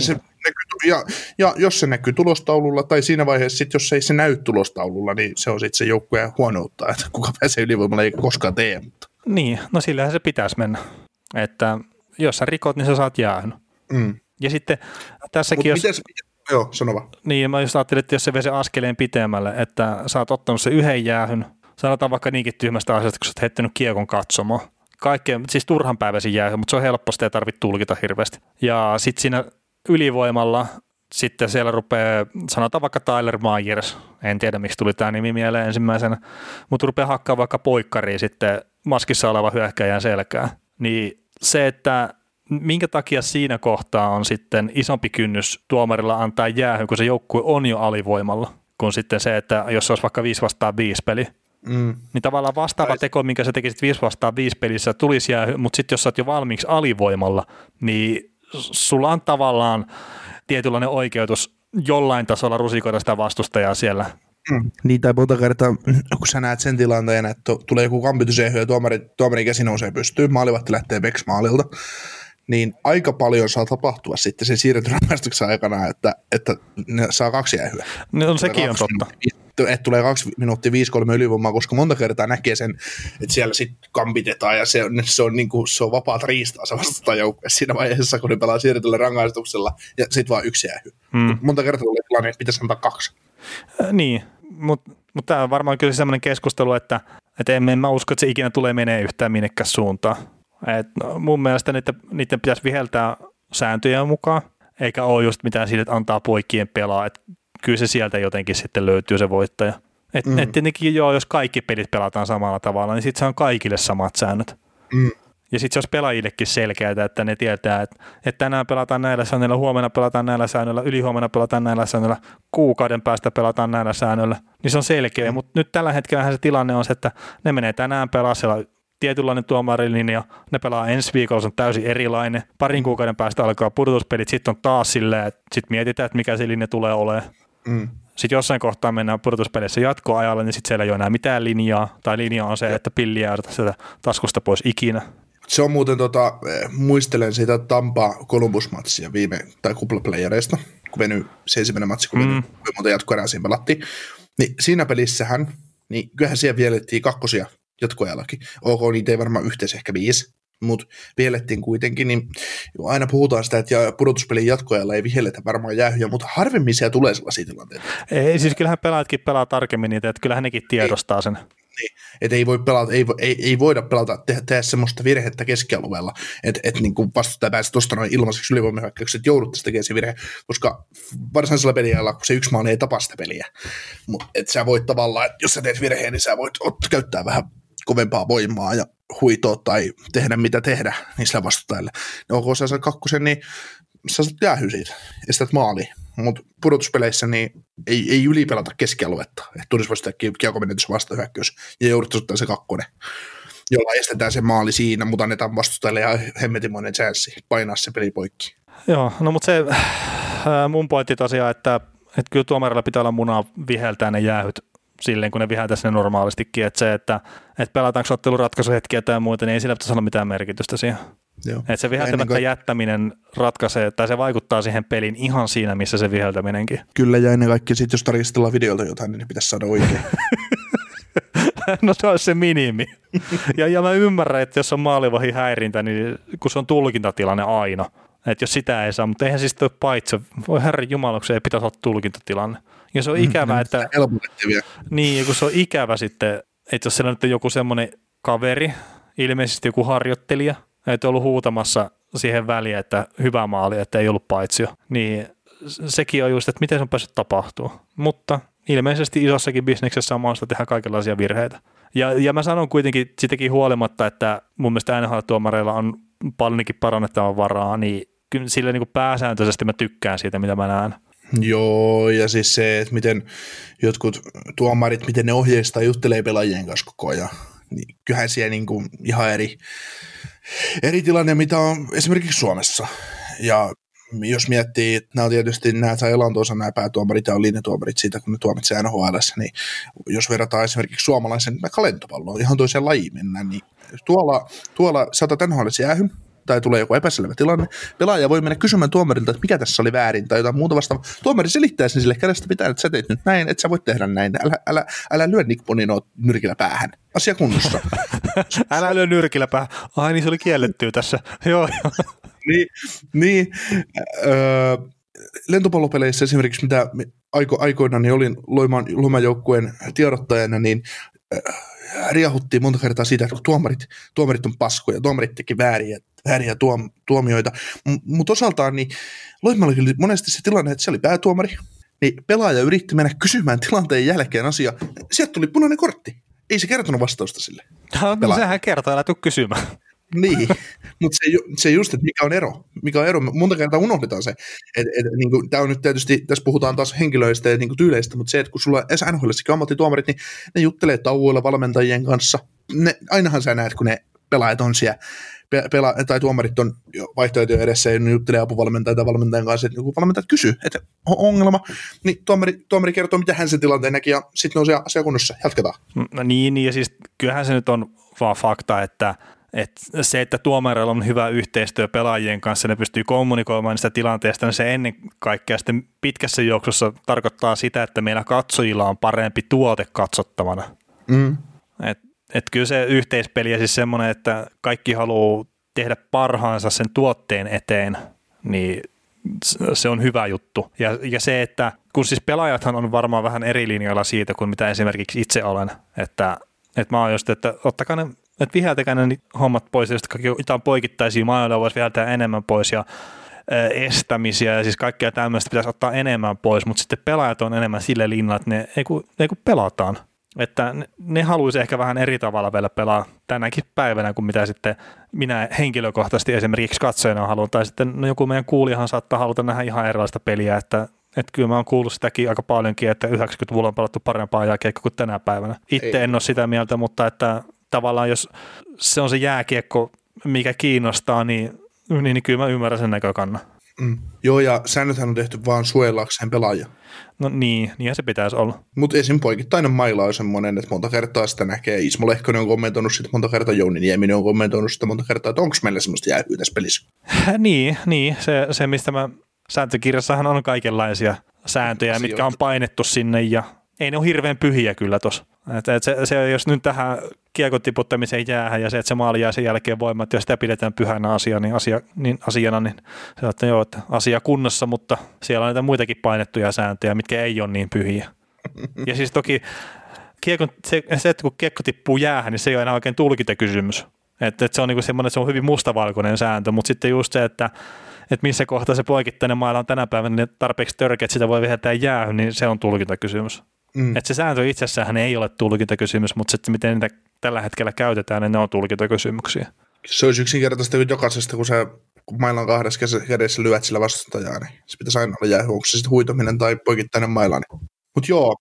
Ja jos se näkyy tulostaululla, tai siinä vaiheessa, sit, jos ei se näy tulostaululla, niin se on sitten se joukkueen huonoutta, että kuka pääsee ylivoimalla eikä koskaan tee. Mutta. Niin, no sillähän se pitäisi mennä, että jos sä rikot, niin sä saat jäähyn. Ja sitten tässäkin, joo, sano vaan. Niin, mä just ajattelin, että jos se vie se askeleen pitemmälle, että sä oot ottanut se yhden jäähyn, sanotaan vaikka niinkin tyhmästä asiasta, kun sä oot heittänyt kiekon katsomaan. Kaikkeen, siis turhanpäiväisin jäähy, mutta se on helposti ja tarvitse tulkita hirveästi. Ja sitten siinä ylivoimalla sitten siellä rupeaa, sanotaan vaikka Tyler Myers, en tiedä miksi tuli tämä nimi mieleen ensimmäisenä, mutta rupeaa hakkaa vaikka poikkariin sitten maskissa oleva hyökkäjän selkää. Niin se, että minkä takia siinä kohtaa on sitten isompi kynnys tuomarilla antaa jäähy, kun se joukkue on jo alivoimalla, kun sitten se, että jos se olisi vaikka 5-5 peli, niin tavallaan vastaava teko, minkä sä tekisit 5-5 pelissä, tulisi jäähy, mutta sitten jos sä oot jo valmiiksi alivoimalla, niin sulla on tavallaan tietynlainen oikeutus jollain tasolla rusikoida sitä vastustajaa siellä. Niin, tai monta kertaa, kun sä näet sen tilanteen, että tulee joku kampitusjäähy ja tuomarin käsi nousee pystyyn, maalivahti lähtee maalilta, niin aika paljon saa tapahtua sitten sen siirretyn rangaistuksen aikana, että ne saa 2 jäähyä. No sekin on totta. Että tulee 2 minuuttia 5-3 ylivoimaa, koska monta kertaa näkee sen, että siellä sitten kampitetaan ja se on vapaat riistaa se vastustajan joukkue siinä vaiheessa, kun ne pelaa siirretyllä rangaistuksella ja sitten vaan 1 jäähy. Monta kertaa tulee tilanne, että pitäisi antaa 2. Niin, mutta tämä on varmaan kyllä sellainen keskustelu, että en mä usko, että se ikinä tulee menee yhtään minnekään suuntaan. Mun mielestä niiden pitäisi viheltää sääntöjen mukaan, eikä ole just mitään siitä, että antaa poikien pelaa. Et kyllä se sieltä jotenkin sitten löytyy se voittaja. Et tietenkin jos kaikki pelit pelataan samalla tavalla, niin sitten se on kaikille samat säännöt. Ja sitten se olisi pelaajillekin selkeää, että ne tietää, että tänään pelataan näillä säännöillä, huomenna pelataan näillä säännöillä, ylihuomenna pelataan näillä säännöillä, kuukauden päästä pelataan näillä säännöillä, niin se on selkeä. Mutta nyt tällä hetkellä se tilanne on se, että ne menee tänään pelaa siellä tietynlainen tuomarilinja, ne pelaa ensi viikolla, se on täysin erilainen. Parin kuukauden päästä alkaa pudotuspelit, sitten on taas silleen, että sitten mietitään, että mikä se linja tulee olemaan. Sitten jossain kohtaa mennään pudotuspeleissä jatkoajalle, niin sitten siellä ei ole enää mitään linjaa, tai linja on se, että pilliä ei oteta sitä taskusta pois ikinä. Se on muuten, muistelen sitä Tampa-Columbus-matsia tai kuplaplayereista, kun venyi se ensimmäinen matsi, kun venyi monta jatkoerää siinä pelattiin. Niin siinä pelissähän, niin kyllähän siellä vielettiin 2 jatkoajallakin. Niitä ei varmaan yhteensä ehkä 5, mutta vielettiin kuitenkin, niin aina puhutaan sitä, että pudotuspelin jatkoajalla ei vihelletä varmaan jäähyjä, mutta harvemmin siellä tulee sellaisia tilanteita. Ei, siis kyllähän pelaajatkin pelaa tarkemmin niitä, että kyllähän nekin tiedostaa sen. Niin, että ei voida pelata, tehdä semmoista virhettä keskialueella, että niin kuin vastustaja pääsee tuosta noin ilmaiseksi ylivoimahyökkäykseksi, että jouduttaisiin tekemään se virhe, koska varsinaisella peliajalla, kun se 1 maali ei tapa sitä peliä, mutta että sä voit tavallaan, että jos sä teet virheen, niin sä voit käyttää vähän kovempaa voimaa ja huitoa tai tehdä mitä tehdä niillä vastustajalle. No, sä saat 2, niin sä saat jäähy siitä, estät maaliin. Mutta pudotuspeleissä niin ei ylipelata keskialuetta. Tulisi vasta kiekomenetys vastahyökkäys ja joudut ottaa se 2, jolla estetään se maali siinä, mutta annetaan vastustajalle ihan hemmetimoinen chanssi painaa se peli poikki. Joo, no mutta se mun pointti tosiaan, että kyllä tuomarilla pitää olla munaa viheltää ne jäähyt silleen, kun ne viheltäisi ne normaalistikin, että se, että pelataanko otteluratkaisuhetkiä tai muuta, niin ei sillä pitäisi olla mitään merkitystä siihen. Joo. Että se viheltämättä jättäminen ratkaisee, tai se vaikuttaa siihen peliin ihan siinä, missä se viheltäminenkin. Kyllä, ja ennen kaikkea sitten, jos tarkistellaan videolta jotain, niin pitäisi saada oikein. No se olisi se minimi. Ja mä ymmärrän, että jos on maalivahin häirintä, niin kun se on tulkintatilanne aina, että jos sitä ei saa, mutta eihän siis toi paitsi, voi herran jumala, kun se ei pitäisi olla tulkintatilanne. Ja se on ikävä, että niin, ja kun se on ikävä sitten, että jos siellä nyt on joku semmoinen kaveri, ilmeisesti joku harjoittelija, että on ollut huutamassa siihen väliin, että hyvä maali, että ei ollut paitsio, niin sekin on just, että miten se on päässyt tapahtuu. Mutta ilmeisesti isossakin bisneksessä on mahdollista tehdä kaikenlaisia virheitä. Ja mä sanon kuitenkin sitäkin huolimatta, että mun mielestä NHL-tuomareilla on paljonkin parannettavan varaa, niin kyllä sillä niin kuin pääsääntöisesti mä tykkään siitä, mitä mä näen. Joo, ja siis se, että miten jotkut tuomarit, miten ne ohjeistaa juttelee pelaajien kanssa koko ajan. Niin kyllähän siellä niin kuin ihan eri tilanne, mitä on esimerkiksi Suomessa. Ja jos miettii, että nämä on tietysti nämä elantonsa nämä päätuomarit ja linjatuomarit siitä, kun ne tuomitsee NHL:ssä, niin jos verrataan esimerkiksi suomalaisen vaikka lentopalloon, ihan toiseen lajiin mennään, niin tuolla saatat NHL:ssä jäähyn, tai tulee joku epäselvä tilanne, pelaaja voi mennä kysymään tuomarilta, että mikä tässä oli väärin, tai jotain muuta vastaavaa. Tuomari selittää sen sille kädestä pitää, että sä teit nyt näin, että sä voit tehdä näin, älä lyö Nick Boninoa nyrkillä päähän. Asia kunnossa. Älä lyö nyrkillä päähän. Ai niin, se oli kiellettyä tässä. Joo. Niin. Lentopallopeleissä esimerkiksi, mitä aikoinaan niin olin Loimaan tiedottajana, niin riahuttiin monta kertaa siitä, että tuomarit on paskoja, tuomarit teki vääriä tuomioita, mutta osaltaan niin Loimaalla oli monesti se tilanne, että se oli päätuomari, niin pelaaja yritti mennä kysymään tilanteen jälkeen asiaa, sieltä tuli punainen kortti, ei se kertonut vastausta sille. No sehän kertoo, älä tule kysymään. Niin, mutta se just, että mikä on ero, monta kertaa unohdetaan se, niin tämä on nyt tietysti, tässä puhutaan taas henkilöistä ja niin tyyleistä, mutta se, että kun sulla NHL:ssäkin ammattituomarit, niin ne juttelee tauoilla valmentajien kanssa, ainahan sä näet, kun ne pelaajat on siellä, tai tuomarit on vaihtoehtoja edessä ja ne juttelee apuvalmentajan tai valmentajan kanssa, että kun valmentajat kysyy, että on ongelma, niin tuomari kertoo, mitä hän sen tilanteen näki, ja sitten on se asiakunnossa, jatketaan. No niin, ja siis kyllähän se nyt on vaan fakta, että se, että tuomareilla on hyvä yhteistyö pelaajien kanssa, ne pystyy kommunikoimaan niistä tilanteista, niin se ennen kaikkea sitten pitkässä juoksussa tarkoittaa sitä, että meillä katsojilla on parempi tuote katsottavana. Et kyllä se yhteispeli ja siis semmoinen, että kaikki haluaa tehdä parhaansa sen tuotteen eteen, niin se on hyvä juttu. Ja se, että kun siis pelaajathan on varmaan vähän eri linjoilla siitä kuin mitä esimerkiksi itse olen, että mä oon just, että ottakaa ne, että viheltäkää ne hommat pois, ja sitten jotain poikittaisia maailmoja voisi viheltää enemmän pois ja estämisiä ja siis kaikkea tämmöistä pitäisi ottaa enemmän pois, mutta sitten pelaajat on enemmän sille linnalla, että ne ei kun pelataan. Että ne haluaisi ehkä vähän eri tavalla vielä pelaa tänäkin päivänä kuin mitä sitten minä henkilökohtaisesti esimerkiksi katsojana haluan, tai sitten joku meidän kuulijahan saattaa haluta nähdä ihan erilaista peliä, että kyllä mä oon kuullut sitäkin aika paljonkin, että 90-luvulla on pelattu parempaa jääkiekkoa kuin tänä päivänä. Itse en ole sitä mieltä, mutta että tavallaan jos se on se jääkiekko, mikä kiinnostaa, niin kyllä mä ymmärrän sen näkökannan. Joo, ja säännöthän on tehty vaan suojellakseen pelaajia. No niinhän se pitäisi olla. Mutta esim. Poikittainen maila on semmoinen, että monta kertaa sitä näkee. Ismo Lehkonen on kommentoinut sitä monta kertaa, Jouni Nieminen on kommentoinut sitä monta kertaa, että onko meillä semmoista jäähyä tässä pelissä? Niin. Se mistä sääntökirjassahan on kaikenlaisia sääntöjä, mitkä on painettu sinne, ja ei ne ole hirveän pyhiä kyllä tuossa. Se, jos nyt tähän kiekon tiputtamiseen jäähän ja se, että se maali jää sen jälkeen voimaan, että jos sitä pidetään pyhänä asiana, niin se että joo, että asia kunnossa, mutta siellä on näitä muitakin painettuja sääntöjä, mitkä ei ole niin pyhiä. Ja siis toki se, että kun kiekko tippuu jäähän, niin se ei ole enää oikein tulkintakysymys. Että se on niin kuin semmoinen, että se on hyvin mustavalkoinen sääntö, mutta sitten just se, että missä kohtaa se poikittainen maila on tänä päivänä niin tarpeeksi törkeä, että sitä voi viheltää jäähy, niin se on tulkintakysymys. Että se sääntö itsessään ei ole tulkintakysymys, mutta sitten miten niitä tällä hetkellä käytetään, niin ne on tulkintakysymyksiä. Se olisi yksinkertaisesti jokaisesta, kun mailla on kahdessa kädessä lyöt sillä vastustajaa, niin se pitäisi aina olla jäähy, onko se sitten huitominen tai poikittainen maila. Niin. Mutta joo,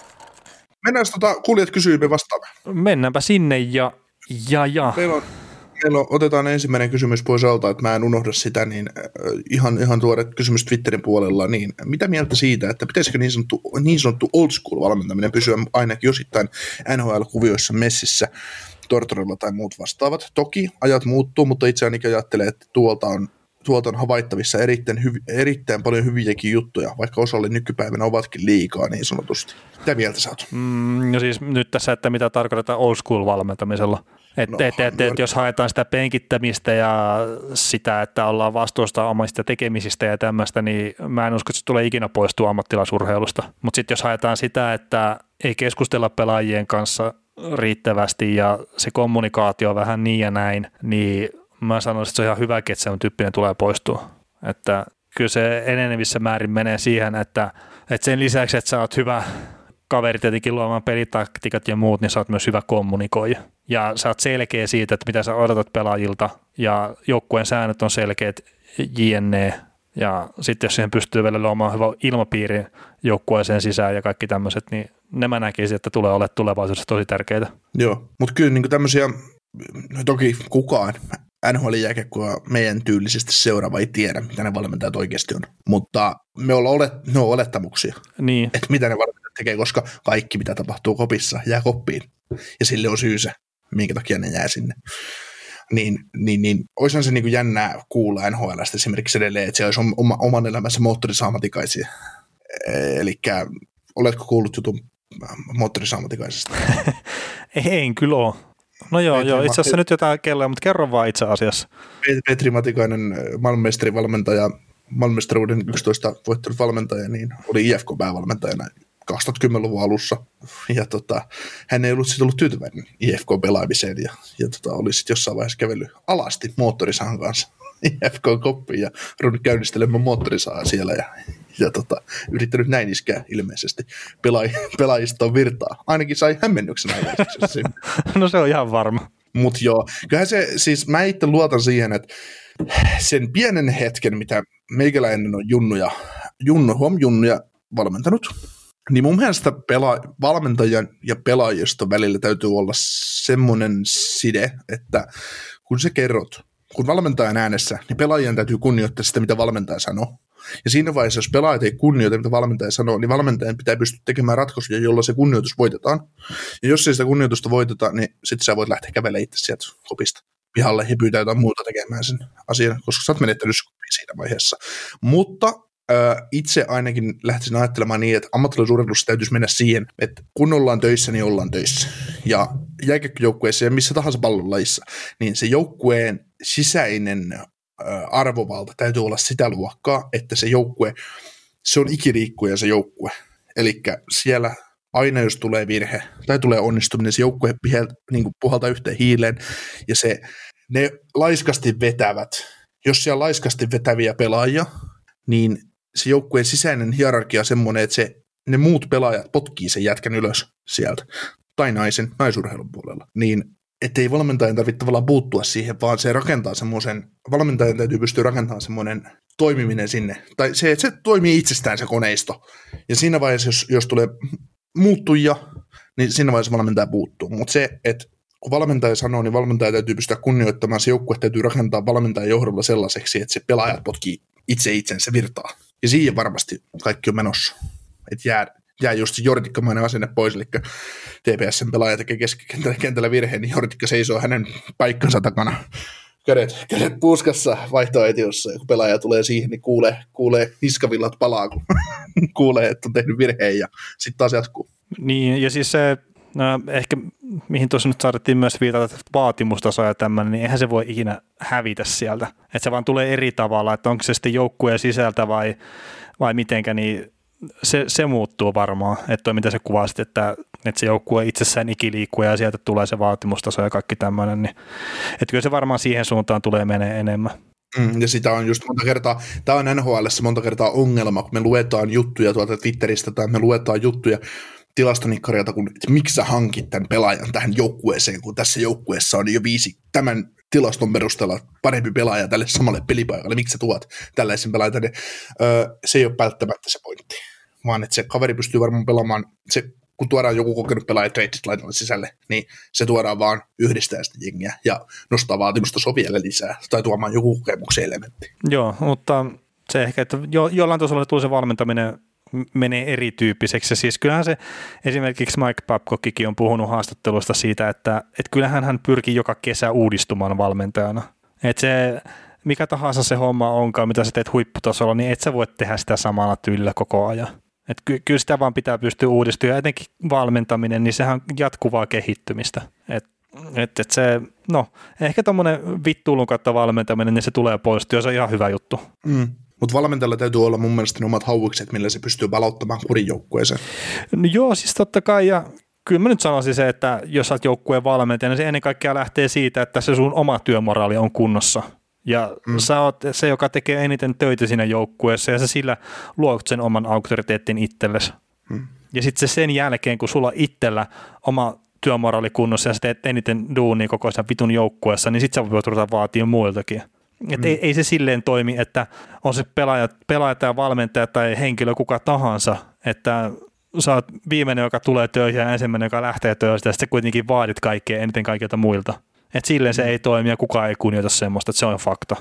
mennään kuulijat kysyy me vastaamme. Mennäänpä sinne ja. Meillä on otetaan ensimmäinen kysymys pois alta, että mä en unohda sitä, niin ihan tuore kysymys Twitterin puolella, niin mitä mieltä siitä, että pitäisikö niin sanottu old school valmentaminen pysyä ainakin osittain NHL-kuvioissa messissä, Tortorella tai muut vastaavat? Toki ajat muuttuu, mutta itse ainakin ajattelen, että tuolta on havaittavissa erittäin paljon hyviäkin juttuja, vaikka osalle nykypäivänä ovatkin liikaa niin sanotusti. Mitä mieltä sä oot? No siis nyt tässä, että mitä tarkoitetaan old school valmentamisella. Jos haetaan sitä penkittämistä ja sitä, että ollaan vastuusta omista tekemisistä ja tämmöistä, niin mä en usko, että se tulee ikinä poistua ammattilaisurheilusta. Mutta sitten jos haetaan sitä, että ei keskustella pelaajien kanssa riittävästi ja se kommunikaatio on vähän niin ja näin, niin mä sanoisin, että se on ihan hyväkin, että se tyyppinen tulee poistua. Että kyllä se enenevissä määrin menee siihen, että sen lisäksi, että sä oot hyvä kaveri tietenkin luomaan pelitaktiikat ja muut, niin sä oot myös hyvä kommunikoija. Ja sä oot selkeä siitä, että mitä sä odotat pelaajilta, ja joukkueen säännöt on selkeät, jne. Ja sitten jos siihen pystyy vielä luomaan hyvä ilmapiiri joukkueeseen sisään ja kaikki tämmöiset, niin ne mä näkisin, että tulee olemaan tulevaisuudessa tosi tärkeitä. Joo, mutta kyllä niin tämmöisiä, toki kukaan NHL-jääkiekkoa meidän tyylisesti seuraava ei tiedä, mitä ne valmentajat oikeasti on, mutta ne on olettamuksia, niin. Että mitä ne valmentajat tekee, koska kaikki mitä tapahtuu kopissa jää koppiin, ja sille on syy se, minkä takia ne jää sinne. Niin olisihan se niin kuin jännää kuulla NHL:stä esimerkiksi edelleen, että se olisi oman elämässä moottorisaammatikaisia. Eli oletko kuullut jutun moottorisaammatikaisesta? En kyllä ole. No joo, itse asiassa nyt jotain kelloa, mutta kerro vaan itse asiassa. Petri Matikainen, maailmanmestarivalmentaja, maailmanmestaruuden 11 voittanut valmentaja, niin oli IFK-päävalmentajana 2010-luvun alussa, ja hän ei ollut tyytyväinen IFK-pelaamiseen, ja oli sitten jossain vaiheessa kävellyt alasti moottorisahan kanssa IFK-koppiin, ja ruvennut käynnistelemään moottorisahaa siellä, ja yrittänyt näin iskää ilmeisesti pelaajista virtaa. Ainakin sai hämmennyksen aikaiseksi. No se on ihan varma. Mutta joo, kyllähän se, siis mä itse luotan siihen, että sen pienen hetken, mitä meikäläinen on junnuja valmentanut, niin mun mielestä valmentajan ja pelaajiston välillä täytyy olla semmoinen side, että kun sä kerrot, kun valmentajan äänessä, niin pelaajan täytyy kunnioittaa sitä, mitä valmentaja sanoo. Ja siinä vaiheessa, jos pelaajat ei kunnioita, mitä valmentaja sanoo, niin valmentajan pitää pystyä tekemään ratkaisuja, jolla se kunnioitus voitetaan. Ja jos ei sitä kunnioitusta voiteta, niin sitten sä voit lähteä kävelemään itse sieltä kopista pihalle ja pyytää jotain muuta tekemään sen asian, koska sä oot menettänyt siinä vaiheessa. Mutta itse ainakin lähtisin ajattelemaan niin, että ammattilaisurheilussa täytyisi mennä siihen, että kun ollaan töissä, niin ollaan töissä. Ja jääkiekkojoukkueessa ja missä tahansa pallonlajissa, niin se joukkueen sisäinen arvovalta täytyy olla sitä luokkaa, että se joukkue, se on ikiliikkuja se joukkue. Eli siellä aina jos tulee virhe tai tulee onnistuminen, se joukkue niin puhaltaa yhteen hiileen ja ne laiskasti vetävät. Jos siellä laiskasti vetäviä pelaajia, niin se joukkueen sisäinen hierarkia on semmoinen, että ne muut pelaajat potkii sen jätkän ylös sieltä, tai naisurheilun puolella, niin ettei valmentajan tarvitse tavallaan puuttua siihen, vaan se rakentaa semmoisen, valmentajan täytyy pystyä rakentamaan semmoinen toimiminen sinne, tai se, että se toimii itsestään se koneisto, ja siinä vaiheessa, jos tulee muuttujia, niin siinä vaiheessa valmentaja puuttuu, mutta se, että kun valmentaja sanoo, niin valmentaja täytyy pystyä kunnioittamaan, se joukkue täytyy rakentaa valmentajan johdolla sellaiseksi, että se pelaajat potkii itsensä virtaa. Ja siihen varmasti kaikki on menossa. Että jää just jortikkamainen asenne pois, eli TPS:n pelaaja tekee keskikentällä virheen, niin jortikka seisoo hänen paikkansa takana. Kädet puuskassa vaihtoehtoissa, ja kun pelaaja tulee siihen, niin kuulee niskavillat palaa, kun kuulee, että on tehnyt virheen, ja sitten taas jatkuu. Niin, ja siis se ehkä mihin tuossa nyt saatettiin myös viitata vaatimustaso ja tämmöinen, niin eihän se voi ikinä hävitä sieltä. Että se vaan tulee eri tavalla, että onko se sitten joukkueen sisältä vai mitenkä, niin se muuttuu varmaan. Että toi mitä sä kuvasit, että se joukkue itsessään ikiliikkuu ja sieltä tulee se vaatimustaso ja kaikki tämmöinen, niin että kyllä se varmaan siihen suuntaan tulee menee enemmän. Ja sitä on just monta kertaa, tämä on NHL:ssä monta kertaa ongelma, kun me luetaan juttuja tuolta Twitteristä tai me luetaan juttuja tilastonikkarilta, että miksi sä hankit tämän pelaajan tähän joukkueeseen, kun tässä joukkueessa on jo 5 tämän tilaston perusteella parempi pelaaja tälle samalle pelipaikalle, miksi sä tuot tällaisen pelaajan tänne. Se ei ole välttämättä se pointti, vaan että se kaveri pystyy varmaan pelaamaan, se kun tuodaan joku kokenut pelaaja trade laitalle sisälle, niin se tuodaan vaan yhdistää sitä jengiä ja nostaa vaatimusta vielä lisää tai tuomaan joku kokemuksen elementti. Joo, mutta se ehkä, että jollain tasolla tulee se valmentaminen menee erityyppiseksi. Ja siis kyllähän se esimerkiksi Mike Babcockikin on puhunut haastattelusta siitä, että kyllähän hän pyrkii joka kesä uudistumaan valmentajana. Että se, mikä tahansa se homma onkaan, mitä sä teet huipputasolla, niin et sä voi tehdä sitä samalla tyylillä koko ajan. Että kyllä sitä vaan pitää pystyä uudistumaan. Ja etenkin valmentaminen, niin sehän on jatkuvaa kehittymistä. Että se, no, ehkä tommoinen vittuulun kautta valmentaminen, niin se tulee poistua, ja se on ihan hyvä juttu. Mutta valmentajalla täytyy olla mun mielestä ne omat hauikset, millä se pystyy palauttamaan kurin joukkueeseen. No joo, siis totta kai, ja kyllä mä nyt sanoisin se, että jos sä oot joukkueen valmentaja, niin se ennen kaikkea lähtee siitä, että se sun oma työmoraali on kunnossa. Ja sä oot se, joka tekee eniten töitä siinä joukkueessa, ja sä sillä luot sen oman auktoriteetin itsellesi. Ja sitten se sen jälkeen, kun sulla itsellä oma työmoraali kunnossa, ja sä teet eniten duunia koko sen vitun joukkueessa, niin sit sä voit ruveta vaatia muiltakin. Että ei se silleen toimi, että on se pelaaja tai valmentaja tai henkilö kuka tahansa, että sä oot viimeinen, joka tulee töihin ja ensimmäinen, joka lähtee töistä, ja sitten kuitenkin vaadit kaikkea eniten kaikilta muilta. Että silleen se ei toimi ja kukaan ei kunnioita semmoista, että se on fakta.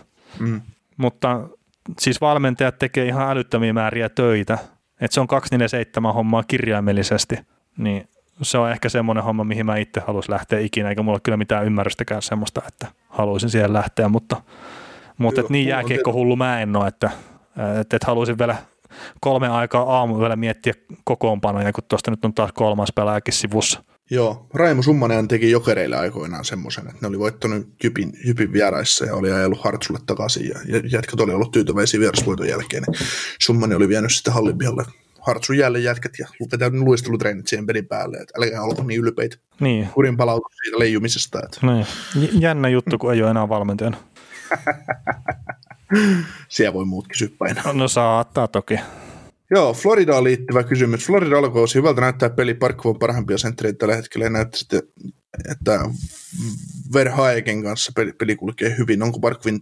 Mutta siis valmentajat tekee ihan älyttömiä määriä töitä, että se on 247 hommaa kirjaimellisesti, niin se on ehkä semmoinen homma, mihin mä itse haluaisin lähteä ikinä, eikä mulla ole kyllä mitään ymmärrystäkään semmoista, että haluaisin siihen lähteä, mutta et niin jääkiekkohullu mä en ole, että haluaisin vielä 3 aikaa aamulla miettiä kokoonpanoja, kun tuosta nyt on taas 3. pelaajakin sivussa. Joo, Raimo Summanen teki Jokereille aikoinaan semmoisen, että ne oli voittanut Jypin vieraissa ja oli ajellut Hartsulle takaisin ja jätkät oli ollut tyytyväisiä vierasvoiton jälkeen. Summanen oli vienyt sitten hallin pihalle Hartsun jälleen jätkät ja vetänyt luistelutreenit siihen pelin päälle, että älkää olko niin ylpeitä. Niin. Kurin palautus siitä leijumisesta. Että. Niin. Jännä juttu, kun ei ole enää valmentajana. Siellä voi muutkin syppäinä. No saattaa toki. Joo, Floridaan liittyvä kysymys. Florida alkukausi hyvältä näyttää peli Parkkuvon parhaimpia senttereitä tällä hetkellä. Näyttää sitten, että Verhaegen kanssa peli kulkee hyvin. Onko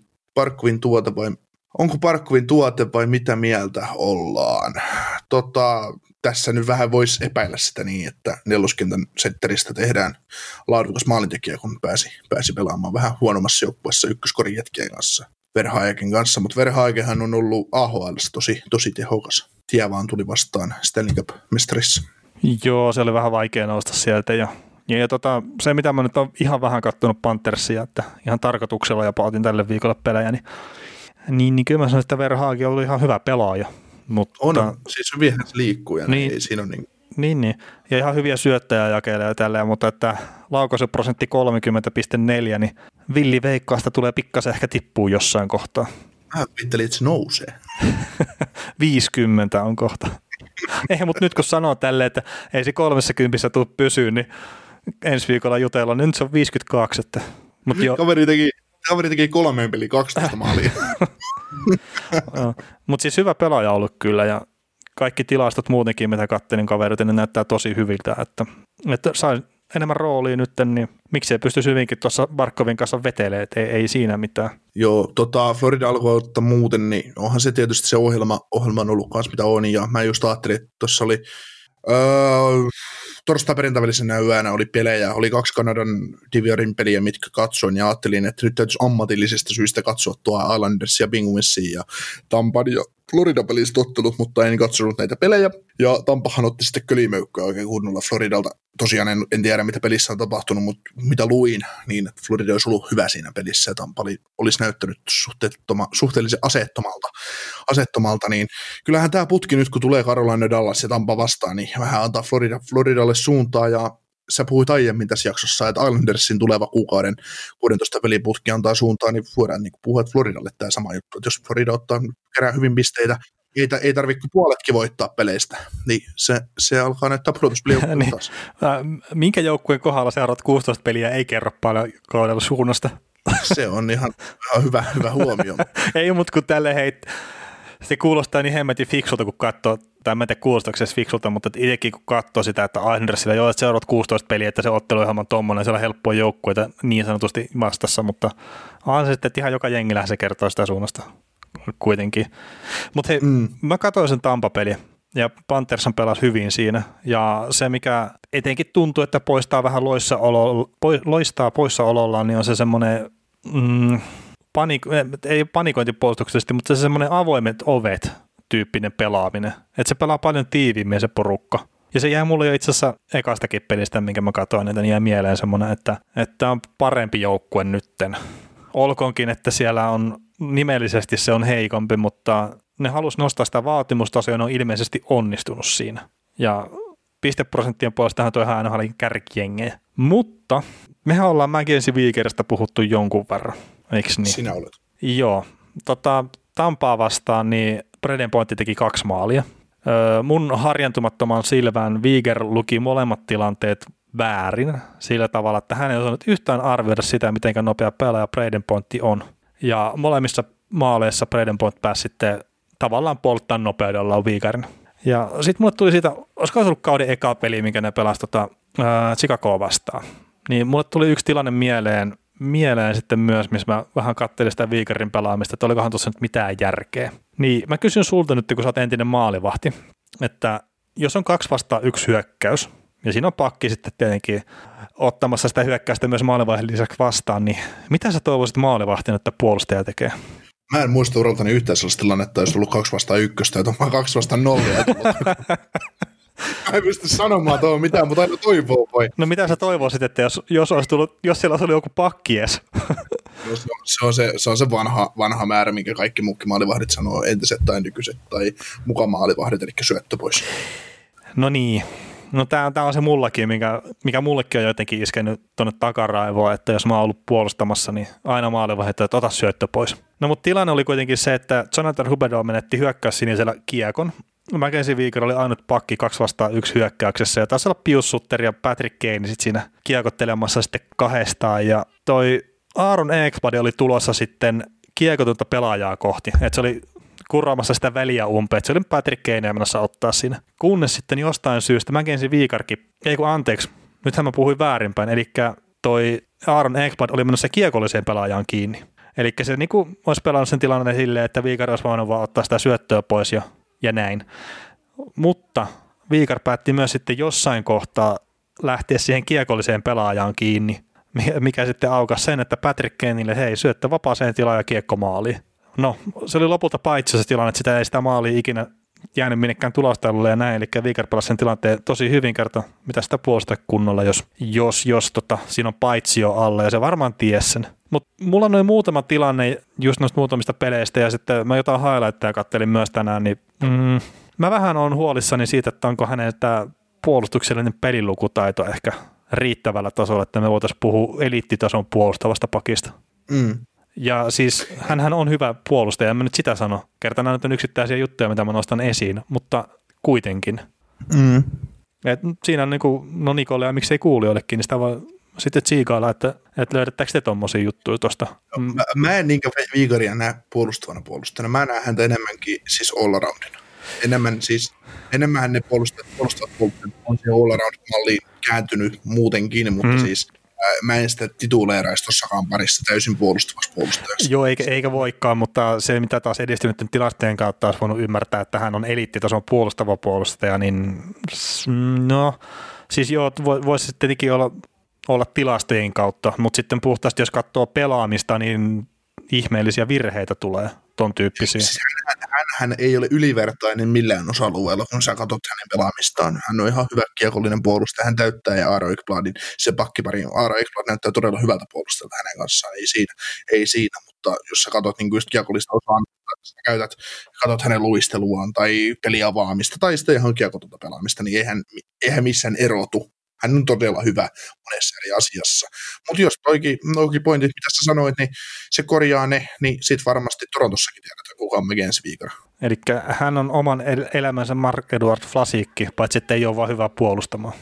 Parkkuvin tuote vai mitä mieltä ollaan? Tässä nyt vähän voisi epäillä sitä niin, että neloskentän sentteristä tehdään laadukas maalintekijä, kun pääsi pelaamaan vähän huonommassa joukkueessa ykköskorin jätkien kanssa. Verhaegen kanssa, mutta Verhaegenhan on ollut AHL:ssä tosi tehokas. Tie vaan tuli vastaan Stanley Cup-mestarissa. Joo, se oli vähän vaikea nousta sieltä. Ja se, mitä mä nyt olen ihan vähän kattonut Panthersia, että ihan tarkoituksella jopa otin tälle viikolle pelejä, niin kyllä mä sanoin, että Verhaegen oli ihan hyvä pelaaja. Mutta, on, siis hyvinhän se liikkuu ja niin, ei siinä ole niin. Niin, ja ihan hyviä syöttäjä jakelee ja tälleen, mutta että laukaisuprosentti 30,4, niin Villi Veikkaasta tulee pikkasen ehkä tippuu jossain kohtaa. Mä pittelin, että se nousee. 50 on kohta. Eihän, mutta nyt kun sanoo tälleen, että ei se 30 tule pysyä, niin ensi viikolla jutellaan, niin nyt se on 52. Kaveri teki 3 peliä 12 maalia. Mutta siis hyvä pelaaja ollut kyllä, ja kaikki tilastot muutenkin, mitä katselin kaverit, niin näyttää tosi hyviltä, että sai enemmän roolia nyt, niin miksei pystyisi hyvinkin tuossa Barkovin kanssa vetelemään, ei siinä mitään. Joo, Florida alkoi ottaa muuten, niin onhan se tietysti se ohjelma on ollut kanssa mitä on, ja mä just ajattelin, että tuossa oli torstai-perjantai-välisenä yönä oli pelejä, oli 2 Kanadan Diviorin peliä, mitkä katsoin, ja ajattelin, että nyt täytyisi ammatillisesta syystä katsoa tuo Islandersia, Penguinsia ja Tampan ja Florida-peliset ottelut, mutta en katsonut näitä pelejä, ja Tampahan otti sitten kölimöykköä oikein kunnolla Floridalta. Tosiaan en tiedä, mitä pelissä on tapahtunut, mutta mitä luin, niin Florida olisi ollut hyvä siinä pelissä, ja Tampa olisi näyttänyt suhteellisen asettomalta, niin kyllähän tämä putki nyt, kun tulee Carolina, Dallas ja Tampa vastaan, niin vähän antaa Floridalle suuntaa, ja sä puhuit aiemmin tässä jaksossa, että Islandersin tuleva kuukauden 16 peliputki antaa suuntaa, niin voidaan niin puhua Floridalle tämä sama juttu, että jos Florida kerää hyvin pisteitä, ei tarvitse puoletkin voittaa peleistä, niin se alkaa näyttää pudotuspeliä niin, taas. Minkä joukkueen kohdalla seuraat 16 peliä ei kerro paljon kaudella suunnasta? Se on ihan hyvä huomio. Ei, mutta kun tälle se kuulostaa niin hemmetin fiksulta, kun katsoo, tai mä en tiedä kuulostaako se fiksulta, mutta itsekin kun katsoo sitä, että Islandersilla joo, että seuraat 16 peliä, että se ottelu on ihan tommoinen, siellä on helppoa joukkueita niin sanotusti vastassa, mutta on se sitten, että ihan joka jengillä se kertoo sitä suunnasta kuitenkin. Mutta hei, mä katsoin sen Tampa-peliä, ja Pantherson pelasi hyvin siinä. Ja se, mikä etenkin tuntuu, että poistaa vähän loistaa poissaolollaan, niin on se semmoinen, ei panikointipuolustuksellisesti, mutta se semmoinen avoimet ovet tyyppinen pelaaminen. Että se pelaa paljon tiiviimmin se porukka. Ja se jäi mulle jo itse asiassa ekastakin pelistä, minkä mä katsoin, että jäi mieleen semmoinen, että on parempi joukkue nytten. Olkoonkin, että siellä on nimellisesti se on heikompi, mutta ne halusi nostaa sitä vaatimustasoa ja ne on ilmeisesti onnistunut siinä. Ja pisteprosenttien puolestahan toi ihan aina oli kärkijengejä. Mutta mehän ollaan Mackenzie Weegarista puhuttu jonkun verran, eikö niin? Sinä olet. Joo. Tampaa vastaan, niin Braden Point teki 2 maalia. Mun harjantumattoman silmään Weegar luki molemmat tilanteet väärin sillä tavalla, että hän ei osannut yhtään arvioida sitä, miten nopea pelaaja Braden Point on. Ja molemmissa maaleissa Braden Point pääsi sitten tavallaan polttaa nopeudella Weegarin. Ja sitten mulle tuli siitä, olisiko ollut kauden eka peli, minkä ne pelasi Chicagoa vastaan. Niin mulle tuli yksi tilanne mieleen sitten myös, missä mä vähän katselin sitä Weegarin pelaamista, että olikohan tuossa nyt mitään järkeä. Niin mä kysyn sulta nyt, kun sä oot entinen maalivahti, että jos on 2-1 hyökkäys, ja siinä on pakki sitten tietenkin ottamassa sitä hyökkäystä myös maalivahdin lisäksi vastaan, niin mitä sä toivoisit maalivahtina, että puolustaja tekee? Mä en muista uraltani yhtään sellaista tilannetta, jos on ollut 2-1, että on 2-0. Mä en pysty sanomaan tuohon mitään, mutta aina toivoo voi. No mitä sä toivoisit, että jos siellä olisi ollut joku pakki edes? Se on se vanha määrä, minkä kaikki muukki maalivahdit sanoo, entiset tai nykyiset tai mukaan maalivahdit, eli syöttö pois. No niin. No tää on se mullakin, mikä mullekin on jotenkin iskenyt tuonne takaraivoon, että jos mä oon ollut puolustamassa, niin aina maalivahdit, että ota syöttö pois. No mutta tilanne oli kuitenkin se, että Jonathan Huberdeau menetti hyökkäys sinisellä kiekon. Mackenzie Weegar oli ainut pakki 2-1 hyökkäyksessä, ja taisi olla Pius Sutter ja Patrick Kane sit siinä kiekottelemassa sitten kahdestaan, ja toi Aaron Ekblad oli tulossa sitten kiekotonta pelaajaa kohti, että se oli kurraamassa sitä väliä umpeen, että se oli Patrick Kane menossa ottaa siinä. Kunnes sitten jostain syystä Mackenzie Weegarkin, nythän mä puhuin väärinpäin, eli toi Aaron Ekblad oli menossa kiekolliseen pelaajaan kiinni. Eli se niinku olisi pelannut sen tilanteen silleen, että Weegar olisi voinut vaan ottaa sitä syöttöä pois ja näin. Mutta Weegar päätti myös sitten jossain kohtaa lähteä siihen kiekolliseen pelaajaan kiinni, mikä sitten aukasi sen, että Patrick Kaneille, hei, syöttö vapaaseen tilaan ja kiekko maaliin. No, se oli lopulta paitsi se tilanne, että ei sitä maalia ikinä jäänyt minnekään tulostaululle ja näin, eli Weegar pelasi sen tilanteen tosi hyvin kerta, mitä sitä puolustaa kunnolla, jos siinä on paitsio alla, ja se varmaan ties sen. Mutta mulla on noin muutama tilanne just noista muutamista peleistä, ja sitten mä jotain highlightteja kattelin myös tänään, niin mä vähän on huolissani siitä, että onko hänen tämä puolustuksellinen pelilukutaito ehkä riittävällä tasolla, että me voitaisiin puhua eliittitason puolustavasta pakista. Ja siis hänhän on hyvä puolustaja, en mä nyt sitä sano. Kertaan nyt on yksittäisiä juttuja, mitä mä nostan esiin, mutta kuitenkin. Et siinä on niinku, no Nikolle ja miksei kuulijoillekin, niin sitä voi sitten tsiikailla, että löydättekö te tommosia juttuja tuosta? Mä en niinkään Weegaria näe puolustavana puolustajana. Mä näen häntä enemmänkin siis all-aroundina. Enemmän ne puolustavat on se all-around-malliin kääntynyt muutenkin, mutta siis mä en sitä tituleeraisi tuossakaan parissa täysin puolustavaksi puolustajaksi. Joo, eikä voikaan, mutta se mitä taas edistynyt tilastojen kautta olisi voinut ymmärtää, että hän on eliittitason puolustava puolustaja, niin no, siis joo, voisi tietenkin olla tilastojen kautta, mutta sitten puhtaasti jos katsoo pelaamista, niin ihmeellisiä virheitä tulee ton tyyppisiä. Siis hän ei ole ylivertainen millään osa-alueella, kun sä katsot hänen pelaamistaan. Hän on ihan hyvä kiekollinen puolustaja, hän täyttää ja Aaro Ekbladin se pakkipari. Aaro Ekblad näyttää todella hyvältä puolustajalta hänen kanssaan, ei siinä, mutta jos sä katsot niin just kiekollista osaamista, katsot hänen luisteluaan tai peliavaamista tai sitten ihan kiekotonta pelaamista, niin eihän missään erotu. Hän on todella hyvä monessa eri asiassa. Mutta jos toikin pointit, mitä sä sanoit, niin se korjaa ne, niin sitten varmasti Torontossakin tiedetään, kuka on Mackenzie Weegar. Eli hän on oman elämänsä Marc-Edouard Vlasic, paitsi että ei ole vaan hyvä puolustamaan.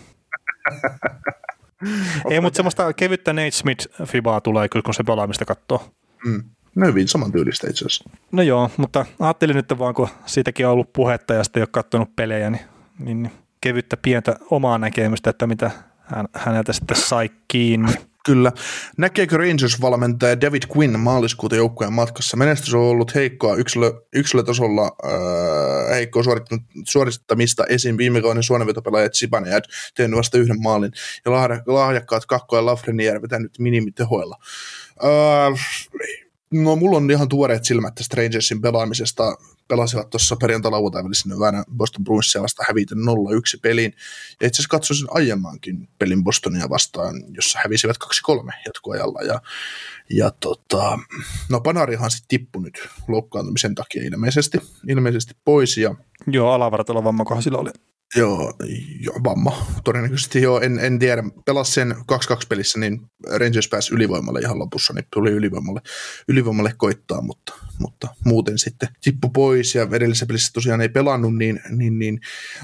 Ei, mutta semmoista kevyttä Nate Smith-fibaa tulee, kun se pelaamista katsoo. No hyvin samantyylistä itse asiassa. No joo, mutta ajattelin nyt vaan, kun siitäkin on ollut puhetta ja sitten ei ole katsonut pelejä, niin kevyttä pientä omaa näkemystä, että mitä häneltä sitten sai kiinni. Kyllä. Näkeekö Rangers-valmentaja David Quinn maaliskuuta joukkueen matkassa? Menestys on ollut heikkoa yksilötasolla, heikkoa suorittamista esim. Viime kauden suonenvetopelaajat Zibanejad tehnyt vasta 1 maalin ja lahjakkaat Kakko ja Lafreniere vetänyt minimitehoilla. No, mulla on ihan tuoreet silmät tästä Rangersin pelaamisesta. Pelasivat tuossa perjantai-lauantai välisenä hyvänä Boston Bruinsia vastaan häviten 0-1 peliin. Ja itse asiassa katsoisin aiemmankin pelin Bostonia vastaan, jossa hävisivät 2-3 jatkoajalla. No Panarihan sitten tippui nyt loukkaantumisen takia ilmeisesti pois. Joo, alavartalo vammakohan sillä oli. Joo, vamma. Todennäköisesti joo, en tiedä. Pelasi sen 2-2 pelissä, niin Rangers pääsi ylivoimalle ihan lopussa, niin tuli ylivoimalle koittaa, mutta muuten sitten tippu pois ja edellisessä pelissä tosiaan ei pelannut, niin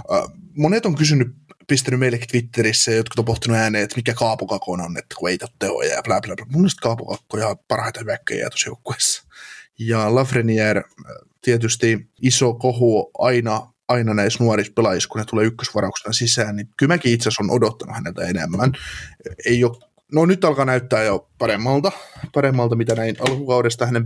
monet on pistänyt meillekin Twitterissä, jotka on pohtinut ääneen, että mikä Kaapo Kakon on, että kun ei ole tehoja ja bla bla bla. Mun mielestä Kaapo Kakko ja parhaita hyökkäjiä tuossa joukkueessa. Ja Lafreniere tietysti iso kohu aina näissä nuorissa pelaajissa, kun ne tulee ykkösvarauksena sisään, niin kyllä mäkin itse asiassa olen odottanut häneltä enemmän. Ei ole, no nyt alkaa näyttää jo paremmalta mitä näin alkukaudesta hänen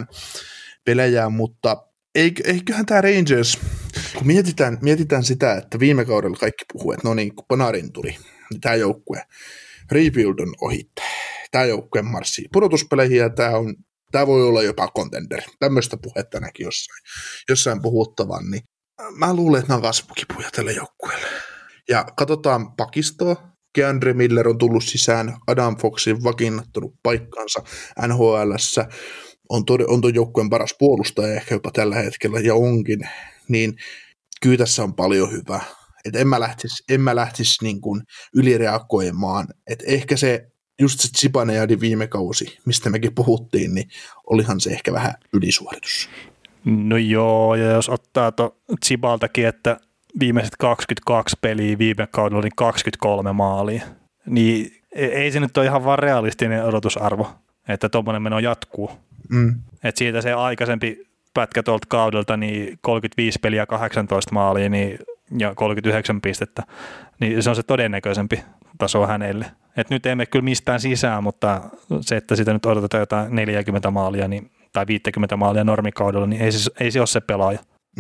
pelejään, mutta eiköhän tämä Rangers, kun mietitään sitä, että viime kaudella kaikki puhuu, että no niin, kun Panarin tuli, niin tämä joukkue rebuild on ohitte. Tämä joukkue marssii pudotuspeleihin ja tämä voi olla jopa contender. Tämmöistä puhetta näki jossain puhuttavan, niin mä luulen, että nämä on kasvukipuja tälle joukkueelle. Ja katsotaan pakistoa. Keandre Miller on tullut sisään, Adam Foxin vakiinnuttanut paikkansa NHL:ssä, on tuon joukkueen paras puolustaja ehkä jopa tällä hetkellä, ja onkin, niin kyllä tässä on paljon hyvää. Et en mä lähtisi niin kuin ylireagoimaan, että ehkä just se Zibanejadin viime kausi, mistä mekin puhuttiin, niin olihan se ehkä vähän ylisuoritus. No joo, ja jos ottaa Zibaltakin, että viimeiset 22 peliä viime kaudella oli 23 maalia, niin ei se nyt ole ihan vaan realistinen odotusarvo, että tuommoinen meno jatkuu. Että siitä se aikaisempi pätkä tuolta kaudelta, niin 35 peliä 18 maalia ja 39 pistettä, niin se on se todennäköisempi taso hänelle. Et nyt emme kyllä mistään sisään, mutta se, että sitä nyt odotetaan jotain 40 maalia tai 50 maalia normikaudella, niin ei se ole se pelaaja.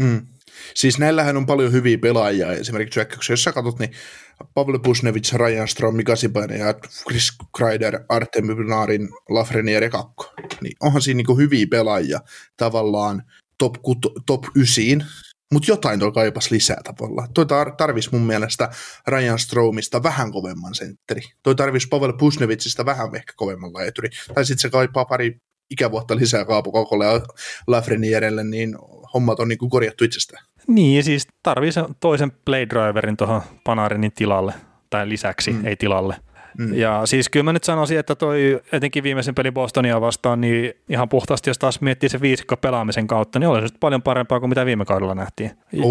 Siis näillähän on paljon hyviä pelaajia. Esimerkiksi hyökkäyksessä, jos sä katsot, niin Pavel Buchnevich, Ryan Strome, Mika Zibanejad, Chris Kreider, Artemi Panarin, Lafreniere Kakko. Niin onhan siinä niinku hyviä pelaajia tavallaan top 9, mutta jotain toi kaipas lisää tavallaan. Toi tarvisi mun mielestä Ryan Stromesta vähän kovemman sentteri. Toi tarvisi Pavel Buchnevichista vähän ehkä kovemman laituri. Tai sitten se kaipaa pari ikävuotta lisää Kaapo Kakolle ja Lafrenierelle, niin hommat on niinku korjattu itsestään. Niin, ja siis tarvii toisen playdriverin tuohon Panarinin tilalle, tai lisäksi, ei tilalle. Ja siis kyllä mä nyt sanoisin, että toi etenkin viimeisen pelin Bostonia vastaan, niin ihan puhtaasti, jos taas miettii se viisikko pelaamisen kautta, niin olisi paljon parempaa kuin mitä viime kaudella nähtiin.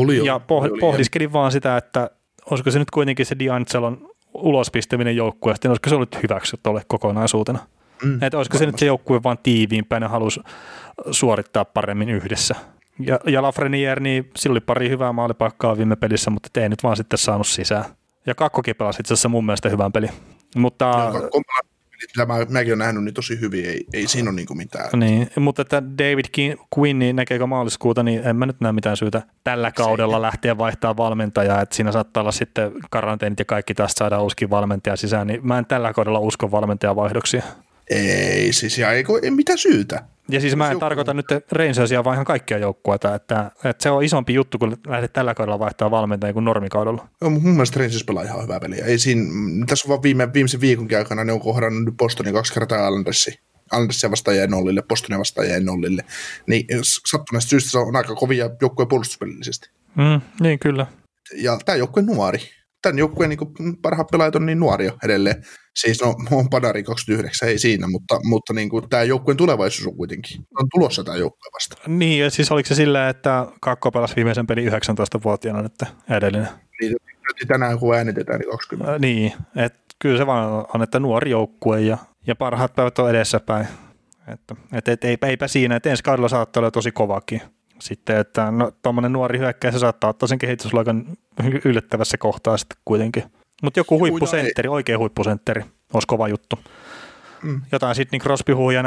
Pohdiskelin vaan sitä, että olisiko se nyt kuitenkin se D'Angelon ulospistäminen joukkueesta, niin olisiko se ollut hyväksi tuolle kokonaisuutena. Että olisiko se nyt se joukkue vaan tiiviimpään ja halusi suorittaa paremmin yhdessä. Ja Lafreniere, niin sillä oli pari hyvää maalipaikkaa viime pelissä, mutta ei nyt vaan sitten saanut sisään. Ja Kakkokin pelasi itse asiassa mun mielestä hyvän pelin. Mutta mäkin olen nähnyt niin tosi hyvin, ei siinä ole niinku mitään. Niin, mutta että David Quinn, niin näkeekö maaliskuuta, niin en mä nyt näe mitään syytä tällä kaudella lähteä vaihtaa valmentajaa, että siinä saattaa olla sitten karanteenit ja kaikki tästä saadaan uuskin valmentaja sisään, niin mä en tällä kaudella usko valmentajavaihdoksia. Ei siis, ja ei mitään syytä. Ja siis mä en tarkoita nyt Rangersia, vaan ihan kaikkia joukkueita, että se on isompi juttu, kun lähdet tällä kaudella vaihtaa valmentajia kuin normikaudella. No, mun mielestä Rangers pelaa ihan hyvää peliä. Ei siinä, tässä on vaan viimeisen viikonkin aikana ne on kohdannut nyt Bostonin 2 kertaa Islandersia vastaan jäi nollille, Bostonia vastaan jäi nollille. Niin sattuneesta syystä se on aika kovia joukkueen puolustuspelillisesti. Niin kyllä. Ja tämä joukkue nuori. Tämän joukkueen niin parhaat pelaajat on niin nuoria edelleen. Siis no, on Panari 29, ei siinä, mutta niin kuin, tämä joukkueen tulevaisuus on kuitenkin. On tulossa tämä joukkue vasta. Niin, ja siis oliko se sillä, että Kakko pelasi viimeisen pelin 19-vuotiaana nyt edellinen? Niin, tänään kun äänitetään, niin 20. Niin, että kyllä se vaan on, että nuori joukkue ja parhaat päivät on edessäpäin. Että eipä siinä, että ensi kaudella saattaa olla tosi kovakin. Sitten, että no, tuommoinen nuori hyökkäjä, se saattaa ottaa sen kehitysluokan yllättävässä kohtaa sitten kuitenkin. Mutta joku huippusentteri, oikea huippusentteri, olisi kova juttu. jotain Sidney Crosby-huuja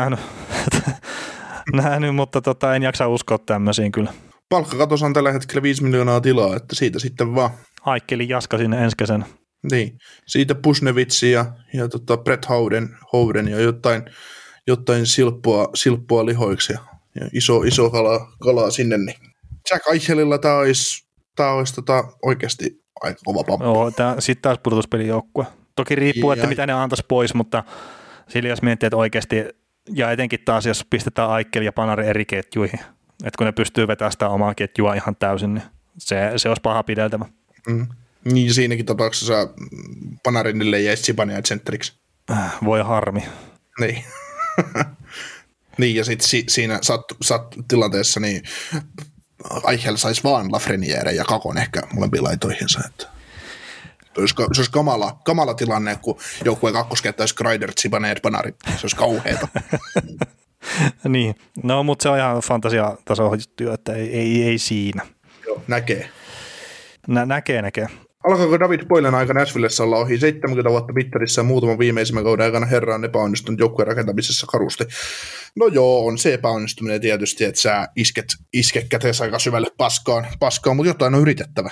nähnyt, mutta en jaksa uskoa tämmöisiin kyllä. Palkkakatossa on tällä hetkellä 5 miljoonaa tilaa, että siitä sitten vaan. Aikkeli Jaska sinne ensi kesänä. Niin, siitä Pusnevitsi ja Brett Howden ja jotain silppua lihoiksi ja iso kalaa sinne. Niin. Jack Eichelillä tämä olisi oikeasti aika kova pamppu. Joo, sitten taas pudotuspelijoukkue. Toki riippuu, että mitä ne antaisi pois, mutta sillä jos miettii, että oikeasti, ja etenkin taas jos pistetään Aikkeli ja Panari eri ketjuihin, että kun ne pystyy vetämään sitä omaa ketjua ihan täysin, niin se olisi paha pideltävä. Niin siinäkin tapauksessa Panarinille jäisi Sibania tsentriksi. Voi harmi. Niin. Niin, ja sitten siinä tilanteessa niin Eichel saisi vaan Lafreniere ja Kakon ehkä molempiin laitoihinsa. Että se olisi kamala tilanne, kun joukkueen kakkoskenttä olisi Kreider, Zibanejad, Panari. Se olisi kauheata. Niin, no mutta se on ihan fantasiataso juttu, että ei siinä. Joo, näkee. Näkee. Alkaako David Boylen aika Nashvillessä olla ohi? 70 vuotta mittarissa ja muutaman viimeisimmän kauden aikana herra on epäonnistunut joukkueen rakentamisessa karusti. No joo, on se epäonnistuminen tietysti, että sä isket käteessä aika syvälle paskaan, mutta jotain on yritettävä.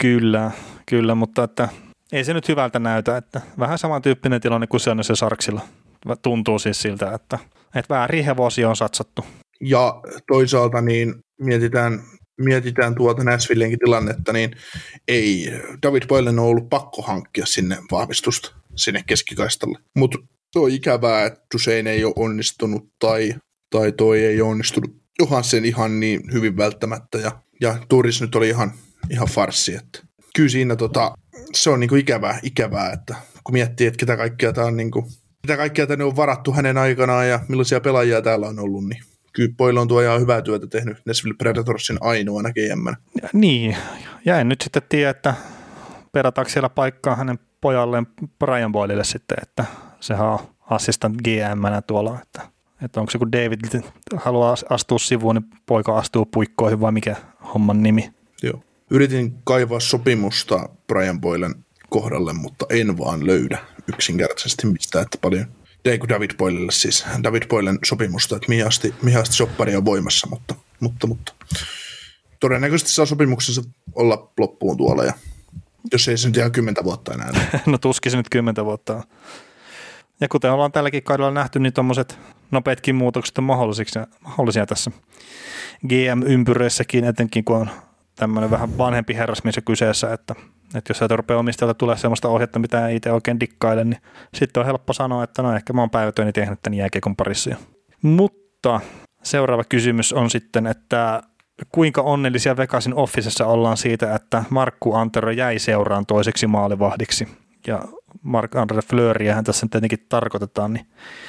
Kyllä, mutta että ei se nyt hyvältä näytä, että vähän samantyyppinen tilanne kuin se on se Sarksilla. Tuntuu siis siltä, että väärin hevosia on satsattu. Ja toisaalta niin mietitään tuota Nashvillenkin tilannetta, niin ei David Boylen on ollut pakko hankkia sinne vahvistusta sinne keskikaistalle. Mutta se on ikävää, että Duchesne ei ole onnistunut tai toi ei ole onnistunut Johansen ihan niin hyvin välttämättä ja Turis nyt oli ihan farssi. Että kyllä siinä se on niinku ikävää, että kun miettii, että ketä kaikkea tänne on varattu hänen aikanaan ja millaisia pelaajia täällä on ollut, niin kyllä Boyle on tuo ihan hyvää työtä tehnyt Nashville Predatorsin ainoana GM-nä. Niin, ja en nyt sitten tiedä, että perataanko siellä paikkaa hänen pojalleen Brian Boylelle sitten, että sehän on assistant GM-nä tuolla, että onko se kun David haluaa astua sivuun, niin poika astuu puikkoihin vai mikä homman nimi? Joo. Yritin kaivaa sopimusta Brian Boylen kohdalle, mutta en vaan löydä yksinkertaisesti mistään, että paljon David Boylelle siis, David Boylen sopimusta, että mihin asti soppari on voimassa, mutta todennäköisesti saa sopimuksensa olla loppuun tuolla, ja jos ei se nyt ihan 10 vuotta enää. No tuskin se nyt 10 vuotta on. Ja kuten ollaan tälläkin kaudella nähty, niin tuommoiset nopeatkin muutokset on mahdollisia tässä GM-ympyröissäkin, etenkin kun on tämmöinen vähän vanhempi herrasmies kyseessä, että jos sieltä rupeaa omistajalta tulee sellaista ohjetta, mitä ei itse oikein dikkaile, niin sitten on helppo sanoa, että no ehkä mä oon päivätyöni tehnyt tämän jääkiekon parissa. Mutta seuraava kysymys on sitten, että kuinka onnellisia Vegasin Officessa ollaan siitä, että Markku Antero jäi seuraan toiseksi maalivahdiksi. Ja Marc-Andre Fleuryähän tässä nyt tietenkin tarkoitetaan.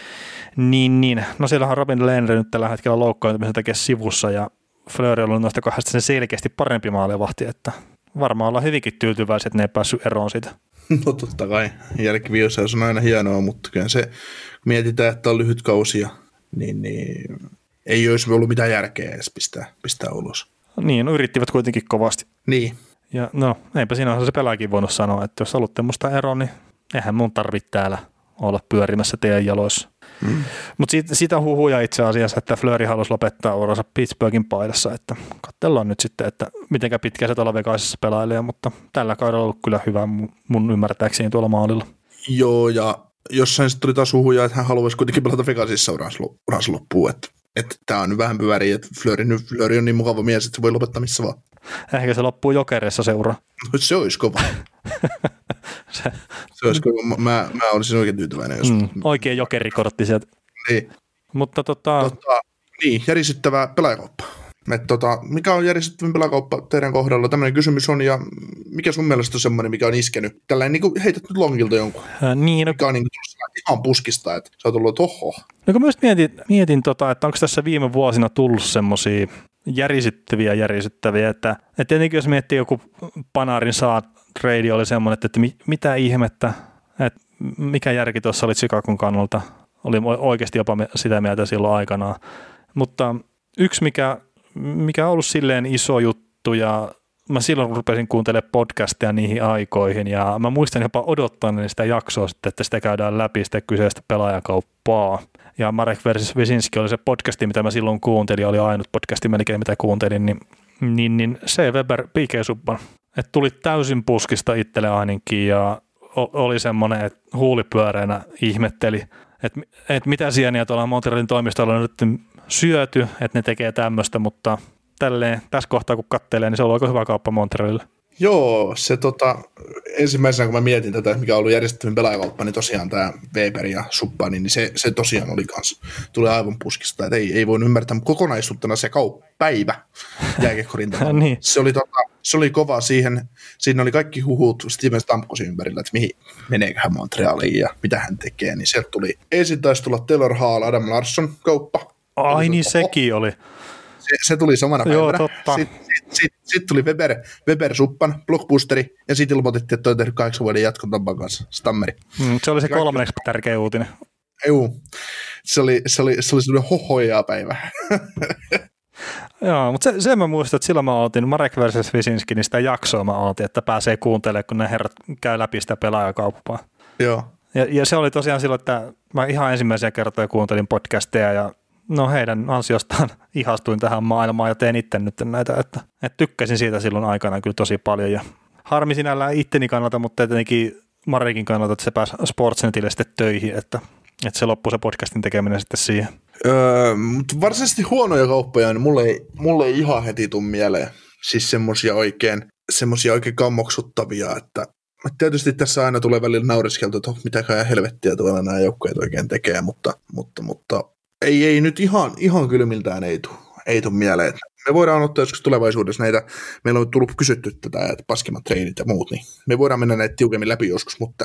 Niin. No siellähän Robin Lehner nyt tällä hetkellä loukkaantumisen takia sivussa ja Fleury on ollut noista kahdesta sen selkeästi parempi maalivahti, että varmaan ollaan hyvinkin tyytyväisiä, että ne ei päässyt eroon siitä. No totta kai. Jälkiviisaus on aina hienoa, mutta kyllä se mietitään, että on lyhyt kausi, niin ei olisi ollut mitään järkeä edes pistää ulos. Niin, no yrittivät kuitenkin kovasti. Niin. Ja no, eipä siinä se pelaajakin voinut sanoa, että jos haluatte musta eroon, niin eihän mun tarvitse täällä olla pyörimässä teidän jaloissa. Mutta sitä huhuja itse asiassa, että Fleury halusi lopettaa uransa Pittsburghin paidassa, että katsellaan nyt sitten, että mitenkä pitkään se tuolla Vegasissa pelailee, mutta tällä kaudella on ollut kyllä hyvä mun ymmärtääkseni tuolla maalilla. Joo, ja jossain sitten tuli taas huhuja, että hän haluaisi kuitenkin pelata Vegasissa uransa loppuun, että tämä on nyt vähän pyöriä, että Fleury on niin mukava mies, että se voi lopettaa missä vaan. Ehkä se loppuu Jokerissa seura. No, se olisi kova. se olisi kova. Mä olisin oikein tyytyväinen. Jos oikein jokerikortti sieltä. Niin. Mutta niin, järisyttävää pelaajakouppa. Mikä on järisyttävän pelakauppa teidän kohdalla? Tämmöinen kysymys on, ja mikä sun mielestä on semmoinen, mikä on iskenyt? Tällainen niin kuin heität nyt longilta jonkun, mikä on niin kuin ihan puskista, että sä oot ollut, että oho. No kun myös mietin että onko tässä viime vuosina tullut semmoisia järisyttäviä, että tietenkin jos miettii joku Panarin trade oli semmoinen, että mitä ihmettä, että mikä järki tuossa oli Chicagon kannalta, oli oikeasti jopa sitä mieltä silloin aikanaan, mutta yksi mikä on ollut silleen iso juttu ja mä silloin rupesin kuuntelemaan podcastia niihin aikoihin ja mä muistan jopa odottaneeni sitä jaksoa sitten, että sitä käydään läpi sitä kyseistä pelaajakauppaa. Ja Marek vs. Wyszynski oli se podcasti, mitä mä silloin kuuntelin, oli ainut podcasti melkein, mitä kuuntelin, niin se Weber PK-subban. Että tuli täysin puskista itselle ainakin ja oli semmoinen, että huulipyöreänä ihmetteli, että mitä sieniä tuolla Montrealin toimistolla on nyt syöty, että ne tekee tämmöistä, mutta tälleen tässä kohtaa kun katselee, niin se on aika hyvä kauppa Montrealille. Joo, se ensimmäisenä kun mä mietin tätä, mikä on ollut järjestetty pelaajakauppa, niin tosiaan tämä Weber ja Subban, niin se tosiaan oli kanssa, tuli aivan puskista, että ei voinut ymmärtää, mutta kokonaisuuttuna se päivä jääkiekkorintamalla. Niin. Se oli kova siinä oli kaikki huhut Steven Stamkosin ympärillä, että mihin meneeköhän Montrealiin ja mitä hän tekee, niin sieltä tuli, ensin taisi tulla Taylor Hall, Adam Larsson kauppa. Ai niin sekin oli. Se tuli samana päivänä. Joo, totta. Sitten tuli Weber Subban, Blockbusteri, ja sitten ilmoitettiin, että on tehnyt 8 vuoden jatkon Tampan kanssa, Stammeri. Se oli se kolmanneksi tärkeä uutinen. Joo, se oli sellainen hohojaa päivä. Joo, mutta se mä muistan, että silloin mä ootin Marek vs. Wyszynski, niin sitä jaksoa mä ootin, että pääsee kuuntelemaan, kun ne herrat käy läpi sitä pelaajakauppaa. Joo. Ja se oli tosiaan silloin, että mä ihan ensimmäisiä kertoja kuuntelin podcasteja ja heidän ansiostaan ihastuin tähän maailmaan ja teen itse nyt näitä, että tykkäsin siitä silloin aikana kyllä tosi paljon ja harmi sinällään itteni kannalta, mutta tietenkin Marekin kannalta, että se pääsi Sportsnetille sitten töihin, että se loppui se podcastin tekeminen sitten siihen. Mutta varsinaisesti huonoja kauppoja, niin mulle ei ihan heti tule mieleen. Siis semmosia oikein kammoksuttavia, että tietysti tässä aina tulee välillä nauriskeltu, että mitäkään helvettiä tuolla nämä joukkueet oikein tekee, mutta ei nyt ihan kylmiltään ei tule mieleen. Me voidaan ottaa joskus tulevaisuudessa näitä, meillä on tullut kysytty tätä, että paskimmat treenit ja muut, niin me voidaan mennä näitä tiukemmin läpi joskus, mutta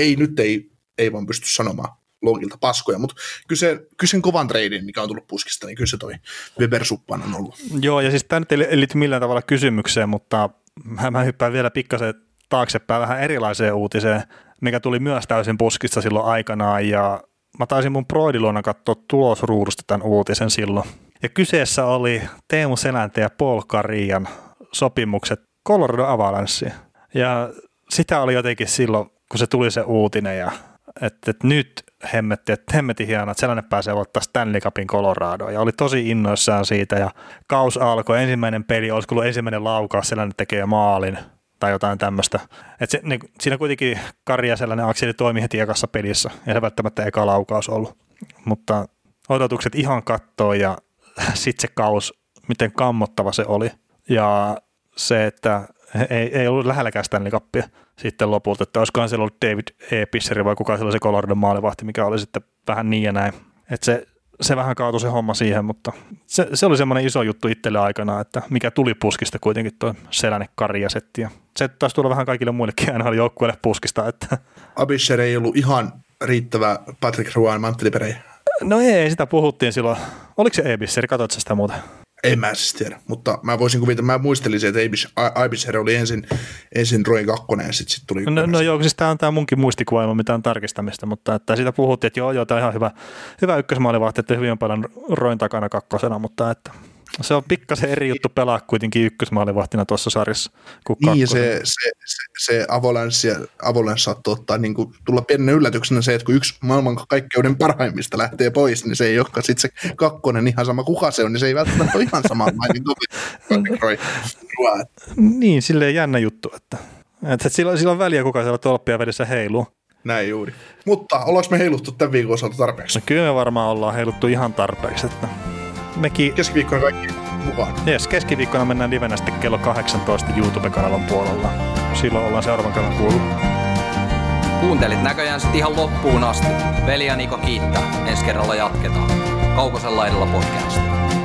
ei vaan pysty sanomaan logilta paskoja, mutta kyllä sen kovan treidin, mikä on tullut puskista, niin kyllä se toi Weber Subban on ollut. Joo, ja siis tämä nyt ei liity millään tavalla kysymykseen, mutta mä hyppään vielä pikkasen taaksepäin vähän erilaiseen uutiseen, mikä tuli myös täysin puskista silloin aikanaan, ja mä taisin mun Broidiluona katsoa tulosruudusta tämän uutisen silloin. Ja kyseessä oli Teemu Selänteen ja Paul Karian sopimukset Colorado Avalanceen. Ja sitä oli jotenkin silloin, kun se tuli se uutinen, ja että nyt hemmetin hienoa, että Selänne pääsee voittaa Stanley Cupin Coloradoon. Ja oli tosi innoissaan siitä, ja kaus alkoi, ensimmäinen peli, olisiko ollut ensimmäinen laukaus, Selänne tekee maalin tai jotain tämmöistä. Siinä kuitenkin Kari ja sellainen akseli toimi heti ekassa pelissä, ei se välttämättä eka laukaus ollut. Mutta odotukset ihan kattoo ja sitten se kaus, miten kammottava se oli. Ja se, että ei ollut lähelläkään Stanley Cupia sitten lopulta, että olisikohan siellä ollut David E. Pisseri vai kuka siellä oli se Coloradon maalivahti, mikä oli sitten vähän niin ja näin. Että se vähän kaatui se homma siihen, mutta se oli semmoinen iso juttu itselle aikana, että mikä tuli puskista kuitenkin tuo Selänne Kari-setti. Se taisi tulla vähän kaikille muillekin aina joukkueille puskista. Että Abisher ei ollut ihan riittävä Patrick Rouen mantteliperejä. No ei, sitä puhuttiin silloin. Oliko se Abisher? Katsoitko sitä muuta? En mä siis tiedä, mutta mä voisin kuvitella, mä muistelisin, että Abisher oli ensin Roy 2 ja sitten tuli 1. No joo, siis tämä on tämä munkin muistikuva ilman mitään tarkistamista, mutta että siitä puhuttiin, että joo, tämä on ihan hyvä ykkösmaalivahti, että hyvin paljon Roin takana 2, mutta että se on pikkasen eri juttu pelaa kuitenkin ykkösmaalivahtina tuossa sarjassa kuin 2. Niin, se Avalanche saattoi ottaa, niin kuin, tulla pienen yllätyksenä se, että kun yksi maailmankaikkeuden parhaimmista lähtee pois, niin se ei olekaan sitten se 2 ihan sama kuka se on, niin se ei välttämättä ole ihan samanlainen kuin Niin, silleen jännä juttu, että sillä on väliä kuka siellä tolppia vedessä heiluu. Näin juuri. Mutta ollaanko me heiluttu tämän viikon osalta tarpeeksi? No kyllä me varmaan ollaan heiluttu ihan tarpeeksi, että mekin keskiviikkona kaikki mukaan. Yes, keskiviikkona mennään livenä sitten kello 18 YouTube-kanavan puolella. Silloin ollaan seuraavan kerran kuullut. Kuuntelit näköjään sitten ihan loppuun asti. Veli ja Niko kiittää. Ensi kerralla jatketaan. Kaukosella edellä podcast.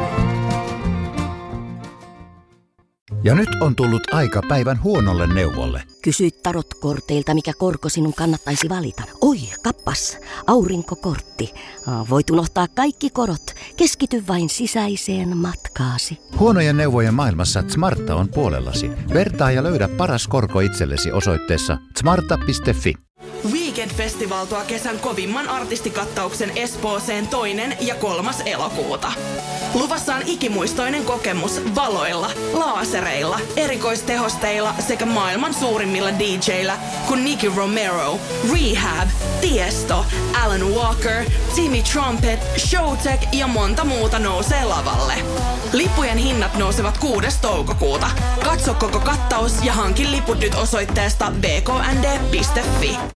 Ja nyt on tullut aika päivän huonolle neuvolle. Kysy tarotkorteilta, mikä korko sinun kannattaisi valita. Oi, kappas, aurinkokortti. Voit unohtaa kaikki korot. Keskity vain sisäiseen matkaasi. Huonojen neuvojen maailmassa Smarta on puolellasi. Vertaa ja löydä paras korko itsellesi osoitteessa smarta.fi. Weekend Festival tuo kesän kovimman artistikattauksen Espooseen 2. ja 3. elokuuta. Luvassa on ikimuistoinen kokemus valoilla, laasereilla, erikoistehosteilla sekä maailman suurimmilla DJillä kuin Nicky Romero, Rehab, Tiesto, Alan Walker, Timmy Trumpet, Showtek ja monta muuta nousee lavalle. Lippujen hinnat nousevat 6. toukokuuta. Katso koko kattaus ja hankin liput nyt osoitteesta bknd.fi.